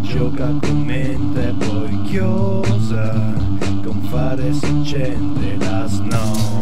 gioca con mente poi chiosa, con fare si accende la snow.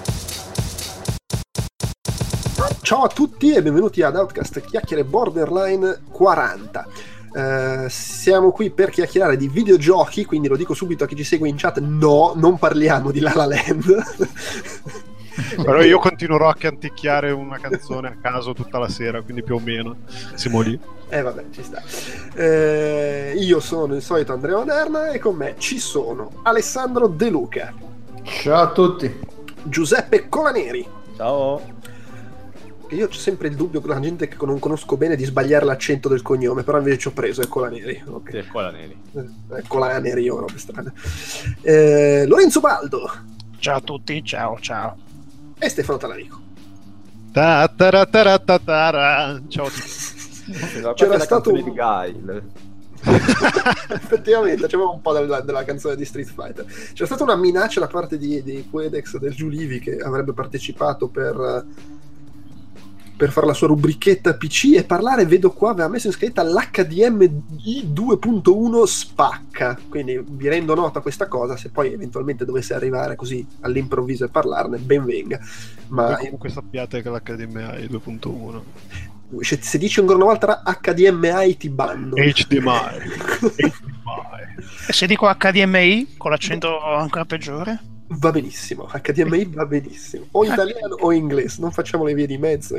Ciao a tutti e benvenuti ad Outcast Chiacchiere Borderline 40. Siamo qui per chiacchierare di videogiochi, quindi lo dico subito a chi ci segue in chat: no, non parliamo di La La Land. Però io continuerò a canticchiare una canzone a caso tutta la sera, quindi più o meno siamo lì. Vabbè, ci sta. Io sono il solito Andrea Moderna e con me ci sono Alessandro De Luca. Ciao a tutti. Giuseppe Colaneri. Ciao. Io ho sempre il dubbio con la gente che non conosco bene di sbagliare l'accento del cognome, però invece ci ho preso, è Colaneri. Okay. Sì, è Colaneri. È Colaneri, io robe strane. Lorenzo Baldo. Ciao a tutti, ciao. E Stefano Talarico. Ciao a tutti. C'era stato di Guile. Effettivamente c'era un po' della canzone di Street Fighter. C'era stata una minaccia da parte di Quedex del Giulivi che avrebbe partecipato per fare la sua rubrichetta PC e parlare, vedo qua, aveva messo in scritta l'HDMI 2.1 spacca, quindi vi rendo nota questa cosa, se poi eventualmente dovesse arrivare così all'improvviso e parlarne, ben venga. Ma comunque sappiate che l'HDMI 2.1, se dici ancora una volta HDMI ti bando. HDMI. E se dico HDMI con l'accento ancora peggiore? Va benissimo, HDMI va benissimo, o italiano o inglese, non facciamo le vie di mezzo.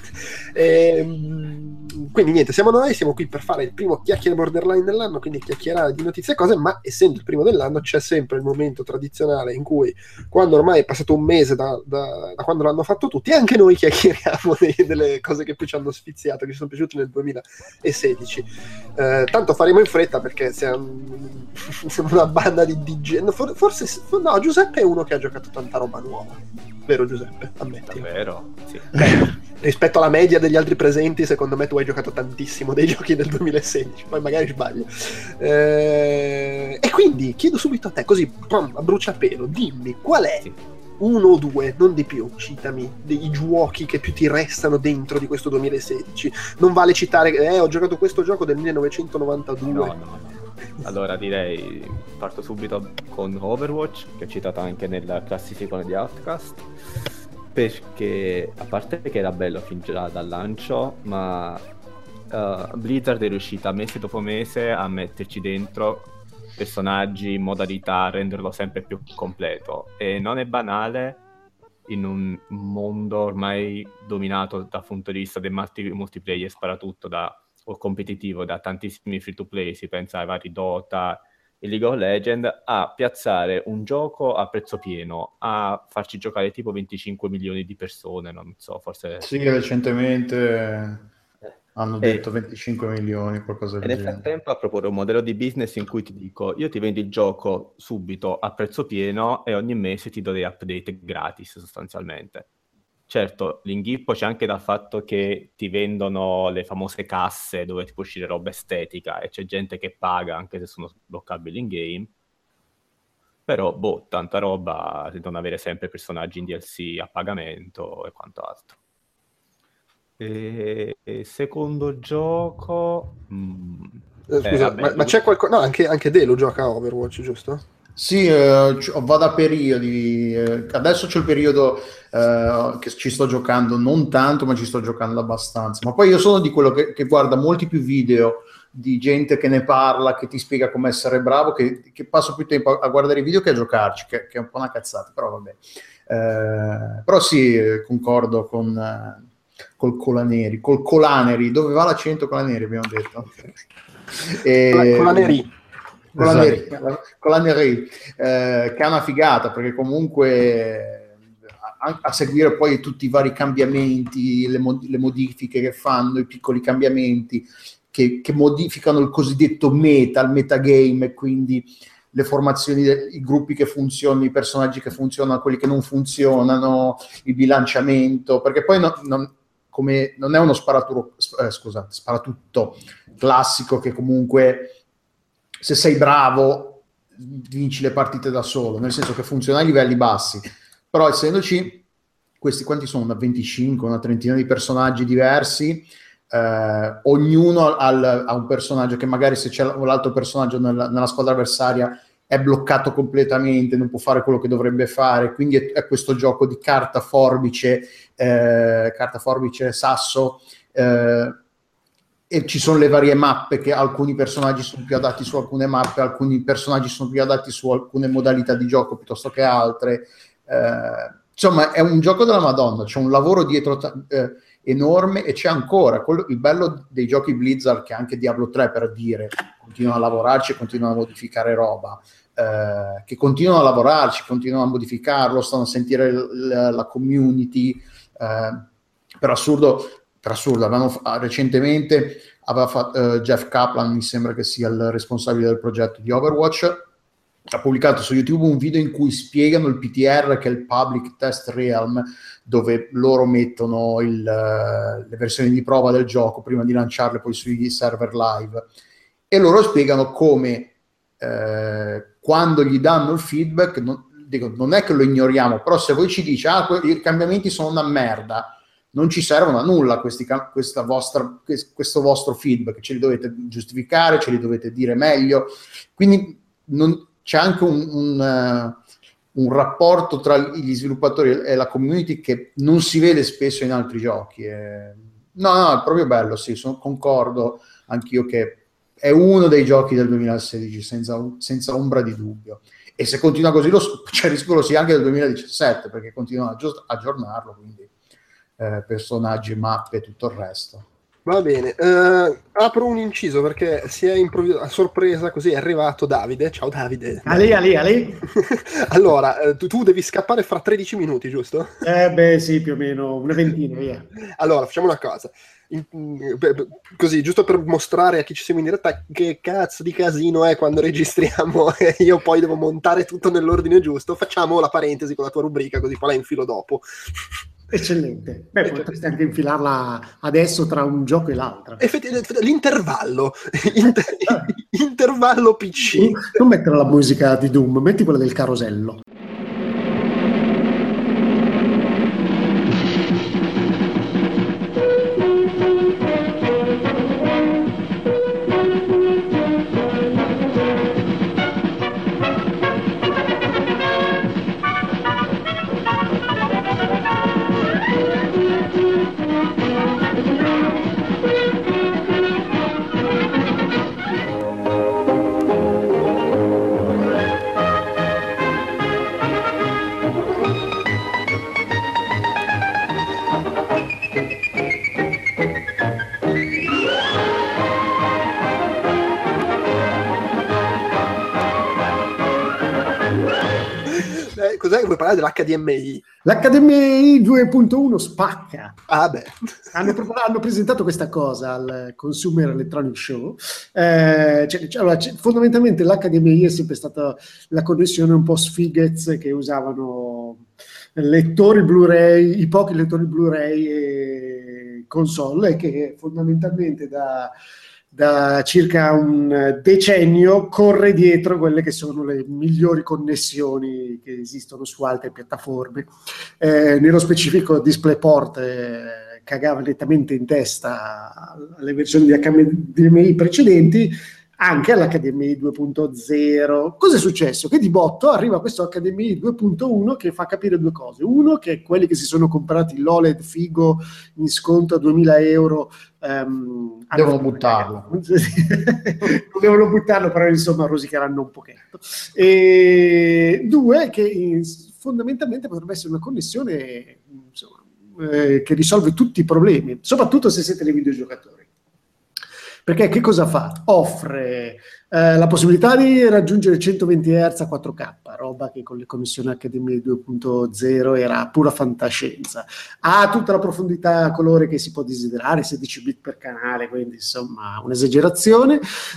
Quindi niente, siamo qui per fare il primo Chiacchiere Borderline dell'anno, quindi chiacchierare di notizie e cose, ma essendo il primo dell'anno c'è sempre il momento tradizionale in cui, quando ormai è passato un mese da quando l'hanno fatto tutti, anche noi chiacchieriamo delle cose che più ci hanno sfiziato, che ci sono piaciute nel 2016. Tanto faremo in fretta perché siamo una banda di DJ. No, Giuseppe è uno che ha giocato tanta roba nuova, vero Giuseppe? Ammetti. Davvero? Sì. Rispetto alla media degli altri presenti, secondo me tu hai giocato tantissimo dei giochi del 2016, poi magari sbaglio. E quindi chiedo subito a te, così a bruciapelo, dimmi qual è uno o due, non di più, citami dei giochi che più ti restano dentro di questo 2016. Non vale citare ho giocato questo gioco del 1992. No. Allora direi parto subito con Overwatch, che ho citato anche nella classifica di Outcast, perché a parte che era bello fin già dal lancio, ma Blizzard è riuscita mese dopo mese a metterci dentro personaggi, modalità, renderlo sempre più completo, e non è banale in un mondo ormai dominato dal punto di vista del multiplayer sparatutto o competitivo da tantissimi free to play, si pensa ai vari Dota e League of Legends, a piazzare un gioco a prezzo pieno, a farci giocare tipo 25 milioni di persone, non so, forse... Sì, recentemente hanno detto 25 milioni, qualcosa del genere. Nel frattempo a proporre un modello di business in cui ti dico: io ti vendo il gioco subito a prezzo pieno e ogni mese ti do dei update gratis sostanzialmente. Certo, l'inghippo c'è anche dal fatto che ti vendono le famose casse dove ti può uscire roba estetica e c'è gente che paga anche se sono sbloccabili in game, però tanta roba, si devono avere sempre personaggi in DLC a pagamento e quanto altro. E secondo gioco scusa, ma c'è qualcosa? No, anche Delo gioca a Overwatch, giusto? Sì, vado a periodi. Adesso c'è il periodo che ci sto giocando, non tanto, ma ci sto giocando abbastanza. Ma poi io sono di quello che guarda molti più video di gente che ne parla, che ti spiega come essere bravo, che passo più tempo a guardare i video che a giocarci, che è un po' una cazzata, però vabbè. Però sì, concordo col Colaneri. Dove va l'accento Colaneri, abbiamo detto? Colaneri, che è una figata, perché comunque a seguire poi tutti i vari cambiamenti, le modifiche che fanno, i piccoli cambiamenti che modificano il cosiddetto meta, il metagame, e quindi le formazioni, i gruppi che funzionano, i personaggi che funzionano, quelli che non funzionano, il bilanciamento, perché poi non è uno sparatutto classico che comunque se sei bravo vinci le partite da solo, nel senso che funziona a livelli bassi, però essendoci questi, quanti sono? Una 25, una trentina di personaggi diversi, ognuno ha un personaggio che magari se c'è l'altro personaggio nella squadra avversaria è bloccato completamente, non può fare quello che dovrebbe fare, quindi è questo gioco di carta forbice sasso, e ci sono le varie mappe, che alcuni personaggi sono più adatti su alcune mappe, alcuni personaggi sono più adatti su alcune modalità di gioco piuttosto che altre. Insomma, è un gioco della Madonna, c'è un lavoro dietro enorme, e c'è ancora il bello dei giochi Blizzard, che anche Diablo 3, per dire, continuano a lavorarci, continuano a modificare roba, che continuano a lavorarci, continuano a modificarlo, stanno a sentire la community, per assurdo recentemente aveva fatto Jeff Kaplan, mi sembra che sia il responsabile del progetto di Overwatch, ha pubblicato su YouTube un video in cui spiegano il PTR, che è il Public Test Realm, dove loro mettono le versioni di prova del gioco prima di lanciarle poi sui server live, e loro spiegano come quando gli danno il feedback, non è che lo ignoriamo, però se voi ci dice i cambiamenti sono una merda, non ci servono a nulla questo vostro feedback, ce li dovete giustificare, ce li dovete dire meglio, quindi c'è anche un rapporto tra gli sviluppatori e la community che non si vede spesso in altri giochi. No, è proprio bello, sì, concordo anch'io che è uno dei giochi del 2016 senza ombra di dubbio, e se continua così c'è il rischio lo sia anche del 2017, perché continuano a aggiornarlo, quindi personaggi, mappe e tutto il resto. Va bene, apro un inciso perché si è a sorpresa, così è arrivato Davide. Ciao Davide. Ali. Allora, tu devi scappare fra 13 minuti, giusto? Sì, più o meno una ventina, via. Allora, facciamo una cosa. Così, giusto per mostrare a chi ci segue in diretta che cazzo di casino è quando registriamo e io poi devo montare tutto nell'ordine giusto, facciamo la parentesi con la tua rubrica, così poi la infilo dopo. Eccellente. Potresti anche infilarla adesso tra un gioco e l'altro. L'intervallo. Intervallo PC. Non mettere la musica di Doom, metti quella del carosello. Cos'è che vuoi parlare dell'HDMI? L'HDMI 2.1 spacca. Ah beh. Hanno presentato questa cosa al Consumer Electronic Show. Fondamentalmente l'HDMI è sempre stata la connessione un po' sfighez che usavano lettori Blu-ray, i pochi lettori Blu-ray e console, e che fondamentalmente da circa un decennio corre dietro quelle che sono le migliori connessioni che esistono su altre piattaforme. Nello specifico DisplayPort cagava nettamente in testa alle versioni di HDMI precedenti, anche all'HDMI 2.0. Cosa è successo? Che di botto arriva questo HDMI 2.1 che fa capire due cose. Uno, che quelli che si sono comprati l'OLED figo in sconto a 2.000 euro devono buttarlo. Non devono buttarlo, però insomma rosicheranno un pochetto. E due, che fondamentalmente potrebbe essere una connessione che risolve tutti i problemi, soprattutto se siete dei videogiocatori. Perché che cosa fa? Offre la possibilità di raggiungere 120 Hz a 4K, roba che con le connessioni HDMI 2.0 era pura fantascienza. Ha tutta la profondità a colore che si può desiderare, 16 bit per canale, quindi insomma un'esagerazione.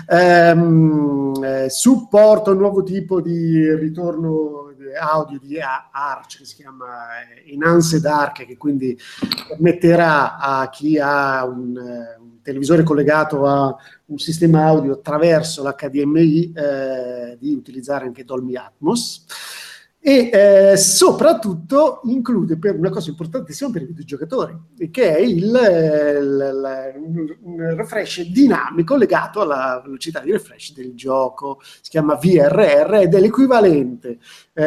Supporta un nuovo tipo di ritorno audio di Arch, che si chiama Enhanced Arc, che quindi permetterà a chi ha un televisore collegato a un sistema audio attraverso l'HDMI di utilizzare anche Dolby Atmos. e soprattutto include per una cosa importantissima per i videogiocatori, che è un refresh dinamico legato alla velocità di refresh del gioco. Si chiama VRR ed è l'equivalente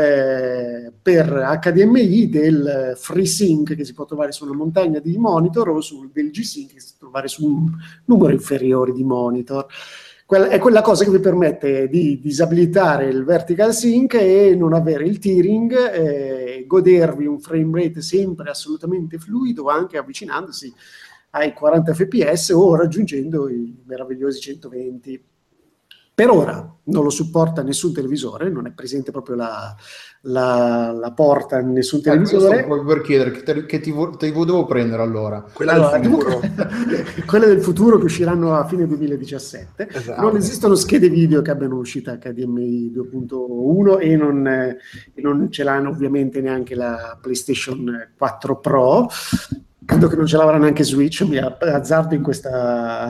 per HDMI del FreeSync che si può trovare su una montagna di monitor o del G-Sync che si può trovare su un numero inferiore di monitor. È quella cosa che vi permette di disabilitare il vertical sync e non avere il tearing, godervi un frame rate sempre assolutamente fluido, anche avvicinandosi ai 40 fps o raggiungendo i meravigliosi 120. Per ora non lo supporta nessun televisore, non è presente proprio la porta in nessun televisore. Proprio per chiedere che TV devo prendere allora. Quella del futuro. Quelle del futuro che usciranno a fine 2017. Esatto. Non esistono schede video che abbiano uscita HDMI 2.1 e non ce l'hanno ovviamente neanche la PlayStation 4 Pro. Credo che non ce l'avrà neanche Switch, mi azzardo in questa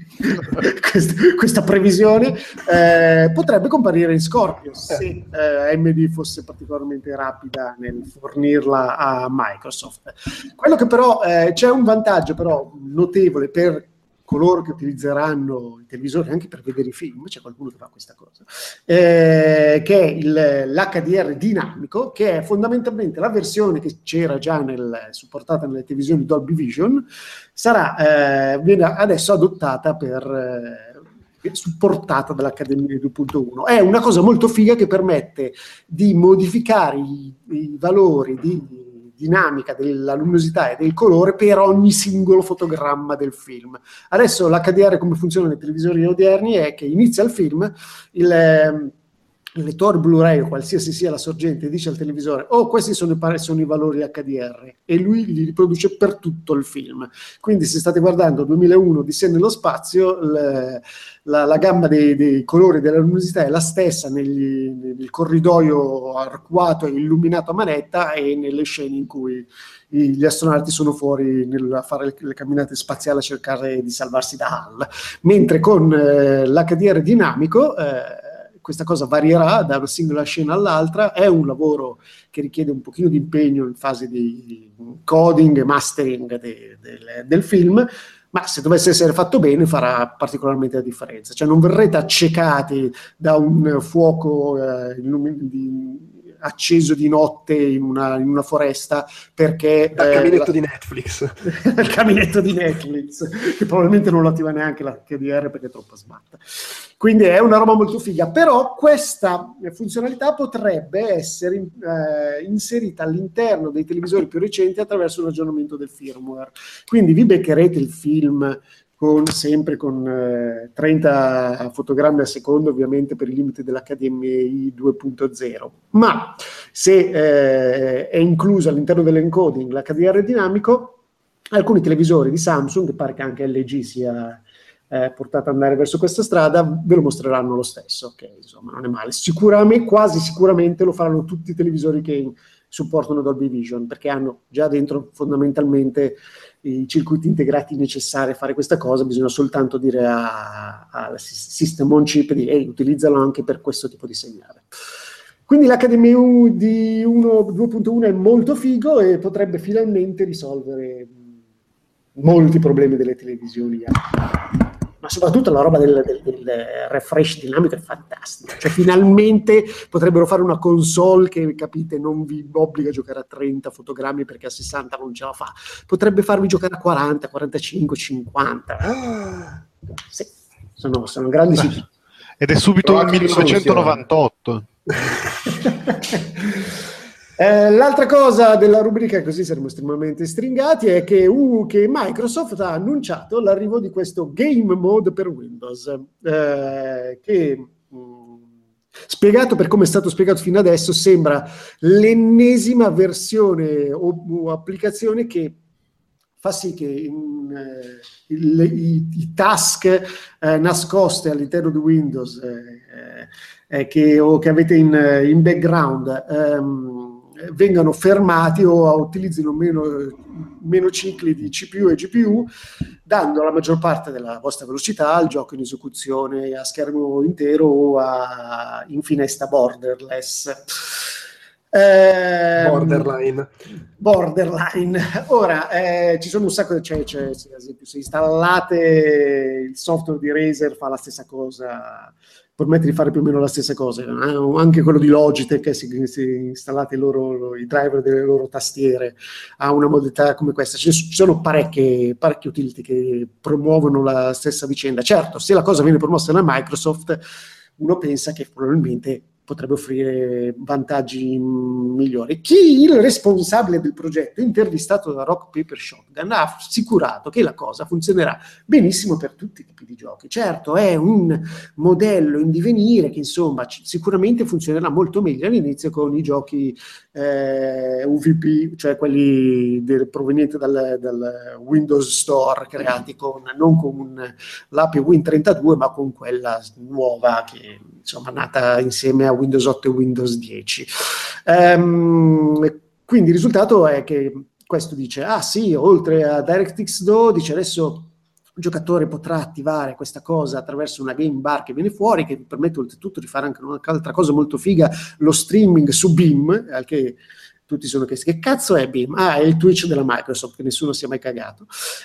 previsione. Potrebbe comparire in Scorpio se AMD fosse particolarmente rapida nel fornirla a Microsoft. Quello che però c'è un vantaggio però notevole per coloro che utilizzeranno i televisori anche per vedere i film, c'è qualcuno che fa questa cosa, che è l'HDR dinamico, che è fondamentalmente la versione che c'era già supportata nelle televisioni Dolby Vision, viene adesso adottata supportata dall'Accademia 2.1. È una cosa molto figa che permette di modificare i valori di dinamica della luminosità e del colore per ogni singolo fotogramma del film. Adesso l'HDR, come funziona nei televisori odierni, è che inizia il film, il lettore Blu-ray o qualsiasi sia la sorgente dice al televisore questi sono i valori HDR e lui li riproduce per tutto il film. Quindi se state guardando 2001 di sé nello spazio, la gamma dei colori della luminosità è la stessa nel corridoio arcuato e illuminato a manetta e nelle scene in cui gli astronauti sono fuori a fare le camminate spaziali a cercare di salvarsi da HAL, mentre con l'HDR dinamico questa cosa varierà da una singola scena all'altra. È un lavoro che richiede un pochino di impegno in fase di coding e mastering del film, ma se dovesse essere fatto bene farà particolarmente la differenza. Cioè non verrete accecati da un fuoco acceso di notte in una foresta perché dal caminetto di Netflix il caminetto di Netflix, che probabilmente non lo attiva neanche la HDR perché è troppo smatta. Quindi è una roba molto figa, però questa funzionalità potrebbe essere inserita all'interno dei televisori più recenti attraverso un aggiornamento del firmware. Quindi vi beccherete il film sempre con 30 fotogrammi al secondo, ovviamente per i limiti dell'HDMI 2.0, ma se è incluso all'interno dell'encoding l'HDR dinamico, alcuni televisori di Samsung, che pare che anche LG sia portata ad andare verso questa strada, ve lo mostreranno lo stesso, che insomma non è male. Quasi sicuramente lo faranno tutti i televisori che supportano Dolby Vision, perché hanno già dentro fondamentalmente i circuiti integrati necessari a fare questa cosa. Bisogna soltanto dire al System on Chip utilizzalo anche per questo tipo di segnale. Quindi l'HDMI di 2.1 è molto figo e potrebbe finalmente risolvere molti problemi delle televisioni. Ma soprattutto la roba del refresh dinamico è fantastica. Cioè finalmente potrebbero fare una console che, capite, non vi obbliga a giocare a 30 fotogrammi perché a 60 non ce la fa. Potrebbe farvi giocare a 40, 45, 50. Sì, sono grandi siti. Ed è subito un 1998. L'altra cosa della rubrica, così saremo estremamente stringati, è che Microsoft ha annunciato l'arrivo di questo Game Mode per Windows, che spiegato per come è stato spiegato fino adesso sembra l'ennesima versione o applicazione che fa sì che i task nascoste all'interno di Windows che avete in background vengano fermati o utilizzino meno cicli di CPU e GPU, dando la maggior parte della vostra velocità al gioco in esecuzione a schermo intero o in finestra borderless. Borderline. Ora, ci sono un sacco di... Ad esempio, se installate il software di Razer fa la stessa cosa, permette di fare più o meno la stessa cosa. Anche quello di Logitech, se installate i driver delle loro tastiere, ha una modalità come questa. Ci sono parecchie utility che promuovono la stessa vicenda. Certo, se la cosa viene promossa da Microsoft, uno pensa che probabilmente potrebbe offrire vantaggi migliori. Il responsabile del progetto, intervistato da Rock Paper Shotgun, ha assicurato che la cosa funzionerà benissimo per tutti i tipi di giochi. Certo, è un modello in divenire che insomma sicuramente funzionerà molto meglio all'inizio con i giochi UVP, cioè quelli provenienti dal Windows Store, creati non con l'API Win32 ma con quella nuova che insomma nata insieme a Windows 8 e Windows 10. Quindi il risultato è che questo dice, sì, oltre a DirectX 12 adesso il giocatore potrà attivare questa cosa attraverso una game bar che viene fuori, che permette oltretutto di fare anche un'altra cosa molto figa, lo streaming su Beam, che tutti sono chiesti, che cazzo è Beam? È il Twitch della Microsoft, che nessuno si è mai cagato.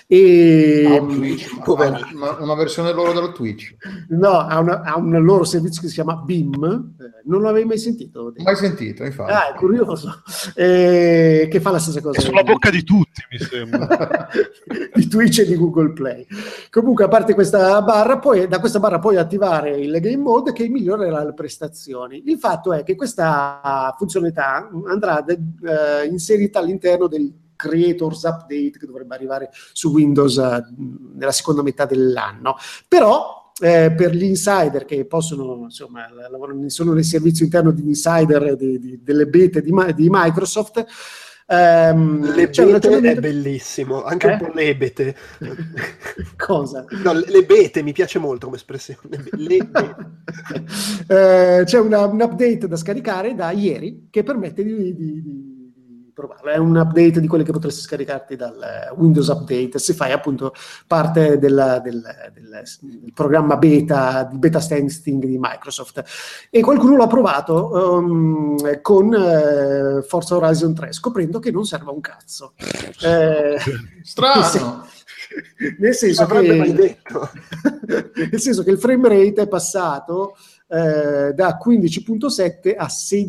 Una versione loro dello Twitch? No, ha un loro servizio che si chiama Beam, non l'avevi mai sentito? Mai sentito, infatti. È curioso, che fa la stessa cosa. È sulla bocca di tutti, mi sembra. Di Twitch e di Google Play. Comunque, a parte questa barra, da questa barra puoi attivare il game mode che migliorerà le prestazioni. Il fatto è che questa funzionalità andrà inserita all'interno del Creators Update che dovrebbe arrivare su Windows nella seconda metà dell'anno. Però per gli insider che possono, insomma, sono nel servizio interno di insider delle bete di Microsoft, le bete è bellissimo, anche un po' le bete. Cosa? No, le bete mi piace molto come espressione. C'è un update da scaricare da ieri che permette di provarlo. È un update di quelli che potresti scaricarti dal Windows Update se fai appunto parte del programma beta testing di Microsoft, e qualcuno l'ha provato con Forza Horizon 3 scoprendo che non serve a un cazzo. Strano. Nel senso che il frame rate è passato da 15.7 a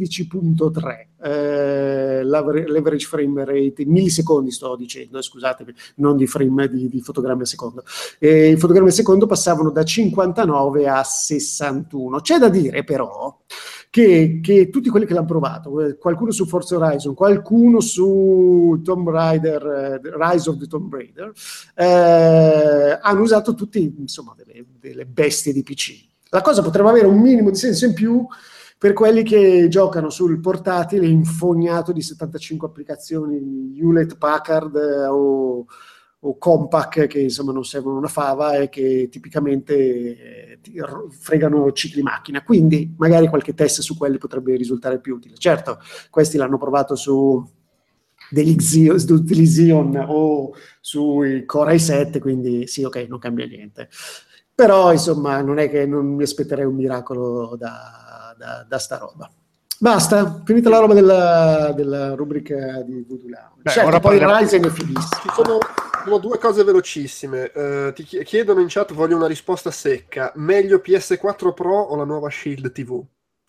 16.3, l'average frame rate in millisecondi, sto dicendo, scusatemi, non di frame di fotogrammi a secondo. I fotogrammi a secondo passavano da 59 a 61. C'è da dire però che tutti quelli che l'hanno provato, qualcuno su Forza Horizon, qualcuno su Tomb Raider, Rise of the Tomb Raider, hanno usato tutti insomma delle bestie di PC. La cosa potrebbe avere un minimo di senso in più per quelli che giocano sul portatile infognato di 75 applicazioni Hewlett Packard o Compaq, che insomma non servono una fava e che tipicamente fregano cicli macchina. Quindi magari qualche test su quelli potrebbe risultare più utile. Certo, questi l'hanno provato su degli Xeon o sui Core i7, quindi sì, ok, non cambia niente. Però, insomma, non è che non mi aspetterei un miracolo da sta roba. Basta, finita la roba della rubrica di Voodoo Lounge. Certo, poi Ryzen è finissimo. Sono due cose velocissime. Ti chiedono in chat, voglio una risposta secca. Meglio PS4 Pro o la nuova Shield TV?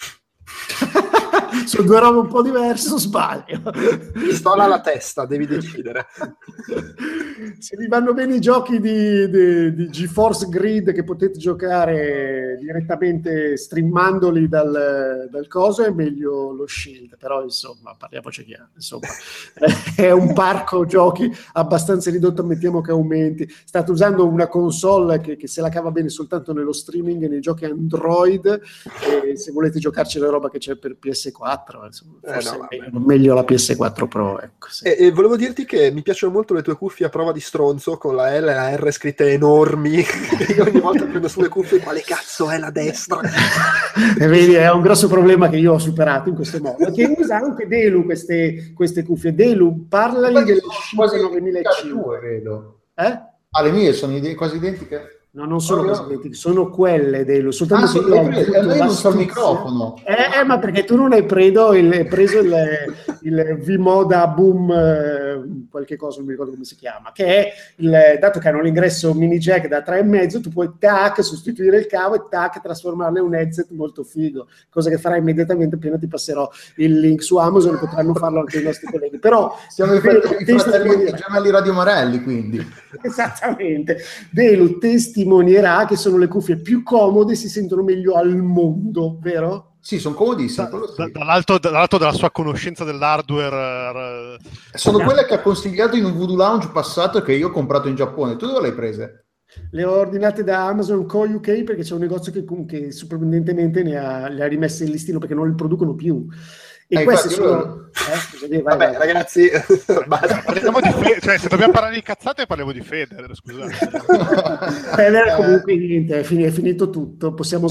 Sono due robe un po' diverse, o sbaglio? Pistola alla testa, devi decidere. Se vi vanno bene i giochi di GeForce Grid che potete giocare direttamente streamandoli dal coso, è meglio lo Shield, però insomma, parliamoci chiaro, insomma, è un parco giochi abbastanza ridotto, ammettiamo che aumenti. State usando una console che se la cava bene soltanto nello streaming e nei giochi Android, e se volete giocarci la roba che c'è per PS4, insomma, forse meglio la PS4 Pro, ecco, sì. E volevo dirti che mi piacciono molto le tue cuffie a prova di stronzo con la L e la R scritte enormi. Io ogni volta prendo sulle cuffie, quale cazzo è la destra? E vedi, è un grosso problema che io ho superato in questo modo, che usa anche Delu queste cuffie. Delu, parlagli delle quasi 9005, vedo. le le mie sono quasi identiche. No, non sono cose identiche, sono quelle soltanto che lei non sa il microfono. Ma perché tu non hai preso il V-Moda Boom, qualche cosa, non mi ricordo come si chiama, che è dato che hanno l'ingresso mini jack da 3,5, tu puoi sostituire il cavo e trasformarlo in un headset molto figo, cosa che farai immediatamente appena ti passerò il link su Amazon, e potranno farlo anche i nostri colleghi. Però siamo i fratelli gemelli Radio Marelli, quindi. Esattamente. Velo testimonierà che sono le cuffie più comode, si sentono meglio al mondo, vero? Sì, sono comodissime. Dall'alto della sua conoscenza dell'hardware. Sono quelle che ha consigliato in un Voodoo Lounge passato, che io ho comprato in Giappone. Tu dove le hai prese? Le ho ordinate da Amazon Co UK, perché c'è un negozio che sorprendentemente le ha rimesse in listino perché non le producono più. E queste sono... Vabbè, ragazzi, parliamo di cioè, se dobbiamo parlare di cazzate parliamo di Federer, scusate. Federer comunque niente, è finito tutto, possiamo...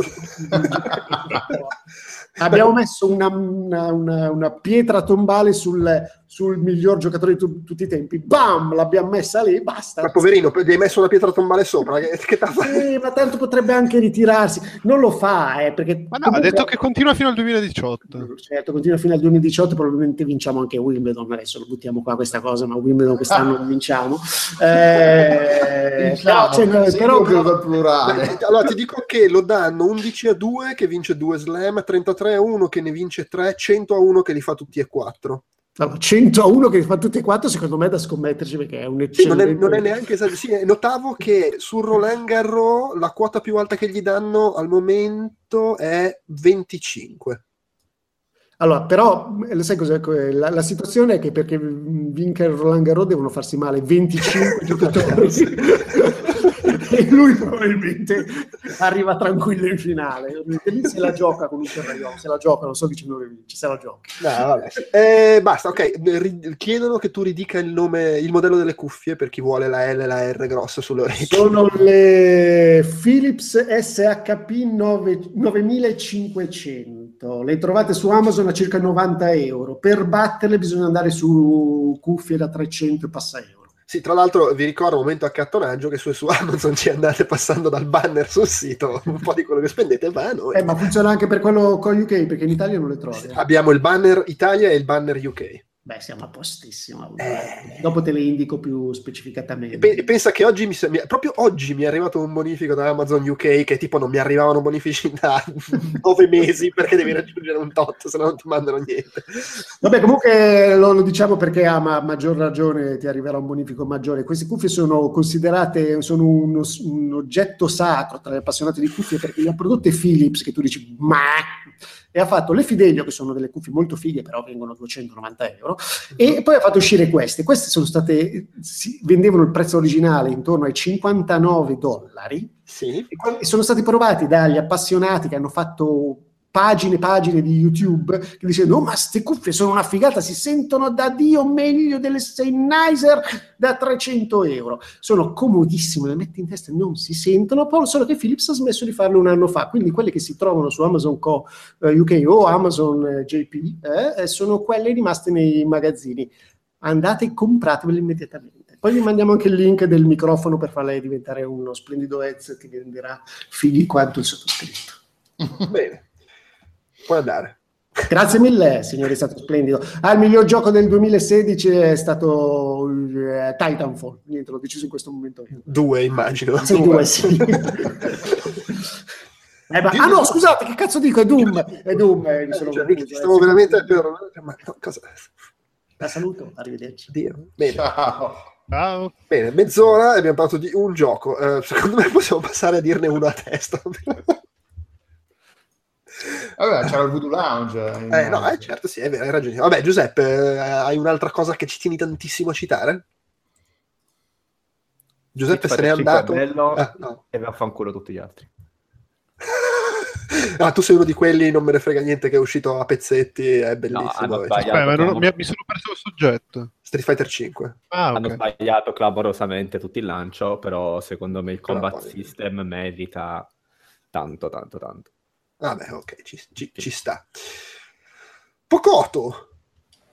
Abbiamo messo una pietra tombale sul miglior giocatore di tutti i tempi, bam, l'abbiamo messa lì, basta. Ma poverino, gli hai messo una pietra tombale sopra, che ma tanto potrebbe anche ritirarsi, non lo fa, perché ma no, comunque... ha detto che continua fino al 2018. Certo, continua fino al 2018, probabilmente vinciamo anche Wimbledon, adesso lo buttiamo qua questa cosa, ma Wimbledon quest'anno lo vinciamo. Però plurale. Allora ti dico che lo danno 11-2 che vince 2 slam, 33-1 che ne vince 3, 100-1 che li fa tutti e 4. Allora, 100-1 che li fa tutti e 4, secondo me è da scommetterci, perché è un eccellente... Sì, non è neanche esagerato. Sì, notavo che sul Roland Garros la quota più alta che gli danno al momento è 25. Allora, però, sai cos'è? La situazione è che perché vinca il Roland Garros devono farsi male 25 giocatori e lui probabilmente arriva tranquillo in finale. Lì se la gioca con un Ferraiolo, se la gioca, non sto dicendo che vince, se la gioca. No, vabbè. Basta, ok. Chiedono che tu ridica il modello delle cuffie per chi vuole la L e la R grossa sulle orecchie. Sono le Philips SHP 9500. Le trovate su Amazon a circa 90 euro. Per batterle bisogna andare su cuffie da 300 e passa euro. Sì, tra l'altro vi ricordo, momento accattonaggio, che su Amazon ci andate passando dal banner sul sito, un po' di quello che spendete va a noi. Ma funziona anche per quello con UK, perché in Italia non le trovi. Abbiamo il banner Italia e il banner UK. Beh, siamo a postissimo. Dopo te le indico più specificatamente. Pensa che proprio oggi mi è arrivato un bonifico da Amazon UK, che tipo non mi arrivavano bonifici da 9 mesi, perché devi raggiungere un tot, se no non ti mandano niente. Vabbè, comunque lo diciamo perché a maggior ragione ti arriverà un bonifico maggiore. Queste cuffie sono considerate un oggetto sacro tra gli appassionati di cuffie, perché le ha prodotte Philips, che tu dici e ha fatto le Fidelio, che sono delle cuffie molto fighe, però vengono 290 euro, e poi ha fatto uscire queste sono state, vendevano il prezzo originale intorno ai $59, sì. E sono stati provati dagli appassionati che hanno fatto pagine di YouTube che dicevano: ma ste cuffie sono una figata, si sentono da Dio meglio delle Sennheiser da 300 euro, sono comodissime, le metti in testa e non si sentono, solo che Philips ha smesso di farlo un anno fa, quindi quelle che si trovano su Amazon Co UK o Amazon JP sono quelle rimaste nei magazzini. Andate e compratevele immediatamente. Poi vi mandiamo anche il link del microfono per farle diventare uno splendido headset che renderà fighi quanto il sottoscritto. Bene. Puoi andare. Grazie mille, signori, è stato splendido. Il miglior gioco del 2016 è stato Titanfall. Niente, l'ho deciso in questo momento. 2, immagino. Sì, 2, sì. No, scusate, che cazzo dico? È Doom. Mi sono stavo veramente ma cosa? La saluto, arrivederci. Dio. Bene. Ciao. Bene, mezz'ora e abbiamo parlato di un gioco. Secondo me possiamo passare a dirne uno a testa. Vabbè, c'era il Voodoo Lounge. No, certo, sì, è vero, hai ragione. Vabbè, Giuseppe, hai un'altra cosa che ci tieni tantissimo a citare? Giuseppe se n'è andato. No. E vaffanculo tutti gli altri. Tu sei uno di quelli, non me ne frega niente, che è uscito a pezzetti, è bellissimo. Mi sono perso il soggetto. Street Fighter 5. Hanno sbagliato clamorosamente tutto il lancio, però secondo me il combat system merita tanto. Vabbè, ok, ci sta. Pocotto.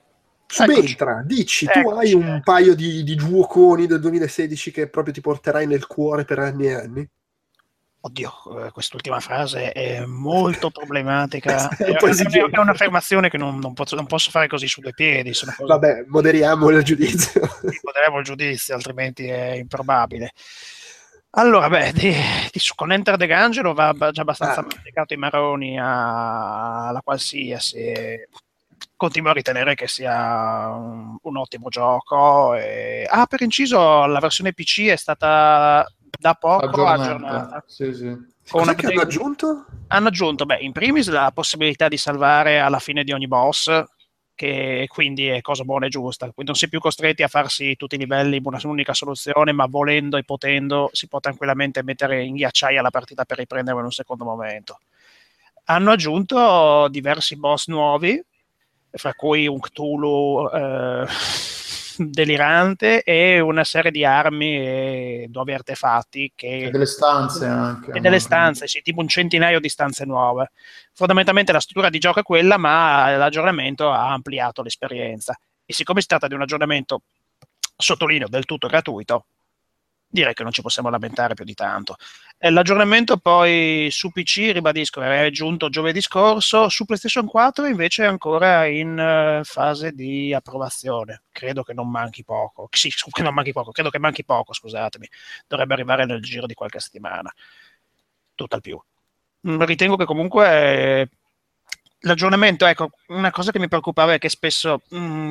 Subentra, dici, tu hai un paio di giuoconi del 2016 che proprio ti porterai nel cuore per anni e anni? Oddio, quest'ultima frase è molto problematica. È un po' esigente. È un'affermazione che non posso fare così su due piedi. Sono cose... Vabbè, moderiamo il giudizio. Moderiamo il giudizio, altrimenti è improbabile. Allora, con Enter the Gungeon va già abbastanza masticato i marroni alla qualsiasi. Continuo a ritenere che sia un ottimo gioco. Per inciso, la versione PC è stata da poco aggiornata. Sì. Cosa che hanno aggiunto? Hanno aggiunto, in primis la possibilità di salvare alla fine di ogni boss, che quindi è cosa buona e giusta. Quindi non si è più costretti a farsi tutti i livelli in un'unica soluzione, ma volendo e potendo si può tranquillamente mettere in ghiacciaia la partita per riprenderla in un secondo momento. Hanno aggiunto diversi boss nuovi, fra cui un Cthulhu delirante e una serie di armi e nuovi artefatti e delle stanze anche. E delle stanze, sì, tipo un centinaio di stanze nuove. Fondamentalmente la struttura di gioco è quella, ma l'aggiornamento ha ampliato l'esperienza. E siccome si tratta di un aggiornamento, sottolineo, del tutto gratuito, direi che non ci possiamo lamentare più di tanto. L'aggiornamento poi su PC, ribadisco, è giunto giovedì scorso, su PlayStation 4 invece è ancora in fase di approvazione. Credo che non manchi poco. Sì, credo che manchi poco, scusatemi. Dovrebbe arrivare nel giro di qualche settimana. Tutt'al più. Ritengo che comunque l'aggiornamento, ecco, una cosa che mi preoccupava è che spesso...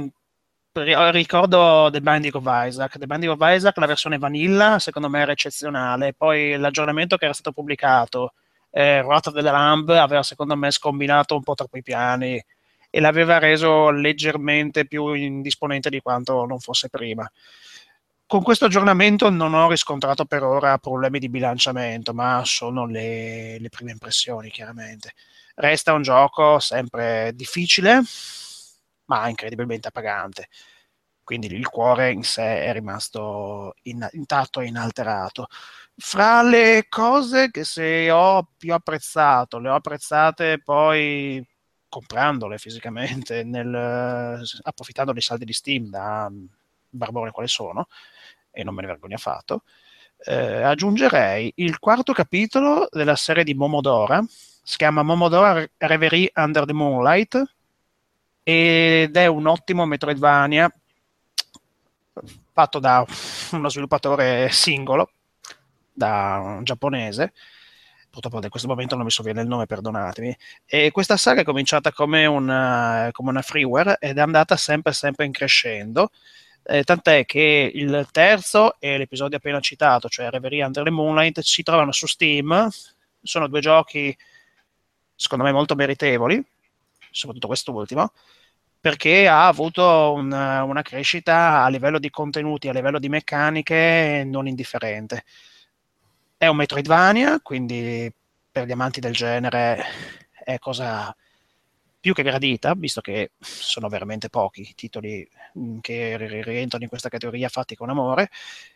ricordo The Binding of Isaac. The Binding of Isaac, la versione vanilla, secondo me era eccezionale. Poi l'aggiornamento che era stato pubblicato, Wrath of the Lamb, aveva secondo me scombinato un po' troppo i piani e l'aveva reso leggermente più indisponente di quanto non fosse prima. Con questo aggiornamento non ho riscontrato per ora problemi di bilanciamento, ma sono le prime impressioni, chiaramente. Resta un gioco sempre difficile, ma incredibilmente appagante. Quindi il cuore in sé è rimasto intatto e inalterato. Fra le cose che se ho più apprezzato, le ho apprezzate poi comprandole fisicamente, approfittando dei saldi di Steam da barbone quale sono, e non me ne vergogno affatto. Aggiungerei il quarto capitolo della serie di Momodora, si chiama Momodora Reverie Under the Moonlight, ed è un ottimo Metroidvania fatto da uno sviluppatore singolo, da un giapponese. Purtroppo in questo momento non mi sovviene il nome, perdonatemi. E questa saga è cominciata come una freeware ed è andata sempre in crescendo, tant'è che il terzo e l'episodio appena citato, cioè Reverie Under the Moonlight, si trovano su Steam. Sono due giochi secondo me molto meritevoli, soprattutto quest'ultimo, perché ha avuto una crescita a livello di contenuti, a livello di meccaniche non indifferente. È un Metroidvania, quindi per gli amanti del genere è cosa più che gradita, visto che sono veramente pochi i titoli che rientrano in questa categoria fatti con amore,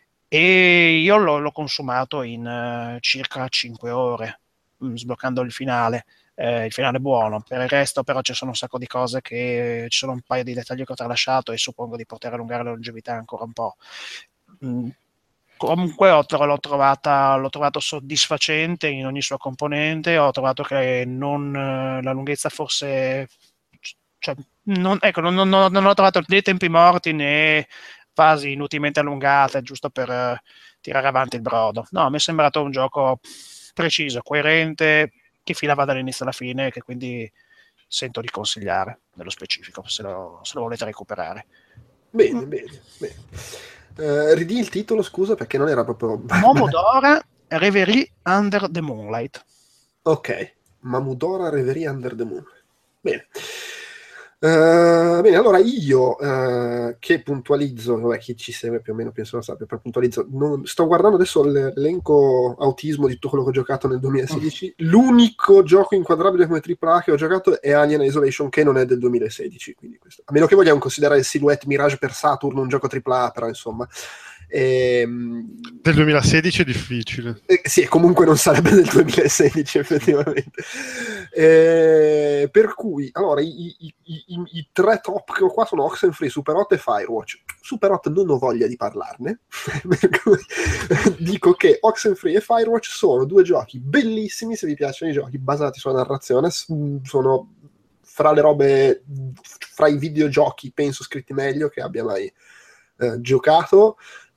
e io l'ho consumato in circa 5 ore, sbloccando il finale. Il finale è buono, per il resto però ci sono un sacco di cose ci sono un paio di dettagli che ho tralasciato e suppongo di poter allungare la longevità ancora un po'. Comunque l'ho trovato soddisfacente in ogni sua componente. Ho trovato che la lunghezza fosse, cioè, non ho trovato né tempi morti né fasi inutilmente allungate giusto per tirare avanti il brodo. No, mi è sembrato un gioco preciso, coerente, che filava dall'inizio alla fine, che quindi sento di consigliare nello specifico se lo volete recuperare. Bene. Ridì il titolo, scusa, perché non era proprio... Momodora Reverie Under the Moonlight. Ok, Momodora Reverie Under the Moonlight. Bene. Bene, allora io che puntualizzo, vabbè, chi ci segue più o meno penso lo sappia, però puntualizzo, sto guardando adesso l'elenco autismo di tutto quello che ho giocato nel 2016. L'unico gioco inquadrabile come AAA che ho giocato è Alien Isolation, che non è del 2016, quindi questo, a meno che vogliamo considerare Silhouette Mirage per Saturn un gioco AAA, però insomma Del 2016 è difficile. Sì, comunque non sarebbe del 2016 effettivamente. Per cui, allora, i tre top che ho qua sono Oxenfree, Superhot e Firewatch. Superhot non ho voglia di parlarne, per cui dico che Oxenfree e Firewatch sono due giochi bellissimi, se vi piacciono i giochi basati sulla narrazione, sono fra le robe, fra i videogiochi penso scritti meglio che abbia mai giocato.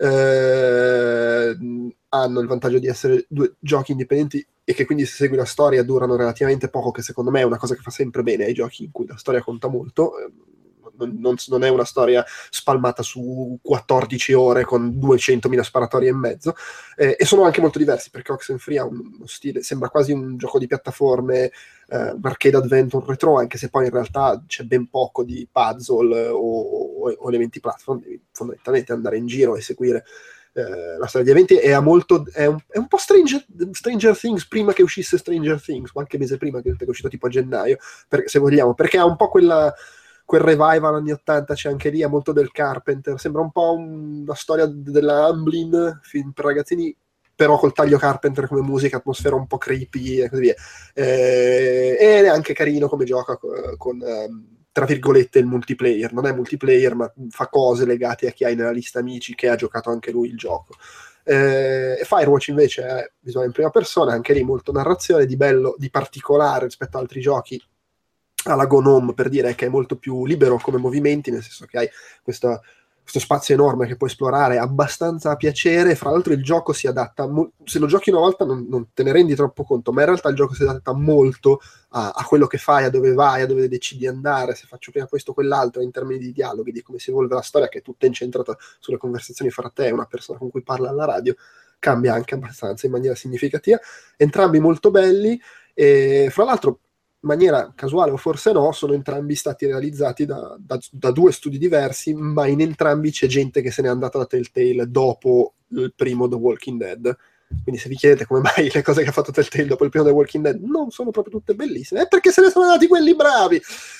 Hanno il vantaggio di essere due giochi indipendenti e che quindi se segui la storia durano relativamente poco, che secondo me è una cosa che fa sempre bene ai giochi in cui la storia conta molto. Non è una storia spalmata su 14 ore con 200.000 sparatorie in mezzo, e sono anche molto diversi perché Oxenfree ha uno stile, sembra quasi un gioco di piattaforme, un arcade adventure retro, anche se poi in realtà c'è ben poco di puzzle o elementi platform. Devi fondamentalmente andare in giro e seguire la storia di eventi. È un po' Stranger Things prima che uscisse Stranger Things, qualche mese prima, che è uscito tipo a gennaio, se vogliamo, perché ha un po' quel revival anni 80, c'è anche lì, è molto del Carpenter, sembra un po' una storia della Amblin, film per ragazzini, però col taglio Carpenter come musica, atmosfera un po' creepy e così via. Ed è anche carino come gioca con tra virgolette il multiplayer. Non è multiplayer, ma fa cose legate a chi hai nella lista amici che ha giocato anche lui il gioco. Firewatch invece è visuale in prima persona, anche lì molto narrazione, di bello, di particolare rispetto ad altri giochi alla Gone Home, per dire che è molto più libero come movimenti, nel senso che hai questo spazio enorme che puoi esplorare abbastanza a piacere. Fra l'altro il gioco si adatta, se lo giochi una volta non te ne rendi troppo conto, ma in realtà il gioco si adatta molto a quello che fai, a dove vai, a dove decidi di andare, se faccio prima questo o quell'altro, in termini di dialoghi, di come si evolve la storia, che è tutta incentrata sulle conversazioni fra te e una persona con cui parla alla radio, cambia anche abbastanza in maniera significativa. Entrambi molto belli, e fra l'altro in maniera casuale o forse no, sono entrambi stati realizzati da due studi diversi, ma in entrambi c'è gente che se n'è andata da Telltale dopo il primo The Walking Dead. Quindi se vi chiedete come mai le cose che ha fatto Telltale dopo il primo The Walking Dead non sono proprio tutte bellissime, è perché se ne sono andati quelli bravi.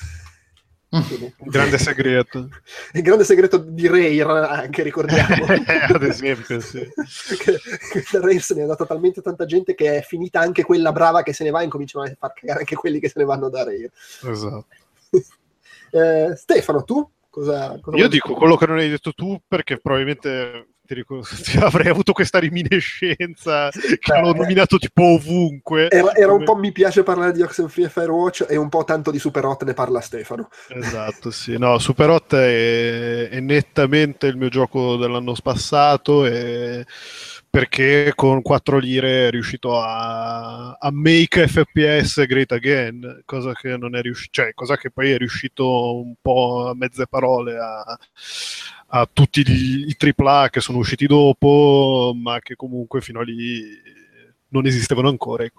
Grande segreto. Il grande segreto di Rare, anche, ricordiamo. Ad esempio, sì. Che da Rare se ne è andata talmente tanta gente che è finita anche quella brava che se ne va, e incominciano a far cagare anche quelli che se ne vanno da Rare. Esatto. Stefano, tu? Cosa Io dico quello che non hai detto tu, perché probabilmente avrei avuto questa riminiscenza che l'ho nominato tipo ovunque. Era un po' mi piace parlare di Oxenfree e Firewatch, e un po' tanto di Superhot ne parla Stefano. Esatto, sì. No, Superhot è nettamente il mio gioco dell'anno passato, perché con 4 lire è riuscito a make FPS great again, cosa che non è riuscito, cioè cosa che poi è riuscito un po' a mezze parole a tutti i AAA che sono usciti dopo, ma che comunque fino a lì non esistevano ancora, e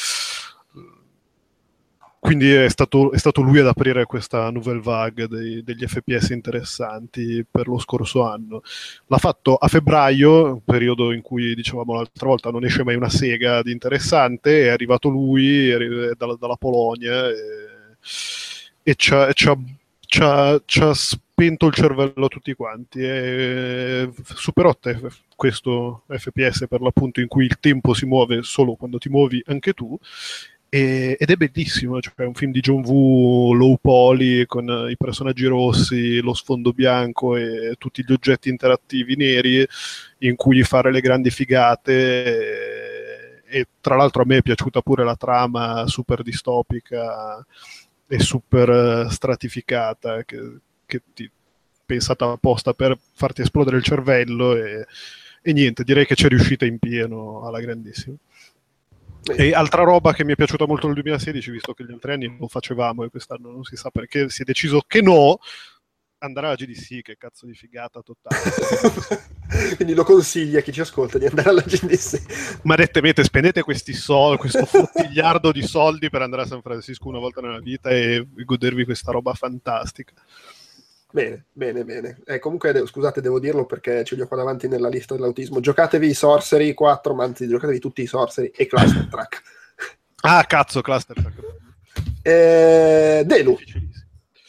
quindi è stato lui ad aprire questa nouvelle vague degli FPS interessanti per lo scorso anno. L'ha fatto a febbraio, periodo in cui, dicevamo l'altra volta, non esce mai una sega di interessante. È arrivato lui dalla Polonia e ci ha spento il cervello a tutti quanti. Superhot è questo FPS per l'appunto in cui il tempo si muove solo quando ti muovi anche tu, ed è bellissimo, cioè è un film di John Woo low poly con i personaggi rossi, lo sfondo bianco e tutti gli oggetti interattivi neri in cui fare le grandi figate, e tra l'altro a me è piaciuta pure la trama super distopica e super stratificata che ti pensata apposta per farti esplodere il cervello, e niente, direi che c'è riuscita in pieno alla grandissima. E altra roba che mi è piaciuta molto nel 2016, visto che gli altri anni lo facevamo e quest'anno non si sa perché si è deciso che no, andare alla GDC, che cazzo di figata totale. Quindi lo consiglia a chi ci ascolta di andare alla GDC. Ma nettamente spendete questi soldi, questo flottigliardo di soldi per andare a San Francisco una volta nella vita e godervi questa roba fantastica. Bene. Comunque, scusate, devo dirlo perché ce li ho qua davanti nella lista dell'autismo. Giocatevi Sorcery 4, ma anzi, giocatevi tutti i Sorcery e Cluster Track. Ah, cazzo, Cluster Track. Delu.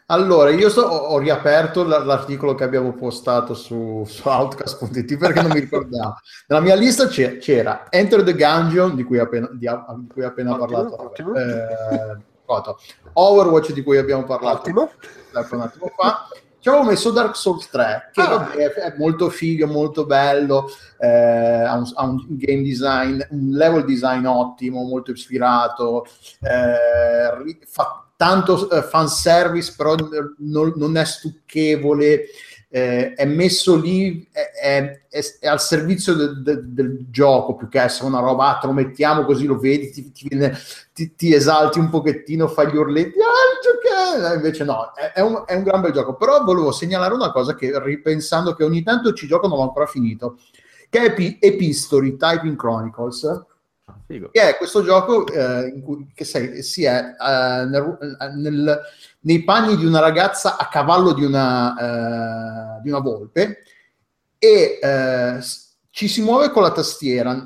Allora, io ho riaperto l'articolo che abbiamo postato su Outcast.it perché non mi ricordavo. Nella mia lista c'era Enter the Gungeon, di cui ho appena parlato. Ottimo. Overwatch, di cui abbiamo parlato Ottimo. un attimo fa. Ci avevo messo Dark Souls 3, che vabbè, è molto figo, molto bello, ha un game design, un level design ottimo, molto ispirato, fa tanto fanservice, però non è stucchevole, è messo lì, è al servizio del gioco, più che essere una roba, te lo mettiamo così lo vedi, ti esalti un pochettino, fai gli urletti, invece no, è un gran bel gioco. Però volevo segnalare una cosa che, ripensando, che ogni tanto ci gioco, non l'ho ancora finito, che è Epistory Typing Chronicles, Figo. che è questo gioco in cui nei panni di una ragazza a cavallo di una volpe, e ci si muove con la tastiera,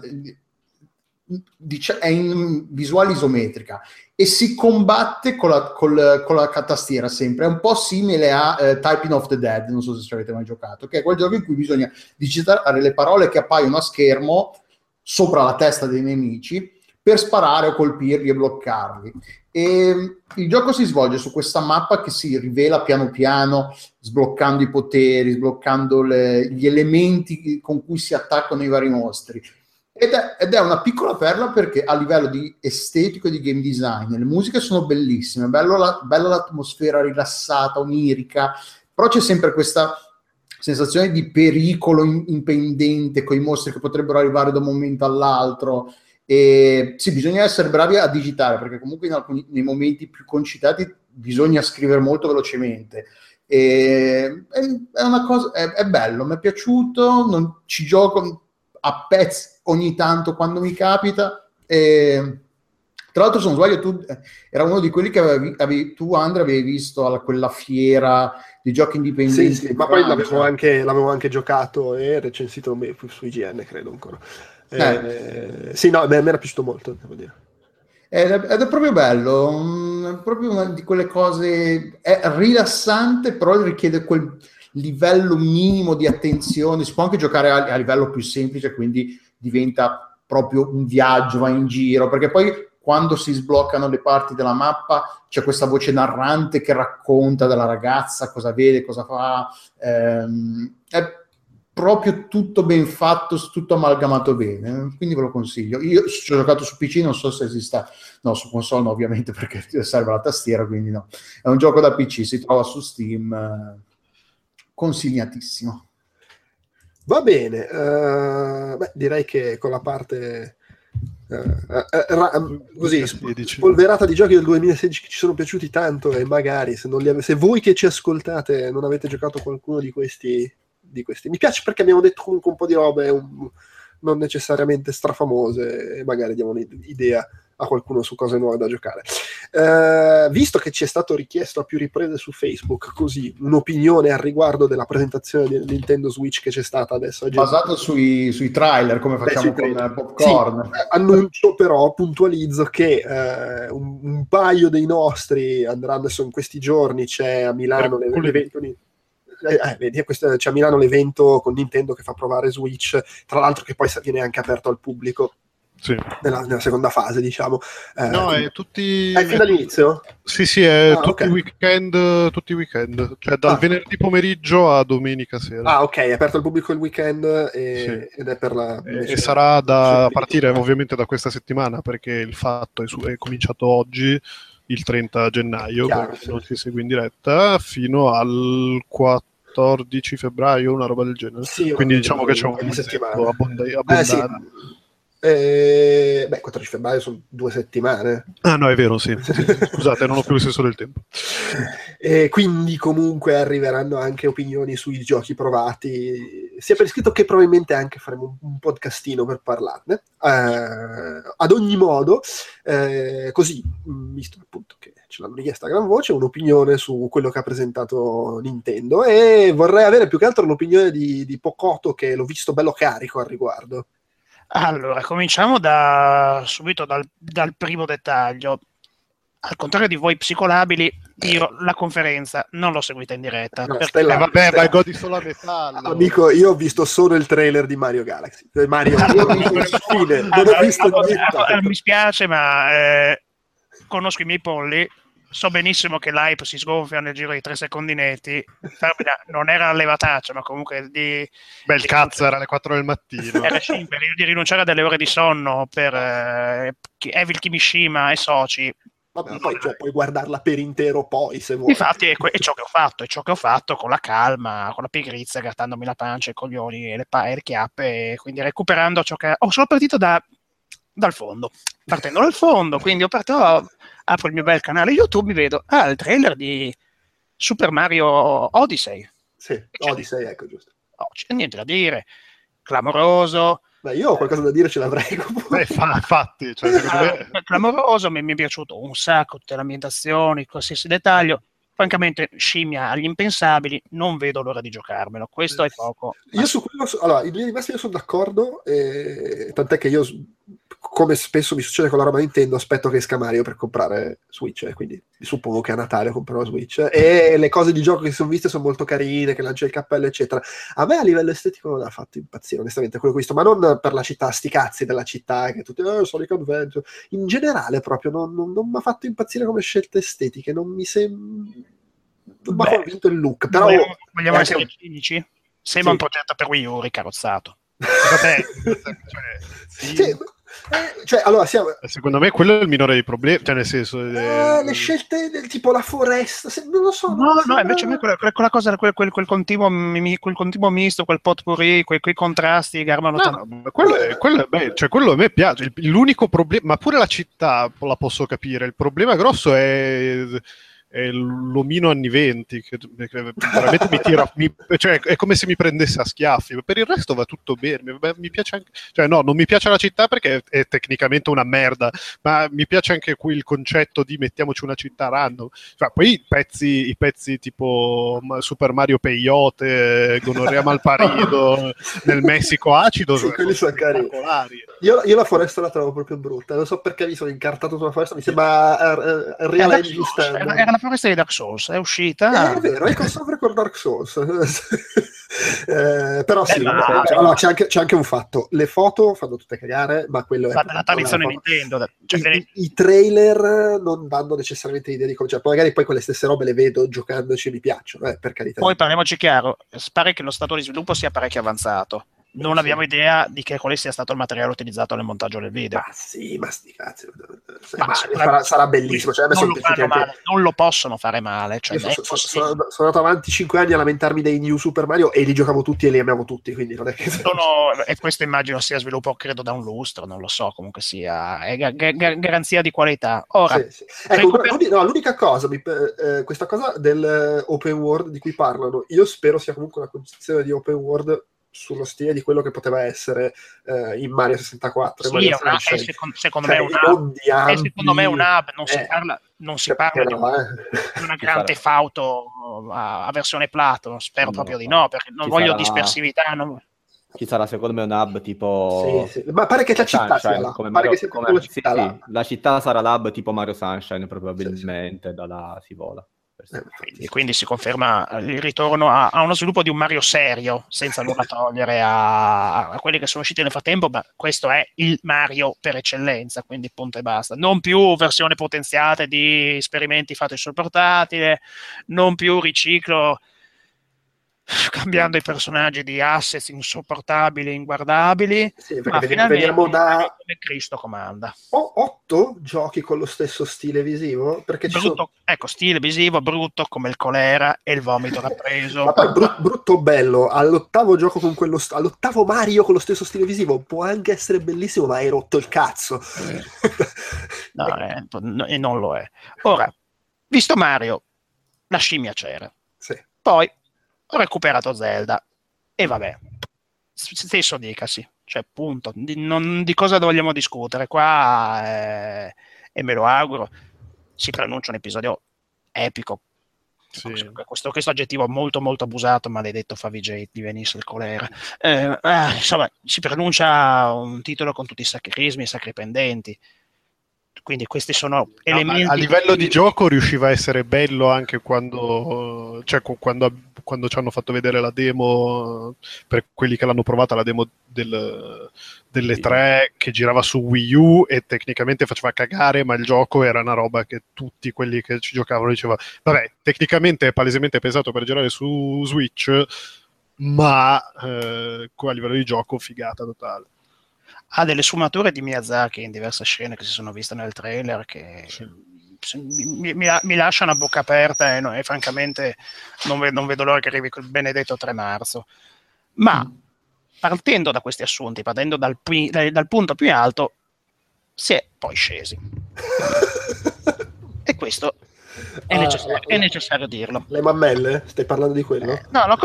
è in visuale isometrica, e si combatte con la tastiera sempre. È un po' simile a Typing of the Dead, non so se ci avete mai giocato, che è quel gioco in cui bisogna digitare le parole che appaiono a schermo sopra la testa dei nemici per sparare o colpirli e bloccarli. E il gioco si svolge su questa mappa che si rivela piano piano, sbloccando i poteri, sbloccando gli elementi con cui si attaccano i vari mostri. Ed è una piccola perla, perché a livello di estetico e di game design le musiche sono bellissime, bella l'atmosfera rilassata, onirica, però c'è sempre questa sensazione di pericolo impendente, con i mostri che potrebbero arrivare da un momento all'altro. E sì, bisogna essere bravi a digitare, perché comunque nei momenti più concitati bisogna scrivere molto velocemente. E è una cosa, è bello, mi è piaciuto, non ci gioco a pezzi ogni tanto quando mi capita. E tra l'altro, se non sbaglio, tu era uno di quelli che tu, Andrea, avevi visto a quella fiera di giochi indipendenti. Sì, ma poi l'avevo anche giocato e recensito su IGN, credo ancora. Sì, no, a me era piaciuto molto, devo dire. Ed è proprio bello, è proprio una di quelle cose, è rilassante, però richiede quel livello minimo di attenzione. Si può anche giocare a livello più semplice, quindi diventa proprio un viaggio, va in giro, perché poi quando si sbloccano le parti della mappa c'è questa voce narrante che racconta della ragazza, cosa vede, cosa fa, è proprio tutto ben fatto, tutto amalgamato bene, quindi ve lo consiglio. Io ci ho giocato su PC, non so se esista, no, su console no, ovviamente, perché serve la tastiera, quindi no. È un gioco da PC, si trova su Steam, consigliatissimo. Va bene, direi che con la parte così spolverata di giochi del 2016 che ci sono piaciuti tanto, e magari se voi che ci ascoltate non avete giocato qualcuno di questi, mi piace perché abbiamo detto comunque un po' di robe non necessariamente strafamose, e magari diamo un'idea a qualcuno su cose nuove da giocare. Visto che ci è stato richiesto a più riprese su Facebook, così, un'opinione al riguardo della presentazione di Nintendo Switch che c'è stata adesso, basato sui trailer, come facciamo con Popcorn. Sì, annuncio, però puntualizzo che un paio dei nostri andranno adesso in questi giorni. C'è a Milano l'evento c'è a Milano l'evento con Nintendo che fa provare Switch, tra l'altro, che poi viene anche aperto al pubblico. Sì. Nella seconda fase, diciamo. No, è tutti. È fin dall'inizio? Sì, è tutti i weekend, cioè dal venerdì pomeriggio a domenica sera. Ok, è aperto al pubblico il weekend ed è per la. E sarà a partire ovviamente da questa settimana, perché il fatto è cominciato oggi, il 30 gennaio, perché non si segue in diretta, fino al 14 febbraio, una roba del genere. Sì, quindi diciamo che c'è un settimana abbondante. 14 febbraio sono 2 settimane. Ah no, è vero, sì. Scusate, non ho più il senso del tempo. E quindi comunque arriveranno anche opinioni sui giochi provati, sia per iscritto che probabilmente anche faremo un podcastino per parlarne. Ad ogni modo, così, visto appunto che ce l'hanno richiesta a gran voce, un'opinione su quello che ha presentato Nintendo, e vorrei avere più che altro l'opinione di Pocotto, che l'ho visto bello carico al riguardo. Allora, cominciamo subito dal primo dettaglio. al contrario di voi psicolabili, io la conferenza non l'ho seguita in diretta. No, perché- Stella, vabbè, Stella. ma godi solo a metà. allora. Amico, io ho visto solo il trailer di Mario Galaxy. Mario, fine, non ho visto niente. Mi spiace, ma conosco i miei polli. So benissimo che l'hype si sgonfia nel giro di 3 secondi netti. Non era levataccia, ma comunque Beh, il cazzo era alle 4 del mattino. era simpatico di rinunciare a delle ore di sonno per Evil Kimishima e soci. Vabbè, poi puoi guardarla per intero poi, se vuoi. Infatti è ciò che ho fatto con la calma, con la pigrizia, grattandomi la pancia, i coglioni e le chiappe, e quindi recuperando ciò che sono partito dal fondo, partendo dal fondo, quindi apro il mio bel canale YouTube, mi vedo il trailer di Super Mario Odyssey. Sì, Odyssey, ecco, giusto. C'è niente da dire, clamoroso. Beh, io ho qualcosa da dire, ce l'avrei comunque. Infatti, cioè, secondo me... clamoroso, mi è piaciuto un sacco, tutte le ambientazioni, qualsiasi dettaglio. Francamente, scimmia agli impensabili, non vedo l'ora di giocarmelo. Questo è poco. Io su quello, allora, in linea di massima io sono d'accordo, tant'è che io, come spesso mi succede con la roba Nintendo, aspetto che esca Mario per comprare Switch, quindi suppongo che a Natale comprerò Switch, e le cose di gioco che si sono viste sono molto carine, che lancia il cappello, eccetera. A me a livello estetico non ha fatto impazzire, onestamente, quello che ho visto, ma non per la città, sti cazzi della città, che tutti, Sonic Adventure, in generale proprio, non mi ha fatto impazzire come scelte estetiche, non mi sembra... Non mi ha convinto il look, però... Vogliamo essere cinici? Sembra un progetto per Wii U ricarrozzato. Cioè, allora secondo me quello è il minore dei problemi, cioè nel senso le scelte del tipo la foresta, non lo so. No, invece a me quella cosa, quel continuo misto, quel potpourri, quei contrasti che armano tanto. quello a me piace. L'unico problema, ma pure la città la posso capire, il problema grosso è l'omino anni 20 che veramente mi tira, cioè è come se mi prendesse a schiaffi. Per il resto va tutto bene, mi piace anche, cioè no, non mi piace la città perché è tecnicamente una merda, ma mi piace anche qui il concetto di mettiamoci una città random, cioè, poi i pezzi tipo Super Mario Peyote, Gonorrea Malparido nel Messico acido, sì, quelli sono carini. Io la foresta la trovo proprio brutta, non so perché mi sono incartato sulla foresta, mi sembra Real Engine Stand. Era la foresta di Dark Souls, è uscita. È vero, è crossover con Dark Souls. Però sì, allora, c'è anche un fatto: le foto fanno tutte cagare, ma quello è la tradizione Nintendo. I trailer non danno necessariamente idea di come, cioè, magari poi quelle stesse robe le vedo giocandoci e mi piacciono, per carità. Poi parliamoci chiaro, pare che lo stato di sviluppo sia parecchio avanzato. Non abbiamo idea di che quale sia stato il materiale utilizzato nel montaggio del video. Ma sì, ma sti cazzi, sarà bellissimo. Cioè, non lo possono fare male. Cioè, sono andato avanti 5 anni a lamentarmi dei New Super Mario e li giocavo tutti e li amiamo tutti, quindi non è che... E questo immagino sia sviluppo, credo, da un lustro, non lo so, comunque sia è garanzia di qualità. Ora, sì. Ecco, l'unica cosa, questa cosa del open world di cui parlano, io spero sia comunque una concezione di open world sullo stile di quello che poteva essere in Mario 64. Sì, secondo me è un hub, non si parla di una Grand Theft Auto a versione Plato, spero proprio di no, perché non voglio dispersività. Ci sarà secondo me un hub tipo... Sì. Ma pare che la città sia là. La città sarà l'hub tipo Mario Sunshine, probabilmente, da là si vola. Quindi si conferma il ritorno a uno sviluppo di un Mario serio, senza nulla togliere a quelli che sono usciti nel frattempo, ma questo è il Mario per eccellenza, quindi punto e basta. Non più versione potenziata di esperimenti fatti sul portatile, non più riciclo cambiando i personaggi di assets insopportabili, inguardabili, ma finalmente come Cristo comanda. 8 giochi con lo stesso stile visivo? Perché ecco, stile visivo brutto come il colera e il vomito rappreso. Ma poi brutto bello, all'ottavo gioco con all'ottavo Mario con lo stesso stile visivo può anche essere bellissimo, ma hai rotto il cazzo. E non lo è. Ora, visto Mario, la scimmia c'era. Sì. Poi ho recuperato Zelda e vabbè, stesso dicasi, cioè punto, di cosa vogliamo discutere qua, e me lo auguro, si preannuncia un episodio epico. Sì. Questo aggettivo molto molto abusato, maledetto Favij di venisse il colera, insomma si preannuncia un titolo con tutti i sacri crismi e sacri pendenti. Quindi questi sono No, elementi... a livello di gioco riusciva a essere bello anche quando, cioè, quando ci hanno fatto vedere la demo, per quelli che l'hanno provata, la demo delle 3 che girava su Wii U e tecnicamente faceva cagare, ma il gioco era una roba che tutti quelli che ci giocavano diceva vabbè, tecnicamente è palesemente pensato per girare su Switch, ma a livello di gioco figata totale. Ha delle sfumature di Miyazaki in diverse scene che si sono viste nel trailer che mi lasciano a bocca aperta e francamente non vedo l'ora che arrivi quel benedetto 3 marzo. Ma partendo da questi assunti, partendo dal punto più alto, si è poi scesi. E questo è necessario dirlo. Le mammelle? Stai parlando di quello? No,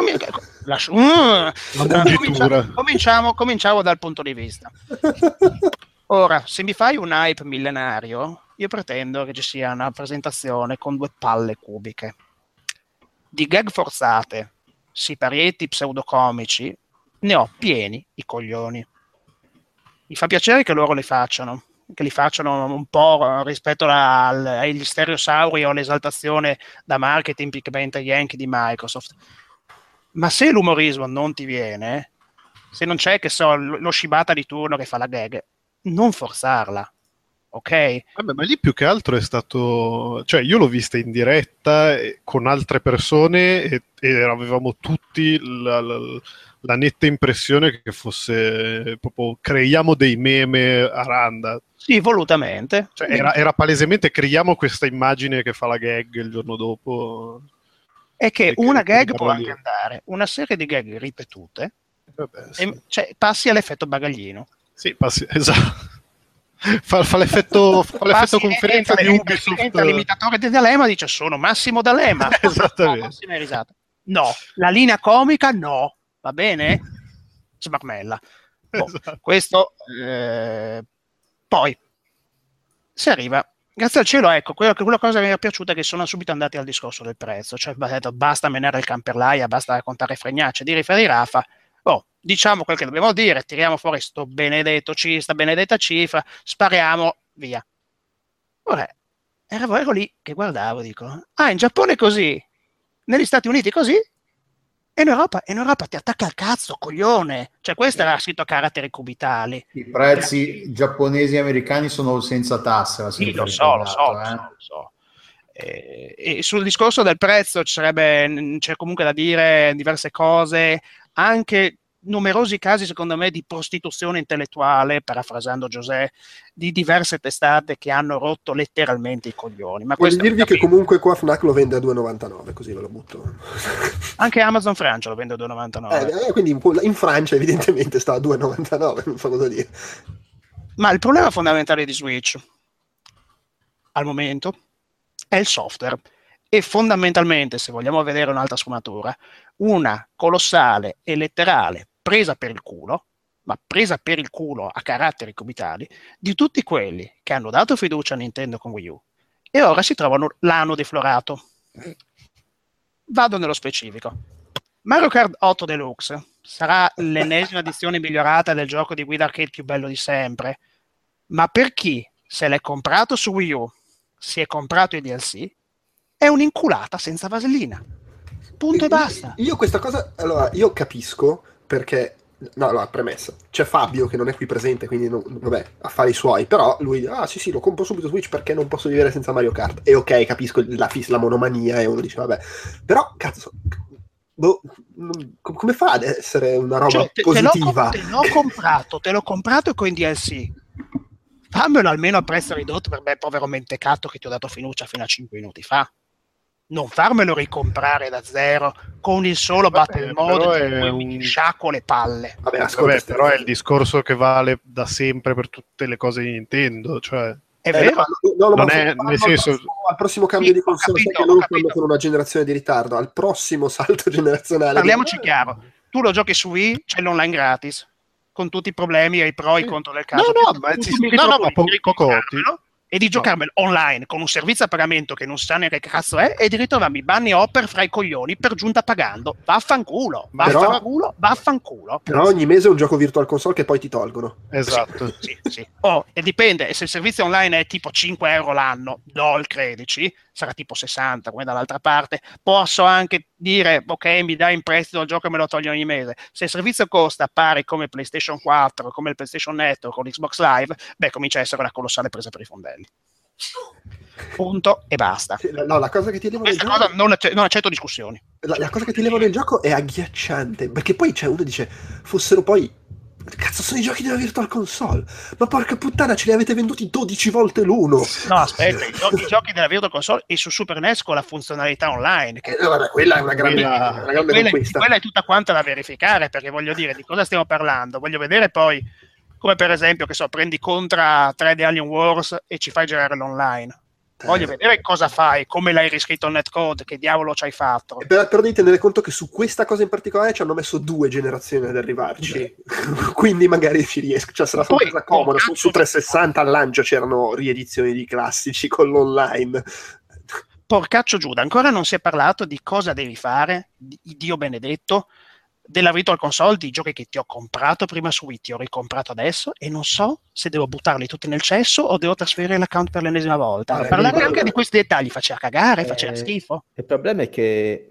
cominciamo dal punto di vista. Ora, se mi fai un hype millenario, io pretendo che ci sia una presentazione con 2 palle cubiche. Di gag forzate, siparietti pseudocomici, ne ho pieni i coglioni. Mi fa piacere che loro li facciano un po' rispetto agli stereosauri o all'esaltazione da marketing picamente yankee di Microsoft. Ma se l'umorismo non ti viene, se non c'è, che so, lo Shibata di turno che fa la gag, non forzarla, ok? Vabbè, ma lì più che altro è stato, cioè io l'ho vista in diretta con altre persone e avevamo tutti la netta impressione che fosse proprio creiamo dei meme a randa. Sì, volutamente. Cioè, era palesemente creiamo questa immagine che fa la gag il giorno dopo. È che una gag può anche andare, una serie di gag ripetute, vabbè, sì. Cioè, passi all'effetto bagaglino. Sì, passi, esatto. Fa l'effetto conferenza di Ubisoft. Entra l'imitatore di D'Alema, dice sono Massimo D'Alema. Esattamente. Massima risata. No, la linea comica no, va bene? Smarmella. Esatto. Questo poi si arriva, grazie al cielo, ecco, quella cosa che mi era piaciuta è che sono subito andati al discorso del prezzo, cioè basta menare il camperlaia, basta raccontare fregnacce, dire i Rafa, diciamo quel che dobbiamo dire, tiriamo fuori sta benedetta cifra, spariamo, via. Ora, ero lì che guardavo, dico, in Giappone così, negli Stati Uniti così, e in Europa ti attacca al cazzo, coglione. Cioè, questo era scritto a caratteri cubitali. I prezzi giapponesi e americani sono senza tasse. Sì, lo so. E sul discorso del prezzo c'è comunque da dire diverse cose, anche numerosi casi, secondo me, di prostituzione intellettuale, parafrasando José, di diverse testate che hanno rotto letteralmente i coglioni. Ma voglio dirvi che comunque qua Fnac lo vende a 2,99, così ve lo butto. Anche Amazon Francia lo vende a 2,99. Quindi in Francia evidentemente sta a 2,99, non so cosa dire. Ma il problema fondamentale di Switch al momento è il software. E fondamentalmente, se vogliamo vedere un'altra sfumatura, una colossale e letterale presa per il culo, ma presa per il culo a caratteri cubitali, di tutti quelli che hanno dato fiducia a Nintendo con Wii U e ora si trovano l'anno deflorato. Vado nello specifico. Mario Kart 8 Deluxe sarà l'ennesima edizione migliorata del gioco di guida arcade più bello di sempre, ma per chi se l'è comprato su Wii U, si è comprato i DLC, è un'inculata senza vasellina. Punto e basta. Io questa cosa, allora, io capisco perché, no, allora, premessa, c'è Fabio che non è qui presente, quindi vabbè, affari suoi, però lui, sì, lo compro subito Switch perché non posso vivere senza Mario Kart. E ok, capisco la monomania e uno dice, vabbè, però, cazzo, come fa ad essere una roba positiva? Te l'ho comprato con DLC. Fammelo almeno a prezzo ridotto per me, povero mentecato che ti ho dato fiducia fino a 5 minuti fa. Non farmelo ricomprare da zero con il solo battle mode mi sciacquo le palle. Vabbè, però è il discorso che vale da sempre per tutte le cose di Nintendo, cioè è vero? Non è nel senso al prossimo cambio di console che loro fanno con una generazione di ritardo, al prossimo salto generazionale. Parliamoci chiaro, tu lo giochi su Wii, c'è l'online gratis con tutti i problemi e i pro e i contro del caso. Ma poco. e di giocarmelo online con un servizio a pagamento che non sa neanche che cazzo è, e di ritrovarmi Bunny Hopper fra i coglioni, per giunta pagando. Vaffanculo. Però ogni mese è un gioco Virtual Console che poi ti tolgono. Esatto. Sì. E dipende, se il servizio online è tipo 5 euro l'anno, do il 13, sarà tipo 60 come dall'altra parte. Posso anche dire ok, mi dai in prestito il gioco e me lo togli ogni mese. Se il servizio costa pari come PlayStation 4, come il PlayStation Network o l'Xbox Live, beh, comincia a essere una colossale presa per i fondelli. Punto e basta. No, la cosa che ti levo nel Questa gioco, cosa non accetto discussioni. la cosa che ti levo nel gioco è agghiacciante, perché poi c'è uno dice fossero poi cazzo, sono i giochi della Virtual Console, ma porca puttana, ce li avete venduti 12 volte l'uno. No, aspetta, i giochi della Virtual Console e su Super NES con la funzionalità online che Guarda, quella è una grande conquista. quella è tutta quanta da verificare, perché voglio dire, di cosa stiamo parlando? Voglio vedere poi, come per esempio, che so, prendi Contra 3D Alien Wars e ci fai girare l'online. Voglio vedere cosa fai, come l'hai riscritto il netcode, che diavolo ci hai fatto. Però devi tenere conto che su questa cosa in particolare ci hanno messo 2 generazioni ad arrivarci, quindi magari ci riesco. Cioè, sarà una cosa comoda. Su 360 al lancio c'erano riedizioni di classici con l'online. Porcaccio Giuda, ancora non si è parlato di cosa devi fare, Dio benedetto, della Virtual Console, di giochi che ti ho comprato prima su Wii, ti ho ricomprato adesso e non so se devo buttarli tutti nel cesso o devo trasferire l'account per l'ennesima volta. Parlare anche di questi dettagli faceva cagare, faceva schifo. Il problema è che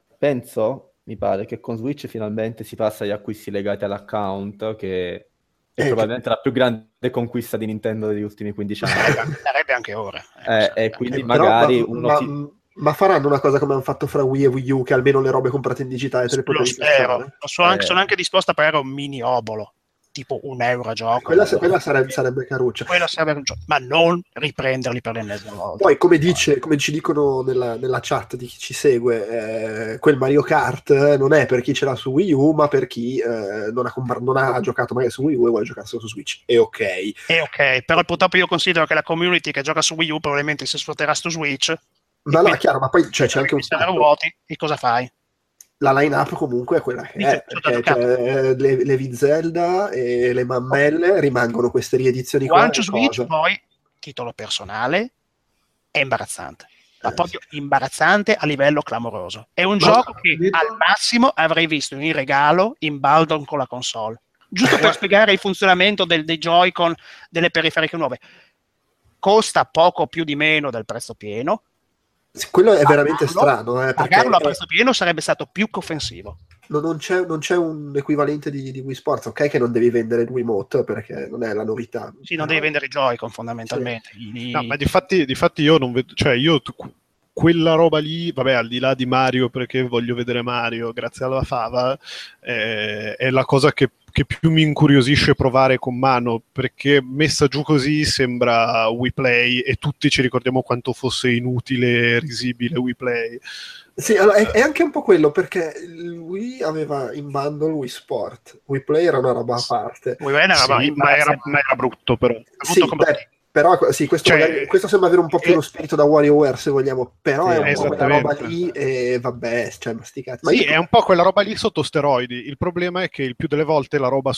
mi pare che con Switch finalmente si passa agli acquisti legati all'account, che è probabilmente la più grande conquista di Nintendo degli ultimi 15 anni. Sarebbe anche ora. E quindi magari ma faranno una cosa come hanno fatto fra Wii e Wii U, che almeno le robe comprate in digitale te le potevi spero. Sono anche disposto a pagare un mini obolo, tipo €1 a gioco. Quella sarebbe caruccia. Quella sarebbe ma non riprenderli per l'ennesima volta. Poi, come ci dicono nella chat di chi ci segue, quel Mario Kart non è per chi ce l'ha su Wii U, ma per chi non ha giocato magari su Wii U e vuole giocarselo su Switch. È ok. Però purtroppo io considero che la community che gioca su Wii U probabilmente si sfrutterà su Switch. No, è chiaro, ma poi c'è anche un fatto. Vuoti, e cosa fai? La line-up comunque è quella che è, perché le V-Zelda e le mammelle rimangono queste riedizioni qua. Launch Switch, poi, titolo personale, è imbarazzante. Ma proprio imbarazzante a livello clamoroso. È un gioco che al massimo avrei visto in regalo in bundle con la console. Giusto per spiegare il funzionamento dei Joy-Con, delle periferiche nuove. Costa poco più di meno del prezzo pieno. Quello è veramente strano. Pagarlo a prezzo pieno sarebbe stato più che offensivo. Non c'è un equivalente di Wii Sports, ok, che non devi vendere il Wiimote perché non è la novità. Sì, non devi vendere i Joy-Con fondamentalmente. Sì. No, ma difatti io non vedo, cioè quella roba lì, vabbè, al di là di Mario, perché voglio vedere Mario grazie alla fava, è la cosa che più mi incuriosisce provare con mano, perché messa giù così sembra Wii Play e tutti ci ricordiamo quanto fosse inutile e risibile Wii Play. Sì, allora, è anche un po' quello, perché Wii aveva in bundle Wii Sport, Wii Play era una roba a parte. Wii Play ma era brutto, però. Sì, però sì, questo sembra avere un po' più lo spirito da WarioWare, se vogliamo, però è un po' quella roba lì e vabbè, cioè masticati. Sì, è un po' quella roba lì sotto steroidi. Il problema è che il più delle volte la roba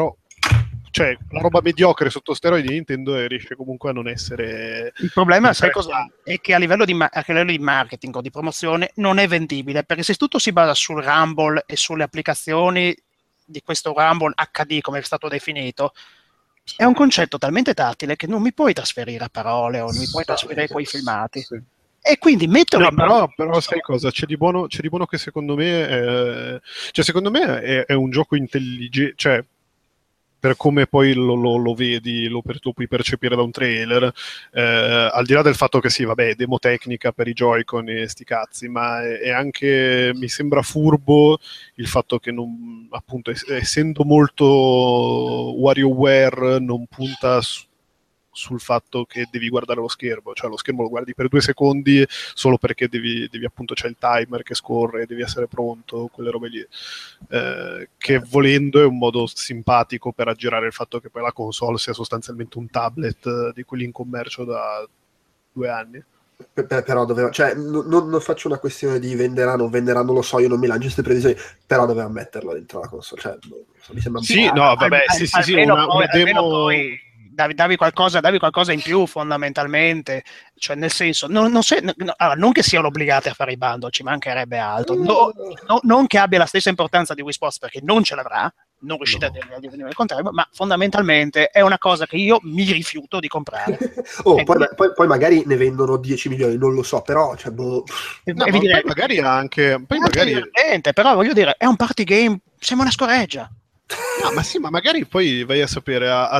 mediocre sotto steroidi di Nintendo riesce comunque a non essere. Il problema, sai cos'è? È che a livello di marketing o di promozione non è vendibile, perché se tutto si basa sul Rumble e sulle applicazioni di questo Rumble HD, come è stato definito, è un concetto talmente tattile che non mi puoi trasferire a parole o non mi puoi trasferire quei filmati. Sì. E quindi metterlo però sai cosa? C'è di buono che secondo me è un gioco intelligente, cioè per come poi lo vedi, lo puoi percepire da un trailer, al di là del fatto che sì, vabbè, è demo tecnica per i Joy-Con e sti cazzi, ma è anche, mi sembra furbo il fatto che non, appunto, essendo molto WarioWare, non punta sul fatto che devi guardare lo schermo, cioè lo schermo lo guardi per 2 secondi solo perché devi appunto c'è il timer che scorre, devi essere pronto, quelle robe lì, che volendo è un modo simpatico per aggirare il fatto che poi la console sia sostanzialmente un tablet di quelli in commercio da 2 anni. Però non faccio una questione di venderà, non venderà, non lo so, io non mi lancio queste previsioni, però doveva metterlo dentro la console, cioè, mi sembra sì, no, vabbè, sì, una demo. davi qualcosa in più fondamentalmente, cioè nel senso non che siano obbligati a fare i bundle, ci mancherebbe altro, non che abbia la stessa importanza di Wii Sports, perché non ce l'avrà, non riuscite a dire il contrario, ma fondamentalmente è una cosa che io mi rifiuto di comprare. Poi magari ne vendono 10 milioni, non lo so, però cioè, magari anche però voglio dire, è un party game, sembra una scoreggia. No, ma sì, ma magari poi vai a sapere, ha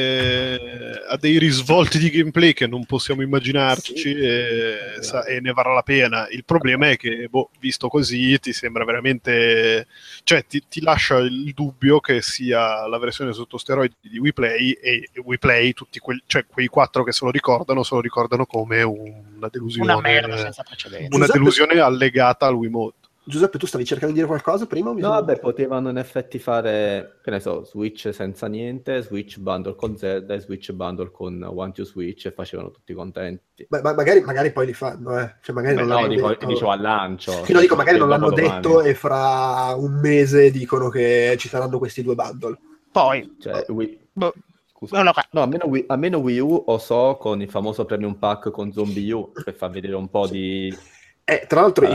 dei risvolti di gameplay che non possiamo immaginarci, e ne varrà la pena. Il problema è che, visto così, ti sembra veramente, cioè ti lascia il dubbio che sia la versione sotto steroidi di Wii Play, e Wii Play, quei 4 che se lo ricordano come una delusione, una merda senza precedenti, una delusione allegata al Wiimote. Giuseppe, tu stavi cercando di dire qualcosa prima? Potevano in effetti fare, che ne so, Switch senza niente, Switch bundle con Zelda e Switch bundle con One to Switch, e facevano tutti contenti. Magari poi li fanno, Cioè, magari non l'hanno detto. Dicevo al lancio. Che dico, magari non l'hanno detto e fra un mese dicono che ci saranno questi 2 bundle. Poi... Scusa. No, almeno Wii U o so con il famoso Premium Pack con Zombie U, per far vedere un po' di... Tra l'altro,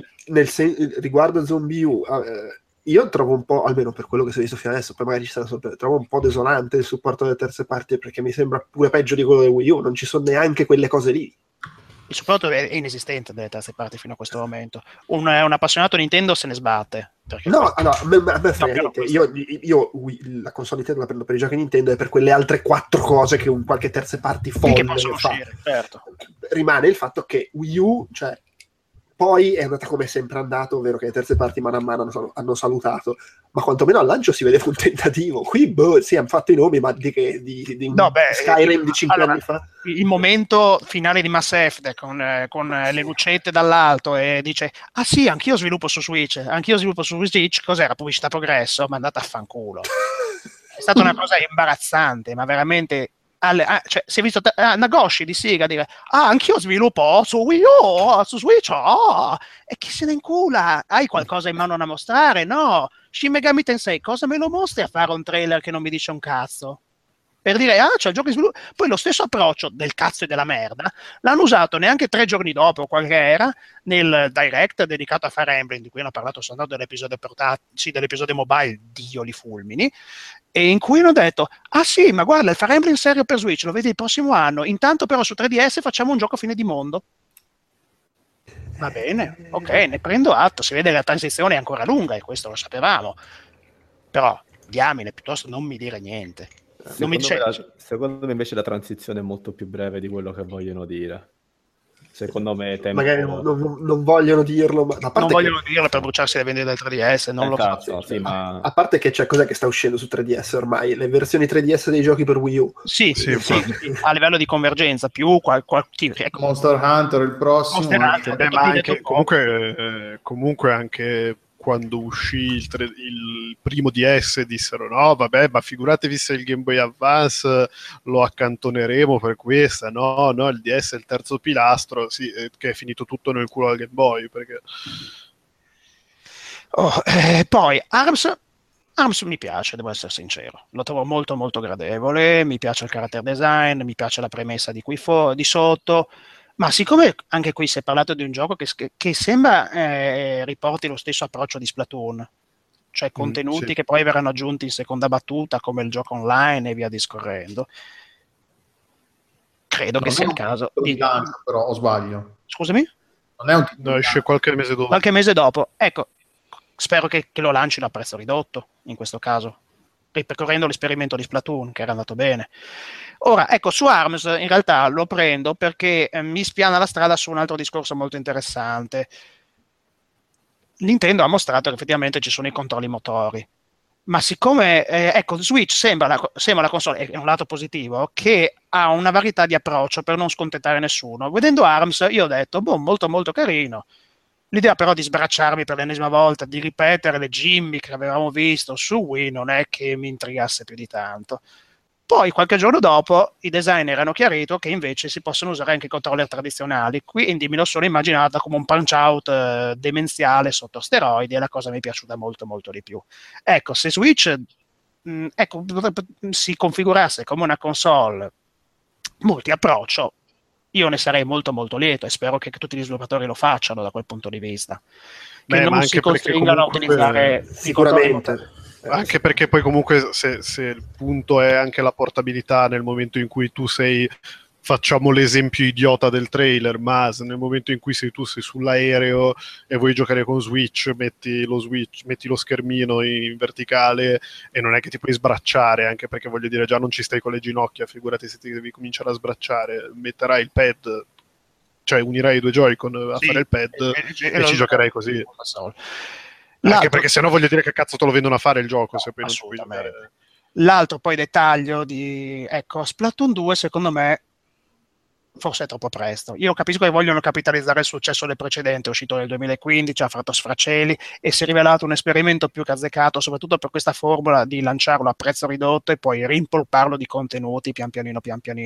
riguardo Zombie U, io trovo un po', almeno per quello che si è visto fino adesso, poi magari ci sarà sorpresa, trovo un po' desolante il supporto delle terze parti, perché mi sembra pure peggio di quello del Wii U, non ci sono neanche quelle cose lì. Il supporto è inesistente delle terze parti fino a questo momento. Un appassionato Nintendo se ne sbatte. A me frega niente. Io la console Nintendo la prendo per i giochi Nintendo e per quelle altre 4 cose che qualche terze parti folle possono uscire, certo. Rimane il fatto che Wii U, cioè, poi è andata come è sempre andato, ovvero che le terze parti mano a mano hanno salutato, ma quantomeno al lancio si vede un tentativo. Qui sì, hanno fatto i nomi, ma di Skyrim di 5 anni fa. Il momento finale di Mass Effect con le lucette dall'alto e dice: ah sì, anch'io sviluppo su Switch, cos'era? Pubblicità progresso? Ma andate a fanculo. È stata una cosa imbarazzante, ma veramente... cioè, si è visto Nagoshi di Sega dire: anch'io sviluppo su Wii U, su Switch, e chi se ne incula? Hai qualcosa in mano da mostrare? No. Shin Megami Tensei, cosa me lo mostri a fare un trailer che non mi dice un cazzo? Per dire, c'è il gioco in sviluppo. Poi lo stesso approccio del cazzo e della merda l'hanno usato neanche 3 giorni dopo, qual era, nel direct dedicato a Fire Emblem, di cui hanno parlato soltanto dell'episodio mobile, Dio li fulmini, e in cui hanno detto: ah sì, ma guarda, il Fire Emblem serio per Switch lo vedi il prossimo anno, intanto però su 3DS facciamo un gioco fine di mondo. Va bene, ok, ne prendo atto, si vede che la transizione è ancora lunga e questo lo sapevamo, però diamine, piuttosto non mi dire niente. Secondo me invece la transizione è molto più breve di quello che vogliono dire. Secondo me magari non vogliono dirlo, ma non vogliono dirlo per bruciarsi le vendite del 3DS, non lo so. Sì, ma... a parte che cos'è che sta uscendo su 3DS ormai? Le versioni 3DS dei giochi per Wii U. Sì. A livello di convergenza più Monster Hunter il prossimo. Ma anche, comunque anche quando uscì il primo DS dissero: no vabbè, ma figuratevi se il Game Boy Advance lo accantoneremo per questa, no, il DS è il terzo pilastro, sì, che è finito tutto nel culo al Game Boy, perché... poi ARMS mi piace, devo essere sincero, lo trovo molto molto gradevole, mi piace il character design, mi piace la premessa di di sotto. Ma siccome anche qui si è parlato di un gioco che sembra riporti lo stesso approccio di Splatoon, cioè contenuti che poi verranno aggiunti in seconda battuta, come il gioco online e via discorrendo, credo che sia il caso di lancio, però, o sbaglio? Scusami? Non è un titolo esce qualche mese dopo. Qualche mese dopo, ecco, spero che lo lancino a prezzo ridotto in questo caso, ripercorrendo l'esperimento di Splatoon, che era andato bene. Ora, ecco, su ARMS in realtà lo prendo perché mi spiana la strada su un altro discorso molto interessante. Nintendo ha mostrato che effettivamente ci sono i controlli motori, ma siccome, ecco, Switch sembra la console, è un lato positivo, che ha una varietà di approccio per non scontentare nessuno. Vedendo ARMS io ho detto, molto molto carino. L'idea però di sbracciarmi per l'ennesima volta, di ripetere le gimmick che avevamo visto su Wii, non è che mi intrigasse più di tanto. Poi qualche giorno dopo i designer hanno chiarito che invece si possono usare anche i controller tradizionali, quindi me lo sono immaginata come un punch out demenziale sotto steroidi, e la cosa mi è piaciuta molto molto di più. Ecco, se Switch ecco, si configurasse come una console multi-approccio, io ne sarei molto molto lieto e spero che tutti gli sviluppatori lo facciano da quel punto di vista. Che non si costringano a utilizzare sicuramente. Anche perché poi comunque se il punto è anche la portabilità nel momento in cui tu sei, facciamo l'esempio idiota del trailer, ma nel momento in cui sei sull'aereo e vuoi giocare con Switch, metti lo schermino in verticale e non è che ti puoi sbracciare, anche perché voglio dire già non ci stai con le ginocchia, figurati se ti devi cominciare a sbracciare, metterai il pad, cioè unirai i due Joy-Con a fare il pad e ci giocherai così. Anche perché sennò voglio dire che cazzo te lo vendono a fare il gioco, se poi non ci puoi giocare. L'altro poi dettaglio ecco, Splatoon 2 secondo me forse è troppo presto. Io capisco che vogliono capitalizzare il successo del precedente, è uscito nel 2015, ha fatto sfracelli e si è rivelato un esperimento più che azzeccato, soprattutto per questa formula di lanciarlo a prezzo ridotto e poi rimpolparlo di contenuti pian pianino.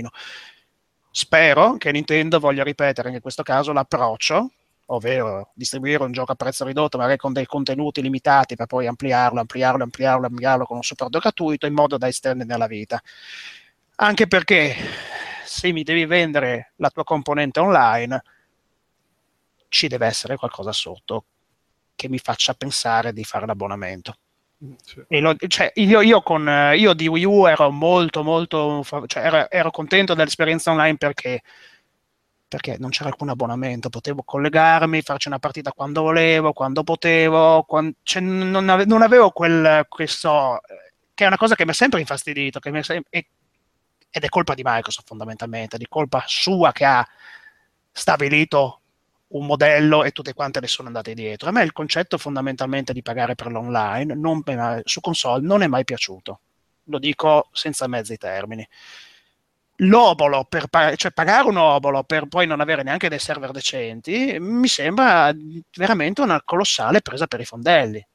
Spero che Nintendo voglia ripetere anche in questo caso l'approccio, ovvero distribuire un gioco a prezzo ridotto magari con dei contenuti limitati per poi ampliarlo con un supporto gratuito in modo da estenderne la vita. Anche perché se mi devi vendere la tua componente online ci deve essere qualcosa sotto che mi faccia pensare di fare l'abbonamento. E io di Wii U ero ero contento dell'esperienza online perché non c'era alcun abbonamento, potevo collegarmi, farci una partita quando volevo, quando potevo, non avevo questo, che è una cosa che mi ha sempre infastidito, ed è colpa di Microsoft fondamentalmente, di colpa sua che ha stabilito un modello e tutte quante ne sono andate dietro. A me il concetto fondamentalmente di pagare per l'online su console non è mai piaciuto, lo dico senza mezzi termini. L'obolo pagare un obolo per poi non avere neanche dei server decenti mi sembra veramente una colossale presa per i fondelli.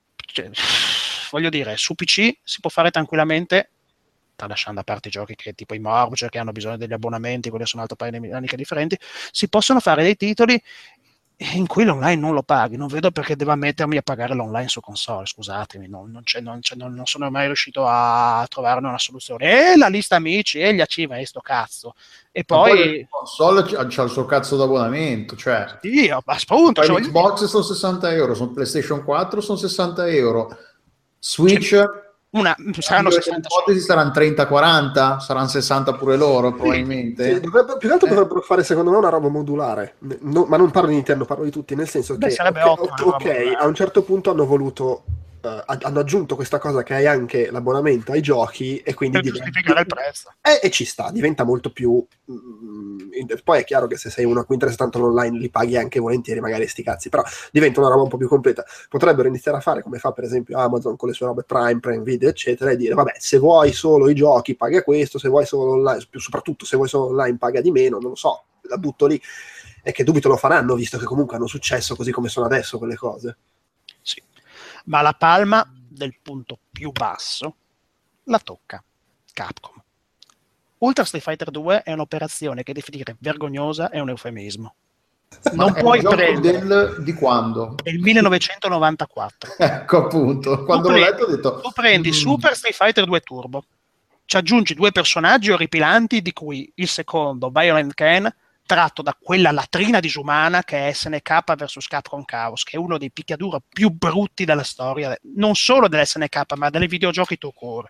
Voglio dire, su PC si può fare tranquillamente, lasciando a parte i giochi che tipo i Morbid, che hanno bisogno degli abbonamenti, quelli sono un altro paio di meccaniche differenti, si possono fare dei titoli in cui l'online non lo paghi. Non vedo perché debba mettermi a pagare l'online su console, scusatemi, non sono mai riuscito a trovare una soluzione. E la lista amici e gli achievement e sto cazzo. E poi console c'ha il suo cazzo d'abbonamento, cioè appunto, Xbox sono 60 euro, su PlayStation 4 sono 60 euro, Switch saranno 60, saranno 30-40, saranno 60 pure loro probabilmente. Più che altro dovrebbero fare secondo me una roba modulare, ma non parlo di Nintendo, parlo di tutti, nel senso che a un certo punto hanno voluto hanno aggiunto questa cosa che hai anche l'abbonamento ai giochi e quindi per giustificare il prezzo e ci sta, diventa molto più poi è chiaro che se sei uno a cui interessa tanto l'online li paghi anche volentieri, magari sti cazzi, però diventa una roba un po' più completa. Potrebbero iniziare a fare come fa per esempio Amazon con le sue robe Prime Video eccetera, e dire vabbè, se vuoi solo i giochi paga questo, se vuoi solo online, soprattutto se vuoi solo online paga di meno, non lo so, la butto lì. E che dubito lo faranno, visto che comunque hanno successo così come sono adesso quelle cose. Sì, ma la palma del punto più basso la tocca Capcom. Ultra Street Fighter 2 è un'operazione che definire vergognosa è un eufemismo. Non puoi prendere di quando? Del 1994. Ecco appunto, quando l'ho letto ho detto tu prendi Super Street Fighter 2 Turbo, ci aggiungi due personaggi orripilanti di cui il secondo, Violent Ken, tratto da quella latrina disumana che è SNK vs Capcom Chaos, che è uno dei picchiaduro più brutti della storia, non solo dell'SNK ma dei videogiochi tout court.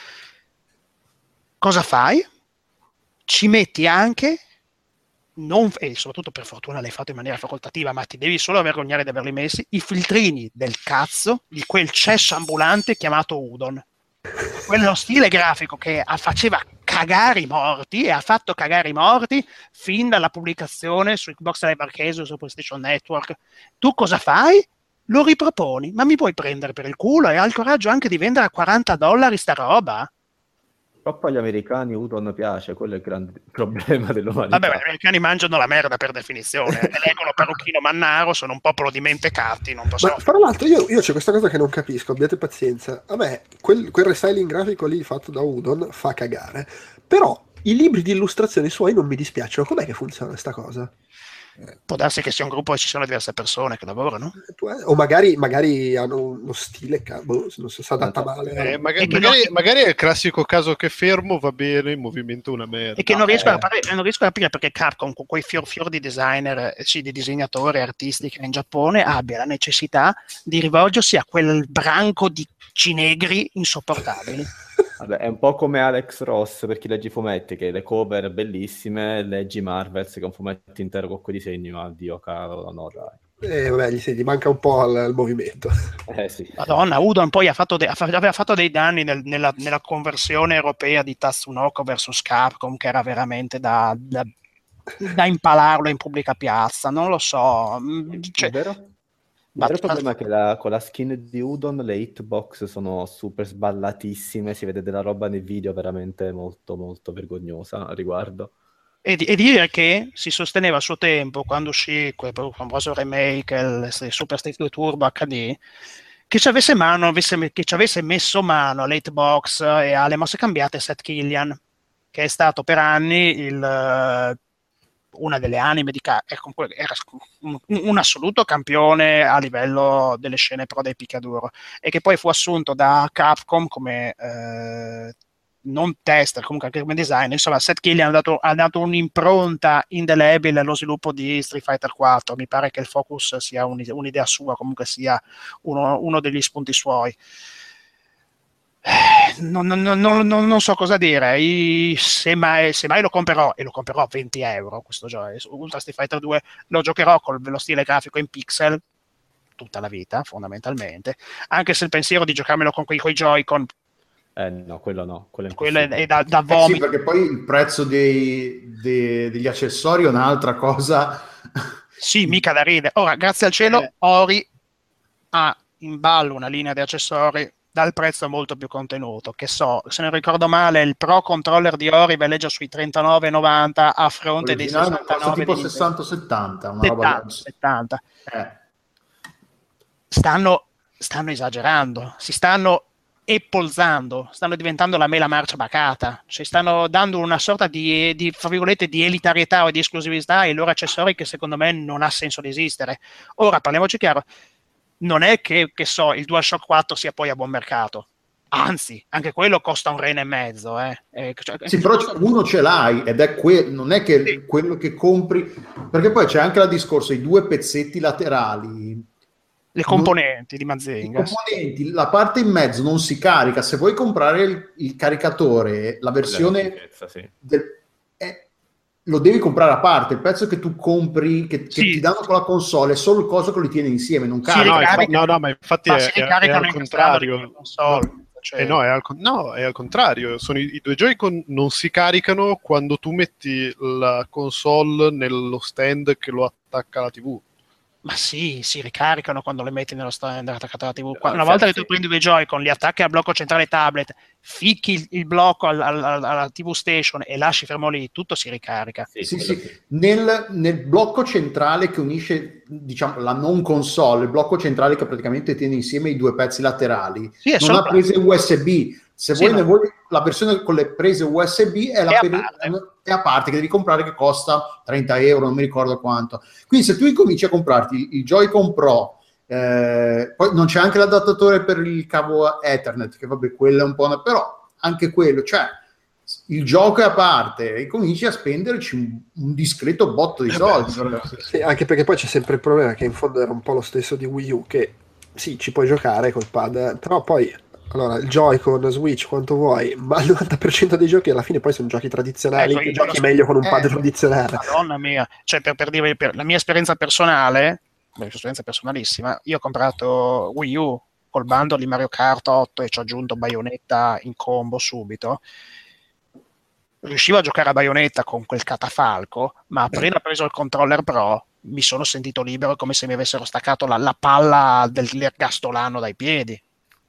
Cosa fai? Ci metti anche, e soprattutto per fortuna l'hai fatto in maniera facoltativa, ma ti devi solo vergognare di averli messi, i filtrini del cazzo di quel cesso ambulante chiamato Udon. Quello stile grafico che faceva cagare i morti e ha fatto cagare i morti fin dalla pubblicazione su Xbox Live Arcade o su PlayStation Network. Tu cosa fai? Lo riproponi, ma mi puoi prendere per il culo e hai il coraggio anche di vendere a $40 sta roba? Troppo agli americani Udon piace, quello è il grande problema dell'umanità. Vabbè, gli americani mangiano la merda per definizione, leggono Parrucchino Mannaro, sono un popolo di mentecatti, non possiamo... Ma tra l'altro io c'è questa cosa che non capisco, abbiate pazienza. A me quel restyling grafico lì fatto da Udon fa cagare, però I libri di illustrazioni suoi non mi dispiacciono. Com'è che funziona questa cosa? Può darsi che sia un gruppo e ci siano diverse persone che lavorano. O magari hanno uno stile, non so, si adatta male. Magari è il classico caso che fermo, va bene, in movimento una merda. E che non riesco a capire perché Capcom, con quei fior di designer, di disegnatori, artisti che in Giappone, abbia la necessità di rivolgersi a quel branco di cinegri insopportabili. Vabbè, è un po' come Alex Ross per chi legge i fumetti, che le cover bellissime, leggi Marvels che è un fumetto intero con quei disegni, ma Dio caro, no dai. Vabbè, gli manca un po' il movimento. Sì. Madonna, Udon poi aveva fatto dei danni nella conversione europea di Tatsunoko versus Capcom, che era veramente da impalarlo in pubblica piazza, non lo so. Cioè, il vero problema è che con la skin di Udon le hitbox sono super sballatissime, si vede della roba nei video veramente molto molto vergognosa a riguardo. E dire che si sosteneva a suo tempo, quando uscì quel famoso remake, il Super Street 2 Turbo HD, che ci avesse messo mano alle hitbox e alle mosse cambiate Seth Killian, che è stato per anni una delle anime di Capcom, era un assoluto campione a livello delle scene pro dei picchiaduro, e che poi fu assunto da Capcom come non tester, comunque anche come designer. Insomma, Seth Killian ha dato un'impronta indelebile allo sviluppo di Street Fighter 4. Mi pare che il Focus sia un'idea sua, comunque sia uno degli spunti suoi. Non so cosa dire. Se mai lo comprerò, e lo comprerò a 20 euro questo gioco, Ultra Street Fighter 2 lo giocherò con lo stile grafico in pixel tutta la vita, fondamentalmente, anche se il pensiero di giocarmelo con quei Joy-Con no, quello no, quello è da vomito. Sì, perché poi il prezzo degli accessori è un'altra cosa. Sì, mica da ridere. Ora, grazie al cielo, Ori ha in ballo una linea di accessori dal prezzo molto più contenuto, che se non ricordo male il Pro Controller di Ori veleggia sui 39,90 a fronte dei 69 tipo 60-70, una 70, roba 70. Stanno esagerando, si stanno eppolzando, stanno diventando la mela marcia bacata, cioè stanno dando una sorta di fra virgolette di elitarietà o di esclusività ai loro accessori, che secondo me non ha senso di esistere. Ora parliamoci chiaro, non è che il DualShock 4 sia poi a buon mercato, anzi anche quello costa un rene e mezzo, sì, però uno ce l'hai ed è non è che sì, quello che compri, perché poi c'è anche il discorso, i due pezzetti laterali, le componenti di Mazinga, la parte in mezzo non si carica. Se vuoi comprare il caricatore, la versione lo devi comprare a parte. Il pezzo che tu compri, che ti danno con la console, è solo il coso che li tiene insieme, non carica. No, ma infatti è al contrario. È al contrario. Sono i due Joy-Con non si caricano quando tu metti la console nello stand che lo attacca alla TV. Ma sì, si ricaricano quando le metti nello stand attaccato alla TV. Una volta che tu prendi due Joy-Con, li attacchi al blocco centrale tablet, ficchi il blocco alla TV station e lasci fermo lì, tutto si ricarica. Sì. Nel blocco centrale che unisce, diciamo, la non console, il blocco centrale che praticamente tiene insieme i due pezzi laterali, non ha prese USB. Se vuoi ne vuoi la versione con le prese USB è a parte, che devi comprare, che costa 30 euro, non mi ricordo quanto. Quindi se tu incominci a comprarti il Joy-Con Pro, poi non c'è anche l'adattatore per il cavo Ethernet, che vabbè, quello è un po' però anche quello, cioè il gioco è a parte e cominci a spenderci un discreto botto di soldi. Sì, anche perché poi c'è sempre il problema che in fondo era un po' lo stesso di Wii U, che sì, ci puoi giocare col pad, però poi allora il Joy-Con, Switch, quanto vuoi, ma il 90% dei giochi alla fine poi sono giochi tradizionali, che giochi meglio con un pad tradizionale. Madonna mia, cioè per dire la mia esperienza personale, esperienza personalissima, io ho comprato Wii U col bundle di Mario Kart 8 e ci ho aggiunto Bayonetta in combo subito. Riuscivo a giocare a Bayonetta con quel catafalco, ma appena preso il controller Pro mi sono sentito libero, come se mi avessero staccato la palla dell'ergastolano dai piedi.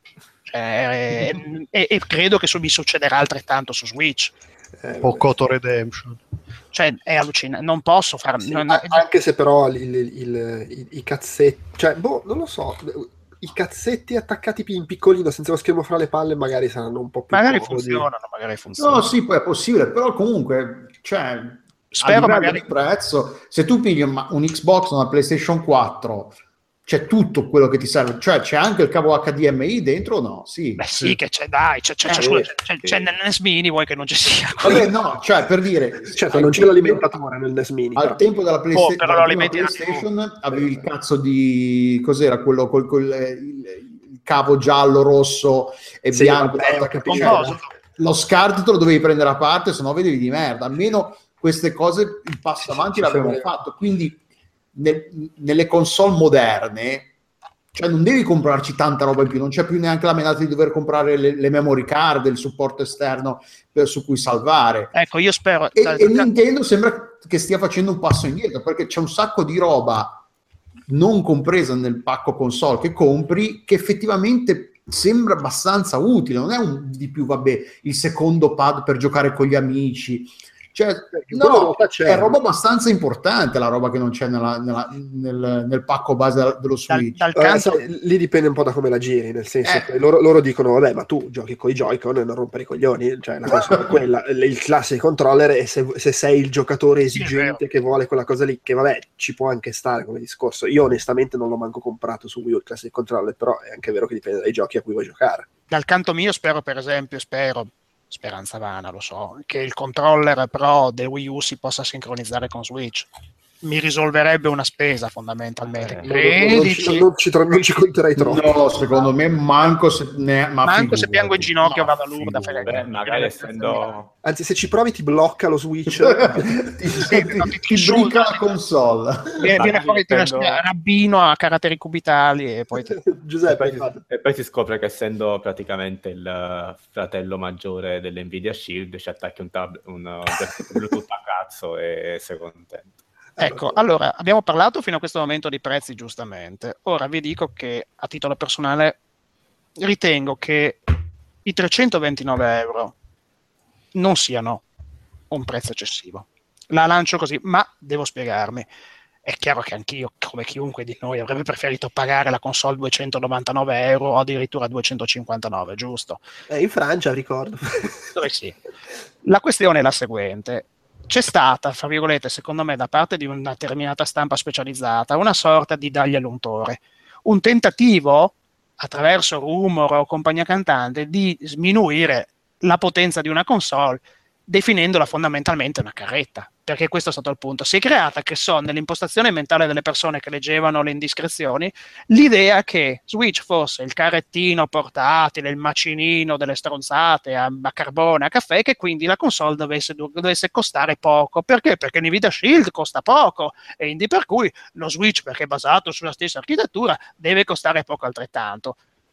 E credo che mi succederà altrettanto su Switch. O Koto Redemption, cioè è allucinante, non posso fare anche se però i cazzetti, cioè non lo so, i cazzetti attaccati in piccolino senza lo schermo fra le palle magari saranno un po' più magari comodi. funzionano. No, sì, poi è possibile, però comunque, cioè, Spero a livello magari di prezzo, se tu pigli un Xbox o una PlayStation 4, c'è tutto quello che ti serve, cioè c'è anche il cavo HDMI dentro o no? Sì. Beh sì, che c'è, dai, c'è nel NES Mini, vuoi che non ci sia? Vabbè, no, cioè per dire, Certo, non c'è l'alimentatore nel NES Mini. al tempo della però lo prima alimenti PlayStation avevi il cazzo di cos'era quello il cavo giallo, rosso e Sì, bianco, vabbè, ho capito. cioè, lo SCART te lo dovevi prendere a parte, se no vedevi di merda. Almeno queste cose il passo avanti l'avevano fatto, quindi nelle console moderne, cioè non devi comprarci tanta roba in più, non c'è più neanche la menata di dover comprare le memory card, il supporto esterno su cui salvare. Ecco, io spero. E Nintendo sembra che stia facendo un passo indietro, perché c'è un sacco di roba non compresa nel pacco console che compri, che effettivamente sembra abbastanza utile, non è di più, vabbè, il secondo pad per giocare con gli amici. Cioè, no, è roba abbastanza importante la roba che non c'è nel pacco base dello Switch. Dal canto... lì dipende un po' da come la giri, nel senso che loro dicono vabbè, ma tu giochi con i Joy-Con e non rompere i coglioni, cioè la cosa è quella, il classic controller, e se sei il giocatore esigente che vuole quella cosa lì, che vabbè ci può anche stare come discorso. Io onestamente non l'ho manco comprato su Wii U il classic controller, però è anche vero che dipende dai giochi a cui vuoi giocare. Dal canto mio spero, per esempio, speranza vana, lo so, che il controller Pro del Wii U si possa sincronizzare con Switch. Mi risolverebbe una spesa fondamentalmente. Non ci conterei troppo. No, secondo me manco se piango in ginocchio vado all'urda. Magari essendo... Anzi, se ci provi ti blocca lo Switch. ti bruca la console. Viene fuori rabbino a caratteri cubitali e poi Giuseppe, e poi si scopre che essendo praticamente il fratello maggiore dell'Nvidia Shield ci attacchi un Bluetooth a cazzo e sei contento. Ecco, allora, abbiamo parlato fino a questo momento di prezzi, giustamente. Ora vi dico che, a titolo personale, ritengo che i 329 euro non siano un prezzo eccessivo. La lancio così, ma devo spiegarmi. È chiaro che anch'io, come chiunque di noi, avrebbe preferito pagare la console 299 euro o addirittura 259, giusto? In Francia, ricordo. Sì. La questione è la seguente. C'è stata, fra virgolette, secondo me, da parte di una determinata stampa specializzata, una sorta di daglia l'untore, un tentativo, attraverso rumor o compagnia cantante, di sminuire la potenza di una console, definendola fondamentalmente una carretta. Perché questo è stato il punto. Si è creata, che so, nell'impostazione mentale delle persone che leggevano le indiscrezioni, l'idea che Switch fosse il carrettino portatile, il macinino delle stronzate a carbone, a caffè, che quindi la console dovesse costare poco. Perché? Perché Nvidia Shield costa poco, e quindi per cui lo Switch, perché è basato sulla stessa architettura, deve costare poco altrettanto.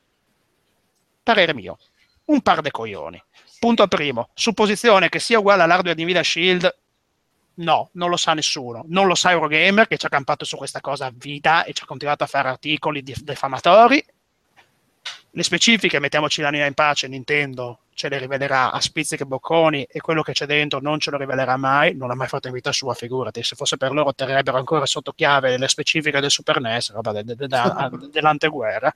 Parere mio, un par de coglioni. Punto primo, supposizione che sia uguale all'hardware di Nvidia Shield. No, non lo sa nessuno. Non lo sa Eurogamer, che ci ha campato su questa cosa a vita e ci ha continuato a fare articoli defamatori. Le specifiche, mettiamoci l'anima in pace, Nintendo ce le rivelerà a spizzichi e bocconi, e quello che c'è dentro non ce lo rivelerà mai. Non l'ha mai fatto in vita sua, figurati. Se fosse per loro terrebbero ancora sotto chiave le specifiche del Super NES, roba dell'anteguerra.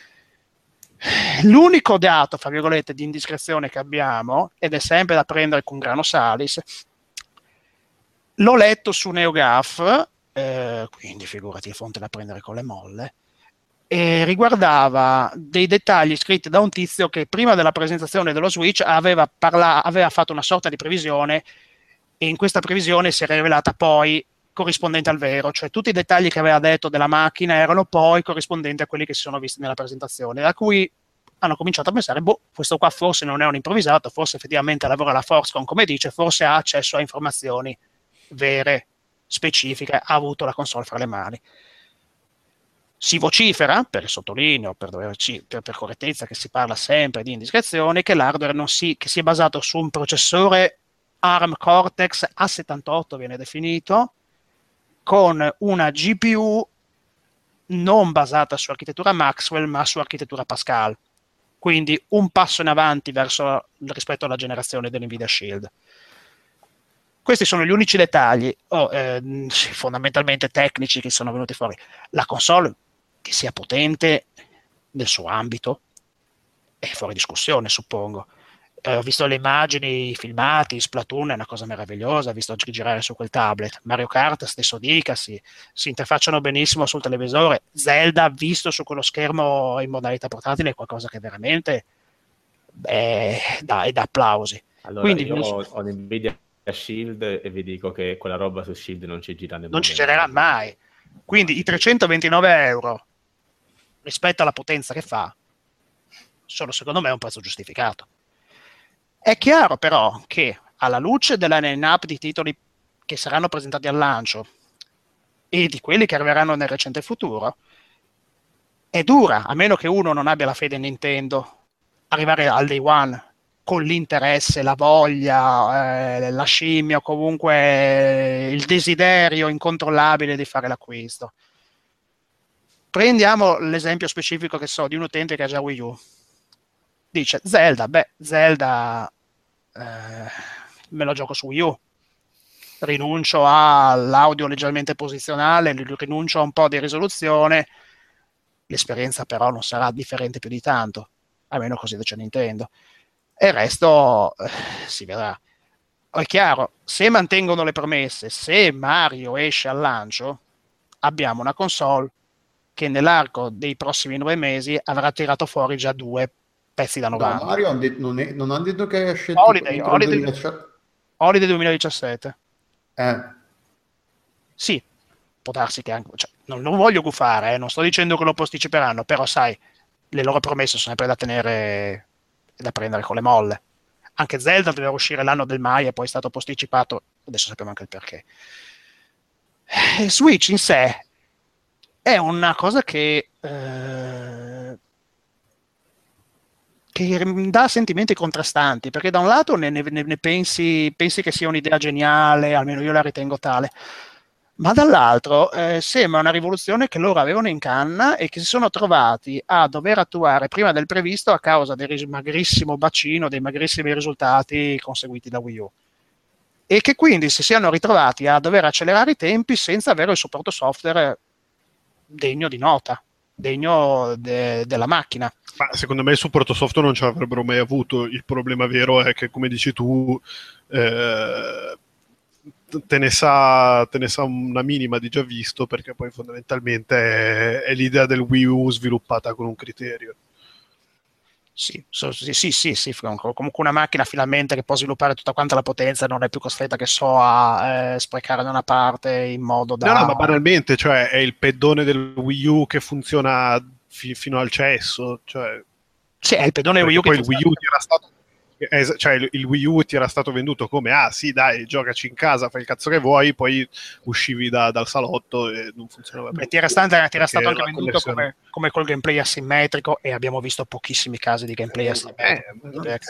L'unico dato, fra virgolette, di indiscrezione che abbiamo, ed è sempre da prendere con grano salis, l'ho letto su NeoGAF, quindi figurati, fonte da prendere con le molle, e riguardava dei dettagli scritti da un tizio che prima della presentazione dello Switch aveva fatto una sorta di previsione, e in questa previsione si era rivelata poi corrispondente al vero, cioè tutti i dettagli che aveva detto della macchina erano poi corrispondenti a quelli che si sono visti nella presentazione, da cui hanno cominciato a pensare, questo qua forse non è un improvvisato, forse effettivamente lavora alla Foxconn, come dice, forse ha accesso a informazioni vere, specifiche, ha avuto la console fra le mani. Si vocifera, per sottolineo, per correttezza, che si parla sempre di indiscrezione, che l'hardware che sia basato su un processore ARM Cortex A78, viene definito, con una GPU non basata su architettura Maxwell, ma su architettura Pascal. Quindi un passo in avanti rispetto alla generazione dell'Nvidia Shield. Questi sono gli unici dettagli fondamentalmente tecnici che sono venuti fuori. La console, che sia potente, nel suo ambito è fuori discussione, suppongo. Ho visto le immagini, i filmati, Splatoon è una cosa meravigliosa, visto girare su quel tablet. Mario Kart, stesso dicasi, si interfacciano benissimo sul televisore. Zelda, visto su quello schermo in modalità portatile, è qualcosa che veramente è da applausi. Allora, Quindi io ho Nvidia Shield e vi dico che quella roba su Shield non ci gira nemmeno. Non ci girerà mai. Quindi i 329 euro rispetto alla potenza che fa sono secondo me un prezzo giustificato. È chiaro però che alla luce della line-up di titoli che saranno presentati al lancio e di quelli che arriveranno nel recente futuro, è dura, a meno che uno non abbia la fede in Nintendo, arrivare al day one con l'interesse, la voglia, la scimmia o comunque il desiderio incontrollabile di fare l'acquisto. Prendiamo l'esempio specifico che so di un utente che ha già Wii U. Dice Zelda me lo gioco su Wii U, rinuncio all'audio leggermente posizionale, rinuncio a un po' di risoluzione, l'esperienza però non sarà differente più di tanto, almeno così dice Nintendo, e il resto si vedrà. È chiaro, se mantengono le promesse, se Mario esce al lancio, abbiamo una console che nell'arco dei prossimi 9 mesi avrà tirato fuori già 2 pezzi da 90. No, Mario non hanno detto che è scelto Holiday 2017. Sì, può darsi che anche, cioè, non voglio gufare, non sto dicendo che lo posticiperanno, però sai, le loro promesse sono sempre da tenere e da prendere con le molle. Anche Zelda doveva uscire l'anno del mai e poi è stato posticipato, adesso sappiamo anche il perché. Switch in sé è una cosa che dà sentimenti contrastanti, perché da un lato ne pensi che sia un'idea geniale, almeno io la ritengo tale, ma dall'altro sembra una rivoluzione che loro avevano in canna e che si sono trovati a dover attuare prima del previsto a causa del magrissimo bacino, dei magrissimi risultati conseguiti da Wii U, e che quindi si siano ritrovati a dover accelerare i tempi senza avere il supporto software degno di nota, degno della macchina. Ma secondo me il supporto software non ce l'avrebbero mai avuto. Il problema vero è che, come dici tu, te ne sa una minima di già visto, perché poi fondamentalmente è l'idea del Wii U sviluppata con un criterio. Sì, comunque una macchina finalmente che può sviluppare tutta quanta la potenza, non è più costretta a sprecare da una parte in modo da... No, ma banalmente, cioè è il pedone del Wii U che funziona fino al cesso, cioè... Sì, è il pedone Wii U poi che il Wii U ti era stato... Cioè il Wii U ti era stato venduto come sì dai, giocaci in casa, fai il cazzo che vuoi, poi uscivi dal salotto e non funzionava più. Ti era stato anche venduto come col gameplay asimmetrico, e abbiamo visto pochissimi casi di gameplay asimmetrico.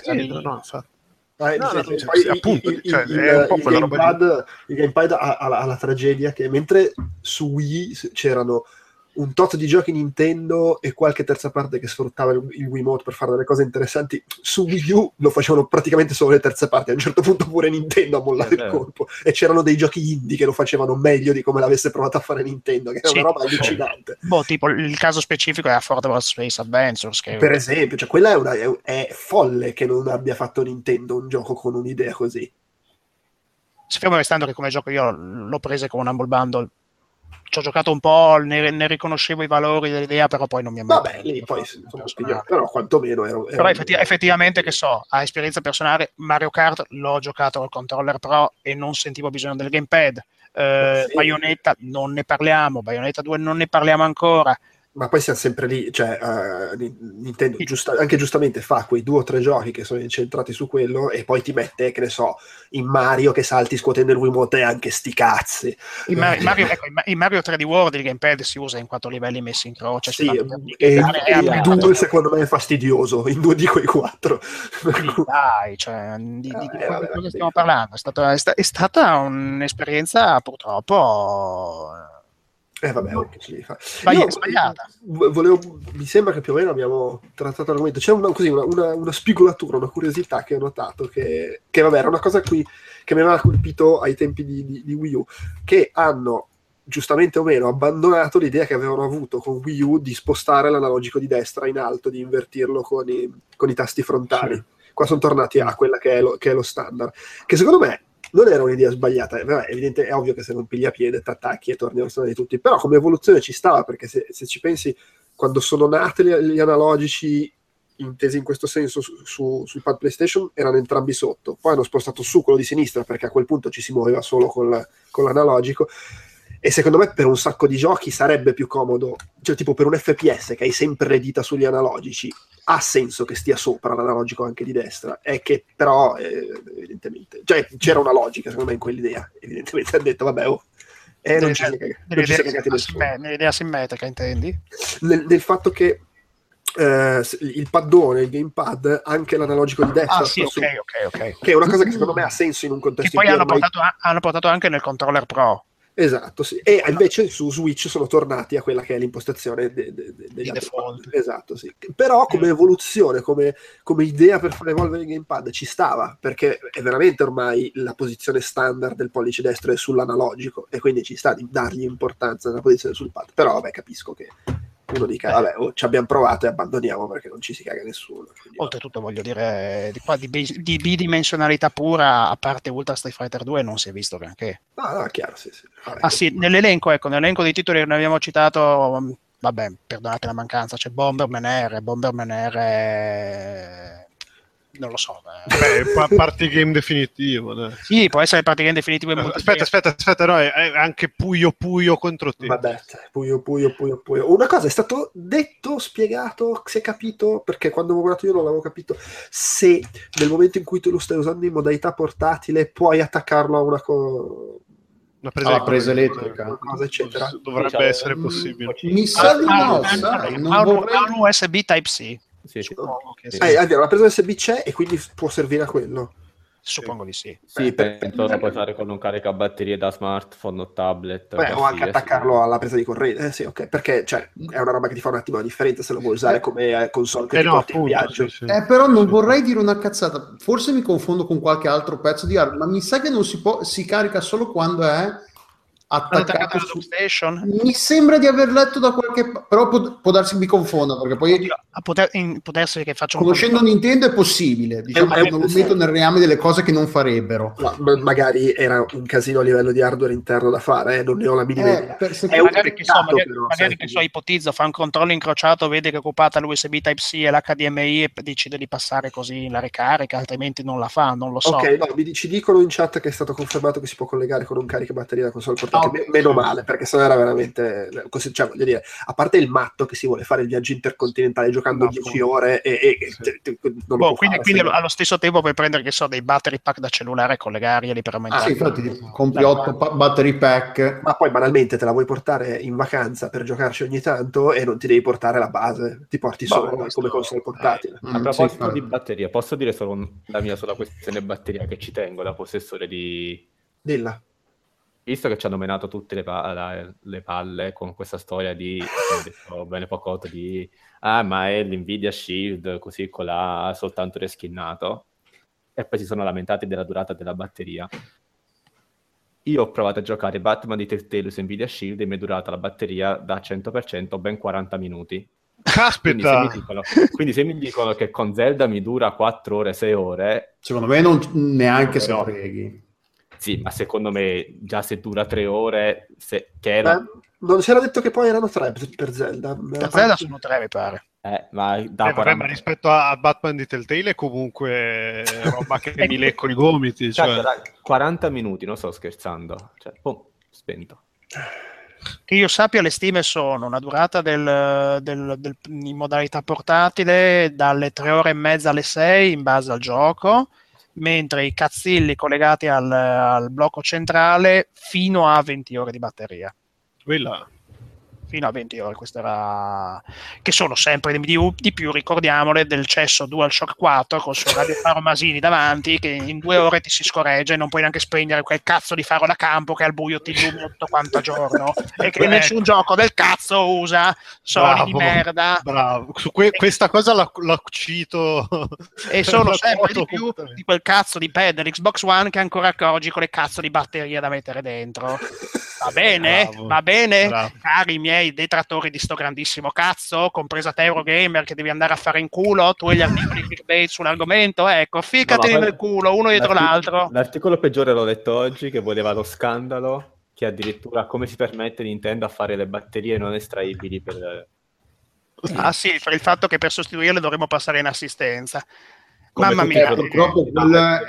Il gamepad ha la tragedia che mentre su Wii c'erano un tot di giochi Nintendo e qualche terza parte che sfruttava il Wiimote per fare delle cose interessanti, su Wii U lo facevano praticamente solo le terze parti. A un certo punto pure Nintendo ha mollato il colpo, e c'erano dei giochi indie che lo facevano meglio di come l'avesse provato a fare Nintendo, che è una roba allucinante. Tipo il caso specifico è Affordable Space Adventures, che per esempio, cioè quella è folle che non abbia fatto Nintendo un gioco con un'idea così. Fermo restando che come gioco io l'ho presa come un Humble Bundle, ci ho giocato un po', ne riconoscevo i valori dell'idea, però poi non mi è mai... Vabbè, lì poi però quantomeno ero però effettivamente, che so, a esperienza personale, Mario Kart l'ho giocato col controller Pro e non sentivo bisogno del gamepad. Bayonetta non ne parliamo, Bayonetta 2 non ne parliamo ancora. Ma poi siamo sempre lì, cioè Nintendo anche giustamente fa quei 2 o 3 giochi che sono incentrati su quello, e poi ti mette, che ne so, in Mario che salti scuotendo il Wiimote, e anche sti cazzi. In Mario 3D World il gamepad si usa in 4 livelli messi in croce. Sì, e il 2 secondo me è fastidioso, in 2 di quei 4. Dai, cioè, di cosa stiamo parlando? È stata un'esperienza purtroppo... vabbè, si fa. Sbagliata. Mi sembra che più o meno abbiamo trattato l'argomento. C'è una spigolatura, una curiosità che ho notato, che vabbè, era una cosa qui che mi aveva colpito ai tempi di Wii U, che hanno giustamente o meno, abbandonato l'idea che avevano avuto con Wii U di spostare l'analogico di destra in alto, di invertirlo con i tasti frontali. Sì. Qua sono tornati a quella che è lo standard, che secondo me non era un'idea sbagliata. È ovvio che se non piglia piede t'attacchi e torni allo standard di tutti, però come evoluzione ci stava, perché se ci pensi, quando sono nati gli analogici intesi in questo senso sul pad PlayStation, erano entrambi sotto, poi hanno spostato su quello di sinistra perché a quel punto ci si muoveva solo con l'analogico, e secondo me per un sacco di giochi sarebbe più comodo, cioè tipo per un FPS che hai sempre le dita sugli analogici, ha senso che stia sopra l'analogico anche di destra, è che però evidentemente, cioè c'era una logica secondo me in quell'idea, evidentemente hanno detto vabbè non ci si è cagati nessuno. Nell'idea simmetrica intendi? Nel fatto che il paddone, il gamepad, anche l'analogico di destra, sì, ok. che è una cosa che secondo me ha senso in un contesto che poi hanno portato anche nel controller Pro. Esatto, sì. E invece su Switch sono tornati a quella che è l'impostazione degli default. Esatto, sì. Però come evoluzione, come idea per far evolvere il gamepad ci stava, perché è veramente ormai la posizione standard del pollice destro è sull'analogico, e quindi ci sta di dargli importanza nella posizione sul pad. Però vabbè, capisco che uno dica vabbè, ci abbiamo provato e abbandoniamo perché non ci si caga nessuno. Oltretutto voglio dire, di bidimensionalità pura, a parte Ultra Street Fighter 2 non si è visto granché. No, chiaro, sì. Vabbè, sì, nell'elenco dei titoli che ne abbiamo citato, vabbè, perdonate la mancanza, c'è Bomberman R, non lo so. Party game definitivo. Dai. Sì, può essere party game definitivo. Aspetta, no, è anche Puyo contro te. Vabbè, Puyo. Una cosa è stato detto, spiegato, si è capito, perché quando ho guardato io non l'avevo capito, se nel momento in cui tu lo stai usando in modalità portatile puoi attaccarlo a una presa elettrica, cosa, eccetera. Dovrebbe essere possibile. Mi sa di no, ha un USB Type-C. Sì. La presa USB c'è e quindi può servire a quello. Suppongo di sì. Sì, penso lo puoi fare con un caricabatterie da smartphone o tablet. O anche attaccarlo alla presa di corrente. Sì, ok, perché è una roba che ti fa un attimo la differenza se lo vuoi usare come console che ti porti in viaggio. Sì. Però non vorrei dire una cazzata, forse mi confondo con qualche altro pezzo di hardware, ma mi sa che non si carica solo quando è attaccato su station. Mi sembra di aver letto da qualche, però può darsi che mi confonda, perché poi potersi che faccio conoscendo Nintendo è possibile, diciamo che non lo metto nel reame delle cose che non farebbero. Magari era un casino a livello di hardware interno da fare, non ne ho la minima idea. Magari che so, ipotizzo, fa un controllo incrociato, vede che è occupata l'USB Type-C e l'HDMI e decide di passare così la ricarica, altrimenti non la fa, non lo so. Ok, no, ci dicono in chat che è stato confermato che si può collegare con un caricabatteria da console portatile. Meno male, perché sennò era veramente, cioè, voglio dire, a parte il matto che si vuole fare il viaggio intercontinentale giocando 10 ore non lo può quindi fare, allo stesso tempo puoi prendere, che so, dei battery pack da cellulare e collegarli per aumentare. Sì, infatti compri 8 battery pack, ma poi banalmente te la vuoi portare in vacanza per giocarci ogni tanto e non ti devi portare la base, ti porti solo come console portatile. A proposito di batteria, posso dire solo la mia sola questione batteria che ci tengo da possessore di... Dilla. Visto che ci hanno menato tutte le palle con questa storia di, come ho detto bene poco di ma è l'Nvidia Shield così colà soltanto reskinnato, e poi si sono lamentati della durata della batteria. Io ho provato a giocare Batman di Telltale su Nvidia Shield e mi è durata la batteria da 100% ben 40 minuti. Caspita! Quindi se mi dicono che con Zelda mi dura 4 ore, 6 ore, secondo me non neanche se preghi. Sì, ma secondo me già se dura 3 ore, non si era detto che poi erano 3 per Zelda. Per Zelda sono 3, mi pare. Ma ma rispetto a Batman di Telltale è comunque roba che mi lecco i gomiti. Cioè. 40 minuti, non sto scherzando. Cioè, spento. Che io sappia, le stime sono una durata in modalità portatile dalle 3 ore e mezza alle 6 in base al gioco, mentre i cazzilli collegati al blocco centrale fino a 20 ore di batteria. Quella. Fino a 20 ore, questo era, che sono sempre di più, ricordiamole, del cesso DualShock 4 col suo radiofaro Masini davanti, che in 2 ore ti si scorreggia e non puoi neanche spegnere quel cazzo di faro da campo che al buio ti illumina tutto quanto a giorno e che nessun gioco del cazzo usa, suoni di merda. Bravo, su questa cosa la cito. E sono sempre di più di quel cazzo di pad dell'Xbox One che ancora oggi con le cazzo di batterie da mettere dentro. Va bene, Bravo. va bene, Bravo. cari miei detrattori di sto grandissimo cazzo, compresa te Eurogamer che devi andare a fare in culo, tu e gli articoli clickbait sull'argomento, ecco, ficateli nel culo uno dietro l'altro. L'articolo peggiore l'ho letto oggi, che voleva lo scandalo, che addirittura come si permette Nintendo a fare le batterie non estraibili per... Ah sì, per il fatto che per sostituirle dovremmo passare in assistenza. Come Mamma tutti i mia, prodotti. Purtroppo quello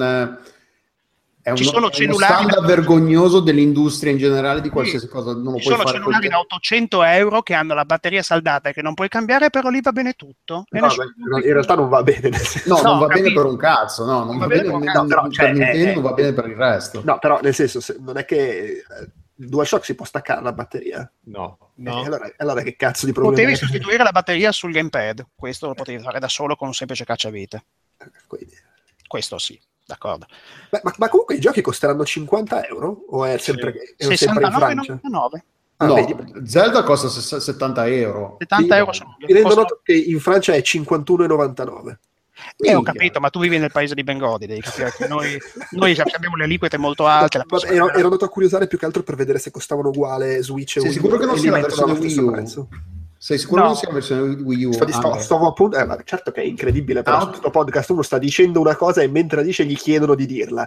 è Ci uno sono cellulari standard vergognoso dell'industria in generale di qualsiasi cosa. Non lo ci puoi sono fare cellulari da 800 euro che hanno la batteria saldata e che non puoi cambiare, però lì va bene tutto. E No, nessuno- in realtà non va bene. Nel senso. No, non va capito. bene per un cazzo, no, non va bene per un per cazzo. però, cioè, Nintendo, non va bene per il resto. No, però nel senso, non è che il DualShock si può staccare la batteria. No. No. Allora che cazzo di problema Potevi è? sostituire la batteria sul gamepad, questo lo potevi fare da solo con un semplice cacciavite. Quindi- Questo sì, d'accordo. Ma comunque i giochi costeranno 50 euro? O è sempre, è sempre in Francia? 69,99. Ah, No, vedi? Zelda costa 70 euro. 70 euro sono Mi rendo noto che in Francia è 51,99. ho capito, ma tu vivi nel paese di Bengodi, devi capire che noi abbiamo le aliquote molto alte. la Vabbè, ero andato a curiosare più che altro per vedere se costavano uguale Switch e Sei Wii U, sicuro che non e sia li la mettono versione allo Wii stesso U? prezzo. Sei sicuro No. che non sia la versione Wii U? Stavo appunto, certo che è incredibile, però Ah, su questo podcast uno sta dicendo una cosa e mentre la dice gli chiedono di dirla.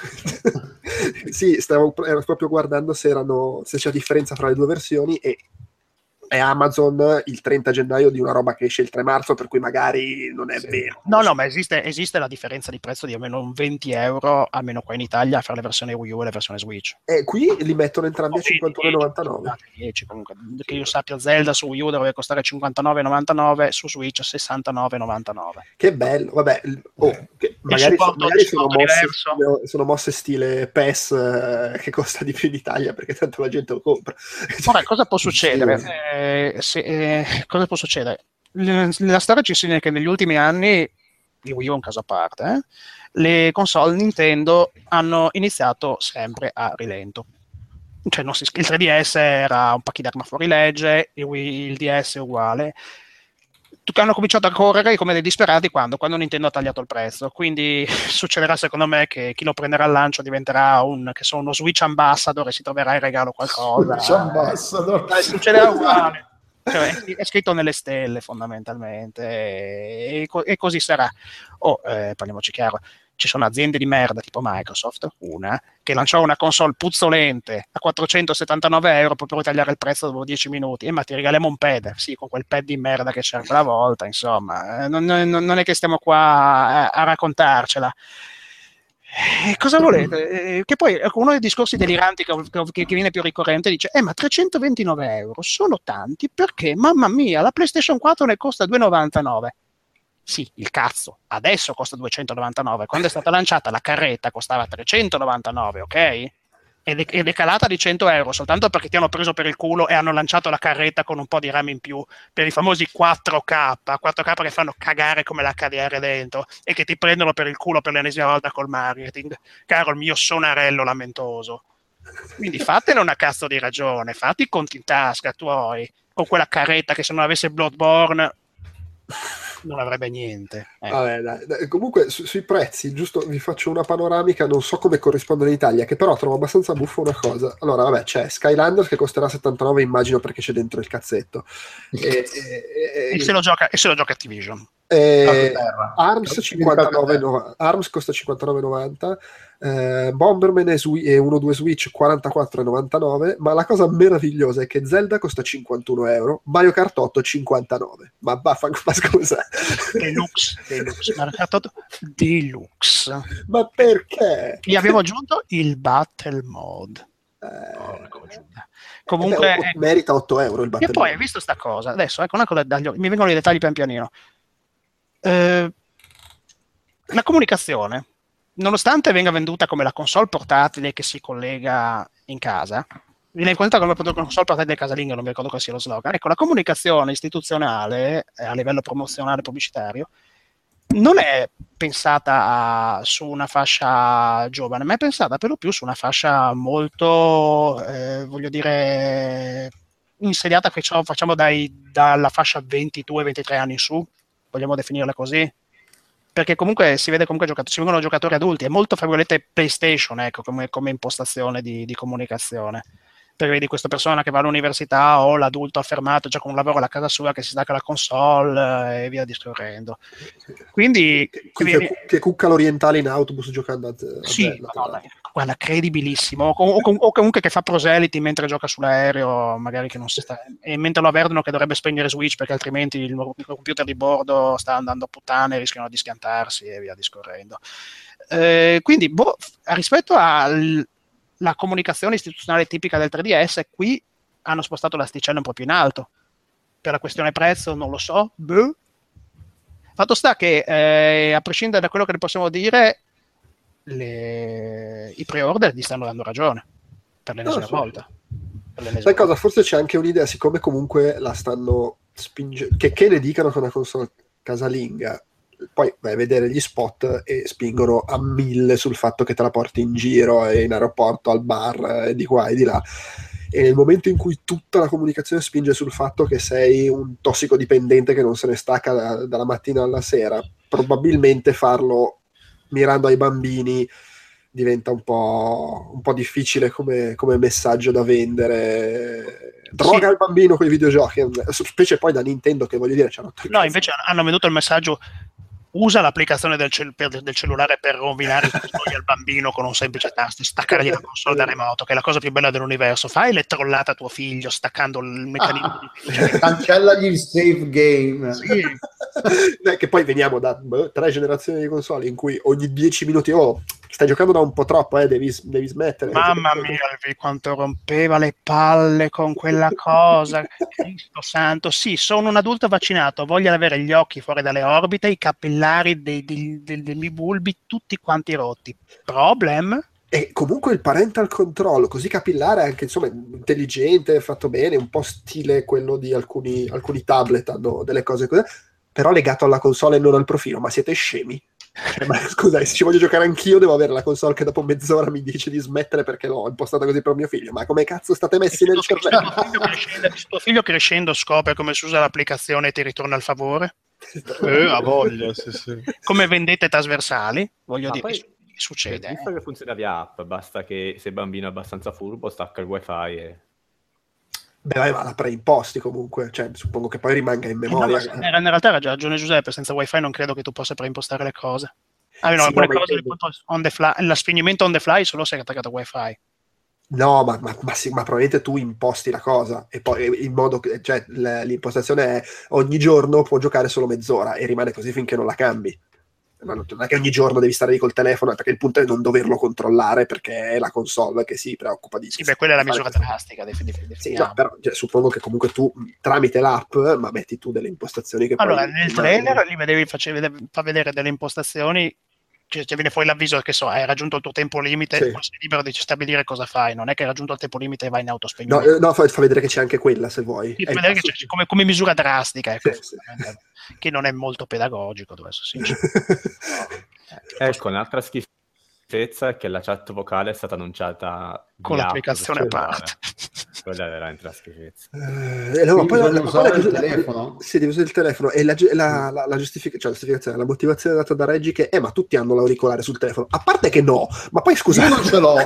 Sì, ero proprio guardando se c'è differenza fra le due versioni e è Amazon il 30 gennaio di una roba che esce il 3 marzo, per cui magari non è vero. No, ma esiste la differenza di prezzo di almeno un 20 euro, almeno qua in Italia, fra le versioni Wii U e le versioni Switch. E qui li mettono entrambi a 51,99. 10 comunque. Che io sappia, Zelda su Wii U dovrebbe costare 59,99, su Switch 69,99. Che bello, vabbè, magari sono mosse stile PES che costa di più in Italia perché tanto la gente lo compra. Ora, cosa può succedere? Cosa può succedere? La storia ci insegna che negli ultimi anni, di Wii U è un caso a parte, le console Nintendo hanno iniziato sempre a rilento. Cioè, il 3DS era un pachiderma fuori legge, il DS è uguale. Hanno cominciato a correre come dei disperati quando Nintendo ha tagliato il prezzo. Quindi succederà secondo me che chi lo prenderà al lancio diventerà uno Switch Ambassador e si troverà in regalo qualcosa. Switch Ambassador. Succederà uguale. Cioè, è scritto nelle stelle fondamentalmente e così sarà. Parliamoci chiaro, ci sono aziende di merda tipo Microsoft, una che lanciò una console puzzolente a 479 euro proprio per tagliare il prezzo dopo 10 minuti, ma ti regaliamo un pad, sì, con quel pad di merda che c'era quella volta, insomma, non è che stiamo qua a raccontarcela. Cosa volete? Che poi uno dei discorsi deliranti che viene più ricorrente dice ma 329 euro sono tanti perché, mamma mia, la PlayStation 4 ne costa 2,99. Sì, il cazzo, adesso costa 299, quando è stata lanciata la carretta costava 399, ok? Ed è calata di 100 euro soltanto perché ti hanno preso per il culo e hanno lanciato la carretta con un po' di RAM in più per i famosi 4K che fanno cagare come l'HDR dentro e che ti prendono per il culo per l'ennesima volta col marketing. Caro il mio sonarello lamentoso. Quindi fatene una cazzo di ragione, fatti i conti in tasca tuoi, con quella carretta che se non avesse Bloodborne non avrebbe niente. Vabbè, dai. Comunque sui prezzi, giusto vi faccio una panoramica, non so come corrisponde in Italia, che però trovo abbastanza buffo una cosa. Allora, vabbè, c'è Skylanders che costerà 79, immagino perché c'è dentro il cazzetto. E se lo gioca Activision. Arms costa 59,90, Bomberman e 1-2 Switch 44,99, ma la cosa meravigliosa è che Zelda costa 51 euro, Mario Kart 8 59. Ma scusa, Deluxe. Mario Kart 8 Deluxe. Ma perché? Gli abbiamo aggiunto il Battle Mode. Comunque merita 8 euro il Battle e poi Mode. hai visto sta cosa? Adesso ecco una cosa mi vengono i dettagli pian pianino. La comunicazione, nonostante venga venduta come la console portatile che si collega in casa, viene venduta come console portatile casalinga, non mi ricordo quale sia lo slogan. Ecco, la comunicazione istituzionale a livello promozionale pubblicitario non è pensata su una fascia giovane, ma è pensata per lo più su una fascia molto, voglio dire, insediata, facciamo dalla fascia 22-23 anni in su, vogliamo definirla così, perché comunque si vengono giocatori adulti, è molto, fra virgolette, PlayStation, ecco, come impostazione di comunicazione. perché vedi questa persona che va all'università o l'adulto affermato già con un lavoro alla casa sua che si stacca la console e via discorrendo. Quindi che cucca l'orientale in autobus giocando a sì, Zelda, Madonna, guarda, credibilissimo, o comunque che fa proseliti mentre gioca sull'aereo, magari che non si sta, e mentre lo avvertono che dovrebbe spegnere Switch perché altrimenti il computer di bordo sta andando a puttane, rischiano di schiantarsi e via discorrendo. Quindi rispetto alla comunicazione istituzionale tipica del 3DS, qui hanno spostato l'asticella un po' più in alto. Per la questione prezzo non lo so, fatto sta che a prescindere da quello che ne possiamo dire, i pre-order gli stanno dando ragione per l'ennesima volta. Sai cosa? Forse c'è anche un'idea, siccome comunque la stanno spingendo, che ne dicano con una console casalinga, poi vai a vedere gli spot e spingono a 1000 sul fatto che te la porti in giro e in aeroporto, al bar, di qua e di là. E nel momento in cui tutta la comunicazione spinge sul fatto che sei un tossicodipendente che non se ne stacca dalla mattina alla sera, probabilmente farlo mirando ai bambini diventa un po' difficile come messaggio da vendere. Droga il bambino con i videogiochi, specie poi da Nintendo, che voglio dire no, invece hanno venduto il messaggio: usa l'applicazione del cellulare per rovinare i giochi al bambino con un semplice tasto, staccargli la console da remoto, che è la cosa più bella dell'universo. Fai le trollate a tuo figlio staccando il meccanismo di cancellagli il save game. Sì. Che poi veniamo da 3 generazioni di console in cui ogni 10 minuti stai giocando da un po' troppo, devi smettere. Mamma mia, quanto rompeva le palle con quella cosa. Cristo santo. Sì, sono un adulto vaccinato, voglio avere gli occhi fuori dalle orbite, i capillari dei miei bulbi tutti quanti rotti. Problem? E comunque il parental control così capillare, anche insomma intelligente, fatto bene, un po' stile quello di alcuni tablet, hanno delle cose così, però legato alla console e non al profilo. Ma siete scemi? Ma scusa, se ci voglio giocare anch'io devo avere la console che dopo mezz'ora mi dice di smettere perché l'ho impostata così per mio figlio. Ma come cazzo state messi nel cervello? Tuo figlio crescendo scopre come si usa l'applicazione e ti ritorna al favore? A voglia, sì. Come vendette trasversali, voglio Ma dire, poi, succede. Visto che funziona via app, basta che se il bambino è abbastanza furbo stacca il wifi e... Beh, ma la preimposti comunque, cioè suppongo che poi rimanga in memoria. No, in realtà ha ragione Giuseppe, senza wifi non credo che tu possa preimpostare le cose. Alcune cose on the fly, lo spegnimento on the fly solo se è attaccato a wifi. No, ma probabilmente tu imposti la cosa e poi in modo che, cioè, l'impostazione è ogni giorno può giocare solo mezz'ora e rimane così finché non la cambi. Ma non è che ogni giorno devi stare lì col telefono, perché il punto è non doverlo controllare, perché è la console che si preoccupa di... Sì, beh, quella è la misura drastica, definitivamente. Sì, no, però suppongo che comunque tu, tramite l'app, ma metti tu delle impostazioni che allora, poi... nel trailer li vedevi fa vedere delle impostazioni, cioè viene fuori l'avviso che hai raggiunto il tuo tempo limite, sì. Sei libero di stabilire cosa fai, non è che hai raggiunto il tempo limite e vai in autospegnimento. No, fa vedere che c'è anche quella, se vuoi. Sì, fa vedere che c'è come misura drastica, ecco, sì. Che non è molto pedagogico, devo essere sincero. Ecco, un'altra schifezza è che la chat vocale è stata annunciata con l'applicazione a parte. Quella è veramente la schifezza. Poi usare il telefono? Sì, devi usare il telefono e la giustificazione, la motivazione data da Reggie che ma tutti hanno l'auricolare sul telefono, a parte che no, ma poi scusa, io non ce l'ho.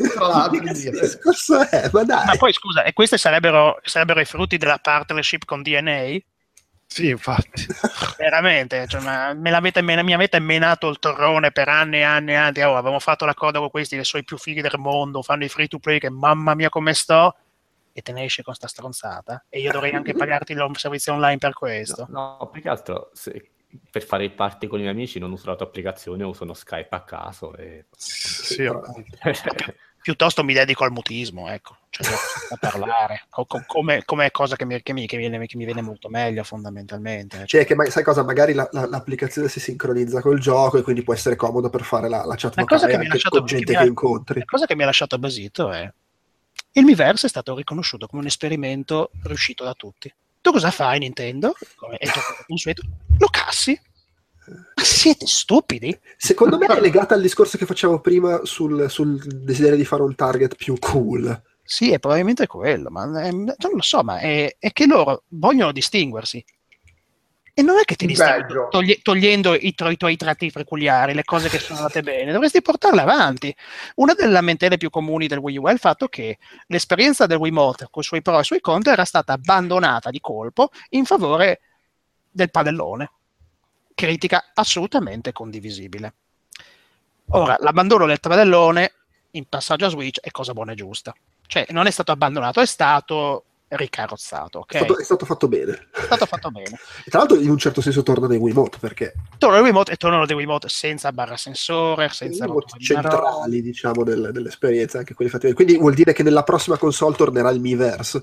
Ma dai. Ma poi scusa, e questi sarebbero i frutti della partnership con DNA? Sì, infatti. Veramente, cioè, mi avete menato il torrone per anni e anni e anni. Avevamo fatto l'accordo con questi che sono i più fighi del mondo, fanno i free to play, che mamma mia come sto, e te ne esci con sta stronzata e io dovrei anche pagarti il servizio online per questo. No, più che altro per fare i party con i miei amici non uso la tua applicazione, uso uno Skype a caso e... Sì, piuttosto mi dedico al mutismo, ecco, cioè a parlare come cosa che mi viene molto meglio fondamentalmente. Cioè che sai cosa, magari l'applicazione si sincronizza col gioco e quindi può essere comodo per fare la chat vocale anche con gente che incontri. La cosa che mi ha lasciato basito è il Miiverse è stato riconosciuto come un esperimento riuscito da tutti. Tu cosa fai, Nintendo? Lo cassi? Ma siete stupidi? Secondo me è legata al discorso che facciamo prima sul desiderio di fare un target più cool. Sì, è probabilmente quello, ma non lo so, ma è che loro vogliono distinguersi E non è che te li stai Peggio. togliendo i tuoi tratti peculiari, le cose che sono andate bene, dovresti portarle avanti. Una delle lamentele più comuni del Wii U è il fatto che l'esperienza del Wiimote, con i suoi pro e i suoi contro, era stata abbandonata di colpo in favore del padellone. Critica assolutamente condivisibile. Ora, l'abbandono del padellone in passaggio a Switch è cosa buona e giusta. Cioè, non è stato abbandonato, è stato ricarrozzato, ok? È stato fatto bene. È stato fatto bene. E tra l'altro in un certo senso torna nei Wiimote, perché Tornano dei Wiimote e tornano dei Wiimote senza barra sensore, senza i Wiimote rotture di marrone. centrali, diciamo, dell'esperienza, anche quelli fatti bene. Quindi vuol dire che nella prossima console tornerà il Miiverse.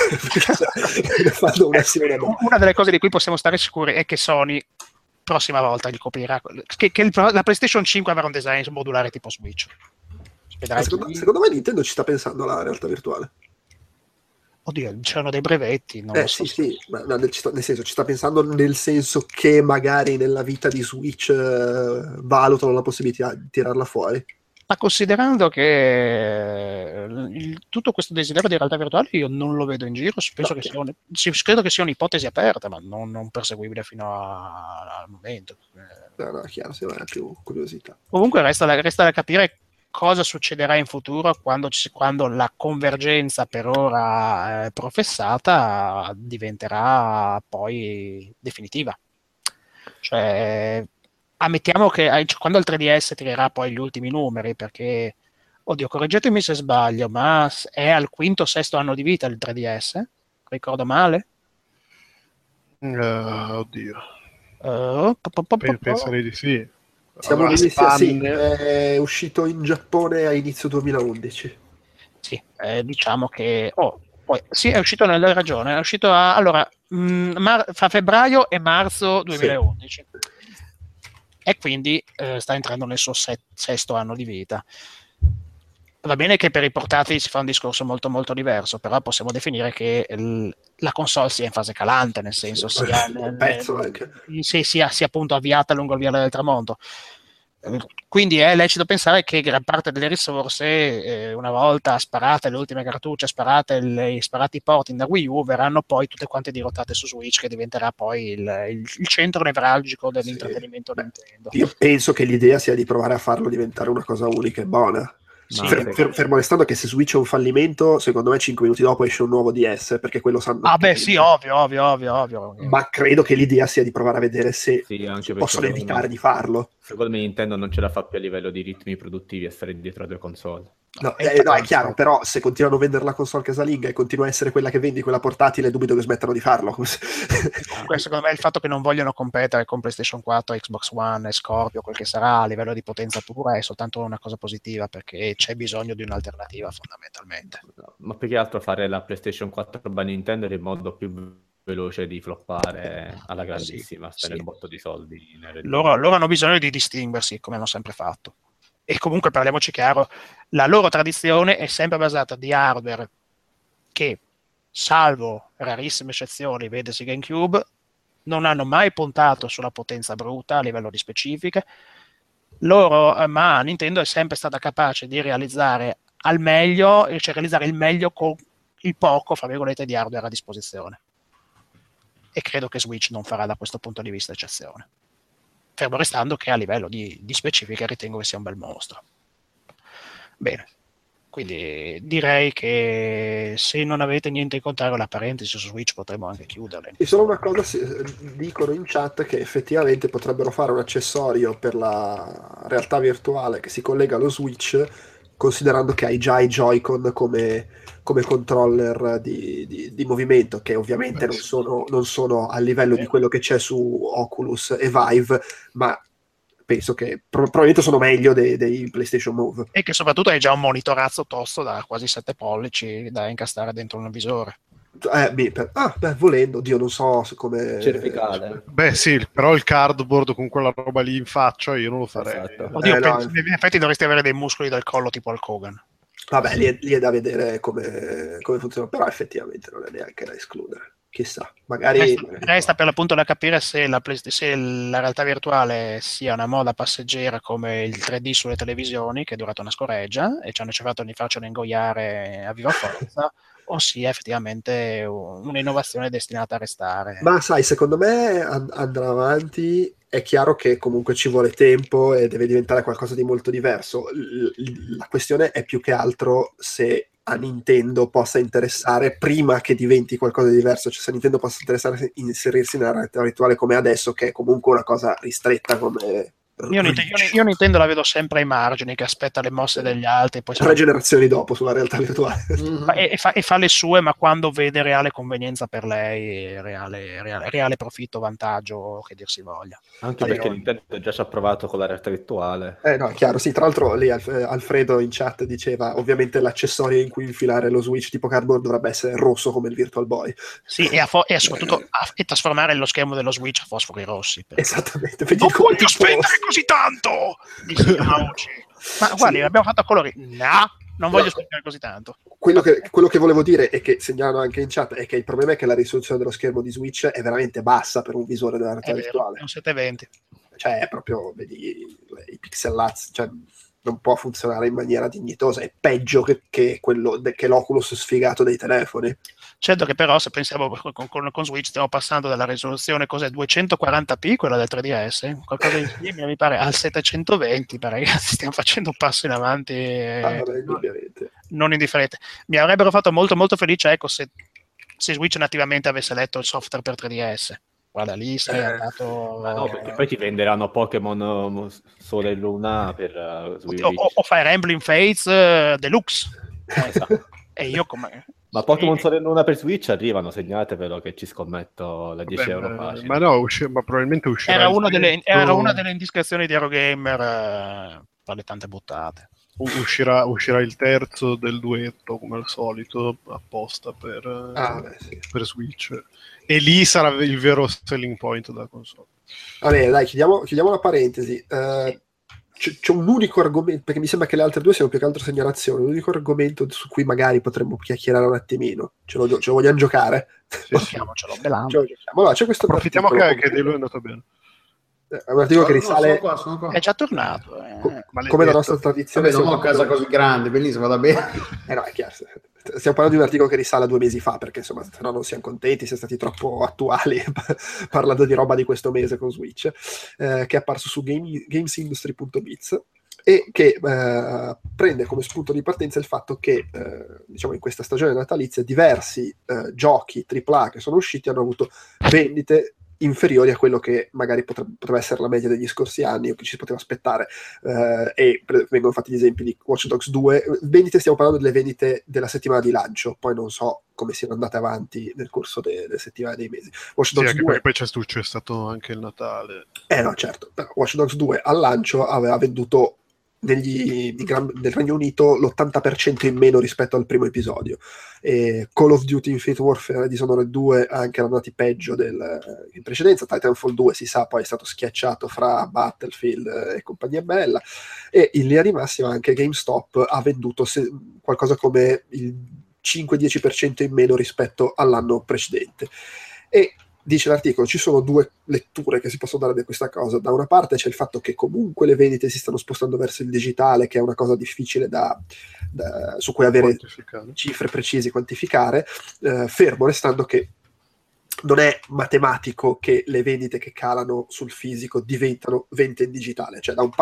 Una delle cose di cui possiamo stare sicuri è che Sony prossima volta gli coprirà che la PlayStation 5 avrà un design modulare tipo Switch. Secondo me Nintendo ci sta pensando alla realtà virtuale. Oddio, c'erano dei brevetti, non lo so. Sì, ma nel senso, ci sta pensando nel senso che magari nella vita di Switch valutano la possibilità di tirarla fuori. Ma considerando che tutto questo desiderio di realtà virtuale io non lo vedo in giro, penso che credo che sia un'ipotesi aperta, ma non perseguibile fino al momento. No, chiaro, se è più curiosità. Comunque resta da capire cosa succederà in futuro quando la convergenza per ora professata diventerà poi definitiva. Cioè, ammettiamo che quando il 3DS tirerà poi gli ultimi numeri, perché, oddio, correggetemi se sbaglio, ma è al quinto o sesto anno di vita il 3DS? Ricordo male? Oddio. Penserei di sì. Siamo sì, è uscito in Giappone a inizio 2011. Sì, diciamo che poi sì, è uscito nella regione, è uscito fra febbraio e marzo 2011. Sì. E quindi sta entrando nel suo sesto anno di vita. Va bene che per i portatili si fa un discorso molto molto diverso, però possiamo definire che la console sia in fase calante, nel senso sia appunto avviata lungo il viale del tramonto. Quindi è lecito pensare che gran parte delle risorse, una volta sparate le ultime cartucce, sparati i porting da Wii U, verranno poi tutte quante dirottate su Switch, che diventerà poi il centro nevralgico dell'intrattenimento Nintendo. Io penso che l'idea sia di provare a farlo diventare una cosa unica e buona. Sì, fermo restando che se Switch è un fallimento, secondo me 5 minuti dopo esce un nuovo DS, perché quello sanno. Sì, ovvio. Ma credo che l'idea sia di provare a vedere se possono evitare di farlo. Secondo me Nintendo non ce la fa più a livello di ritmi produttivi a stare dietro a due console. No, è chiaro, però se continuano a vendere la console casalinga e continua a essere quella che vendi, quella portatile, dubito che smettano di farlo. Secondo me il fatto che non vogliono competere con PlayStation 4, Xbox One e Scorpio, quel che sarà a livello di potenza pura, è soltanto una cosa positiva, perché c'è bisogno di un'alternativa fondamentalmente. No, ma più che altro fare la PlayStation 4 by Nintendo è il modo più veloce di floppare alla grandissima, spendere un botto di soldi. Loro hanno bisogno di distinguersi, come hanno sempre fatto. E comunque, parliamoci chiaro, la loro tradizione è sempre basata di hardware che, salvo rarissime eccezioni, vedesi GameCube, non hanno mai puntato sulla potenza bruta a livello di specifiche. Ma Nintendo è sempre stata capace di realizzare al meglio, cioè realizzare il meglio con il poco, fra virgolette, di hardware a disposizione. E credo che Switch non farà da questo punto di vista eccezione. Fermo restando che a livello di specifica ritengo che sia un bel mostro. Bene, quindi direi che se non avete niente in contrario la parentesi su Switch potremmo anche chiuderla. E solo una cosa, dicono in chat che effettivamente potrebbero fare un accessorio per la realtà virtuale che si collega allo Switch, considerando che hai già i Joy-Con come controller di movimento, che ovviamente non sono a livello di quello che c'è su Oculus e Vive, ma penso che probabilmente sono meglio dei PlayStation Move. E che soprattutto hai già un monitorazzo tosto da quasi 7 pollici da incastrare dentro un visore. Volendo, Dio, non so come cervicale. Beh sì, però il cardboard con quella roba lì in faccia io non lo farei. Esatto. Oddio, in effetti dovresti avere dei muscoli del collo tipo Hulk Hogan. Vabbè, lì è da vedere come funziona, però effettivamente non è neanche da escludere. Chissà, magari resta per l'appunto da capire se la realtà virtuale sia una moda passeggera come il 3D sulle televisioni, che è durata una scoreggia e ci hanno cercato di farcelo ingoiare a viva forza, o sia effettivamente un'innovazione destinata a restare. Ma sai, secondo me andrà avanti, è chiaro che comunque ci vuole tempo e deve diventare qualcosa di molto diverso. La questione è più che altro se a Nintendo possa interessare prima che diventi qualcosa di diverso, cioè se Nintendo possa interessare inserirsi nella realtà virtuale come adesso, che è comunque una cosa ristretta come... Io Nintendo la vedo sempre ai margini, che aspetta le mosse degli altri, poi 3 generazioni dopo sulla realtà virtuale. e fa le sue, ma quando vede reale convenienza per lei, reale profitto, vantaggio, che dir si voglia. Anche perché Nintendo già ci ha provato con la realtà virtuale. No, è chiaro, sì, tra l'altro lì Alfredo in chat diceva ovviamente l'accessorio in cui infilare lo Switch tipo cardboard dovrebbe essere rosso come il Virtual Boy. Sì, e soprattutto trasformare lo schermo dello Switch a fosfori rossi. Esattamente. Non voglio spendere così tanto! Ma guardi, l'abbiamo fatto a colori. No, non voglio spendere così tanto. Quello che volevo dire, e che segnalano anche in chat, è che il problema è che la risoluzione dello schermo di Switch è veramente bassa per un visore della realtà virtuale. È un 720. Cioè, è proprio, vedi, i pixelazzi, cioè, non può funzionare in maniera dignitosa, è peggio che l'Oculus sfigato dei telefoni. Certo che però se pensiamo con Switch stiamo passando dalla risoluzione 240p, quella del 3DS, qualcosa di simile mi pare al 720, ragazzi, stiamo facendo un passo in avanti non indifferente. Mi avrebbero fatto molto molto felice, ecco, se Switch nativamente avesse letto il software per 3DS. Guarda, lì sarei andato... No, perché poi ti venderanno Pokémon Sole e Luna per Switch. O Fire Emblem Fates Deluxe. Esatto. E io come... Ma Pokémon Sole e Luna per Switch arrivano, segnatevelo che ci scommetto la 10 euro facile. Ma no, ma probabilmente uscirà. Era una delle indiscrezioni di Eurogamer per le tante buttate. Uscirà il terzo del duetto, come al solito, apposta per Switch. E lì sarà il vero selling point della console. Va bene, dai, chiudiamo la parentesi. C'è un unico argomento, perché mi sembra che le altre due siano più che altro segnalazioni, un unico argomento su cui magari potremmo chiacchierare un attimino. Ce lo vogliamo giocare? Giochiamocelo, allora, c'è questo approfittiamo che di lui è andato bene. È un articolo che risale... Sono qua. È già tornato. Come la nostra tradizione. Siamo a casa così grande, benissimo, vada bene. No, è chiaro. Stiamo parlando di un articolo che risale a 2 mesi fa, perché insomma, se no non siamo contenti, siamo stati troppo attuali parlando di roba di questo mese con Switch, che è apparso su gamesindustry.biz e che prende come spunto di partenza il fatto che diciamo in questa stagione natalizia diversi giochi AAA che sono usciti hanno avuto vendite inferiori a quello che magari potrebbe essere la media degli scorsi anni o che ci si poteva aspettare, e vengono fatti gli esempi di Watch Dogs 2. Vendite, stiamo parlando delle vendite della settimana di lancio, poi non so come siano andate avanti nel corso delle settimane e dei mesi. Watch Dogs 2... poi c'è stato anche il Natale. No, certo, però Watch Dogs 2 al lancio aveva venduto nel Regno Unito l'80% in meno rispetto al primo episodio. Call of Duty Infinite Warfare e Dishonored 2 anche erano andati peggio in precedenza. Titanfall 2 si sa poi è stato schiacciato fra Battlefield e compagnia bella, e in linea di massima anche GameStop ha venduto qualcosa come il 5-10% in meno rispetto all'anno precedente. E dice l'articolo, ci sono 2 letture che si possono dare di questa cosa. Da una parte c'è il fatto che comunque le vendite si stanno spostando verso il digitale, che è una cosa difficile su cui avere cifre precise, quantificare, fermo restando che non è matematico che le vendite che calano sul fisico diventano vendite in digitale. Cioè da un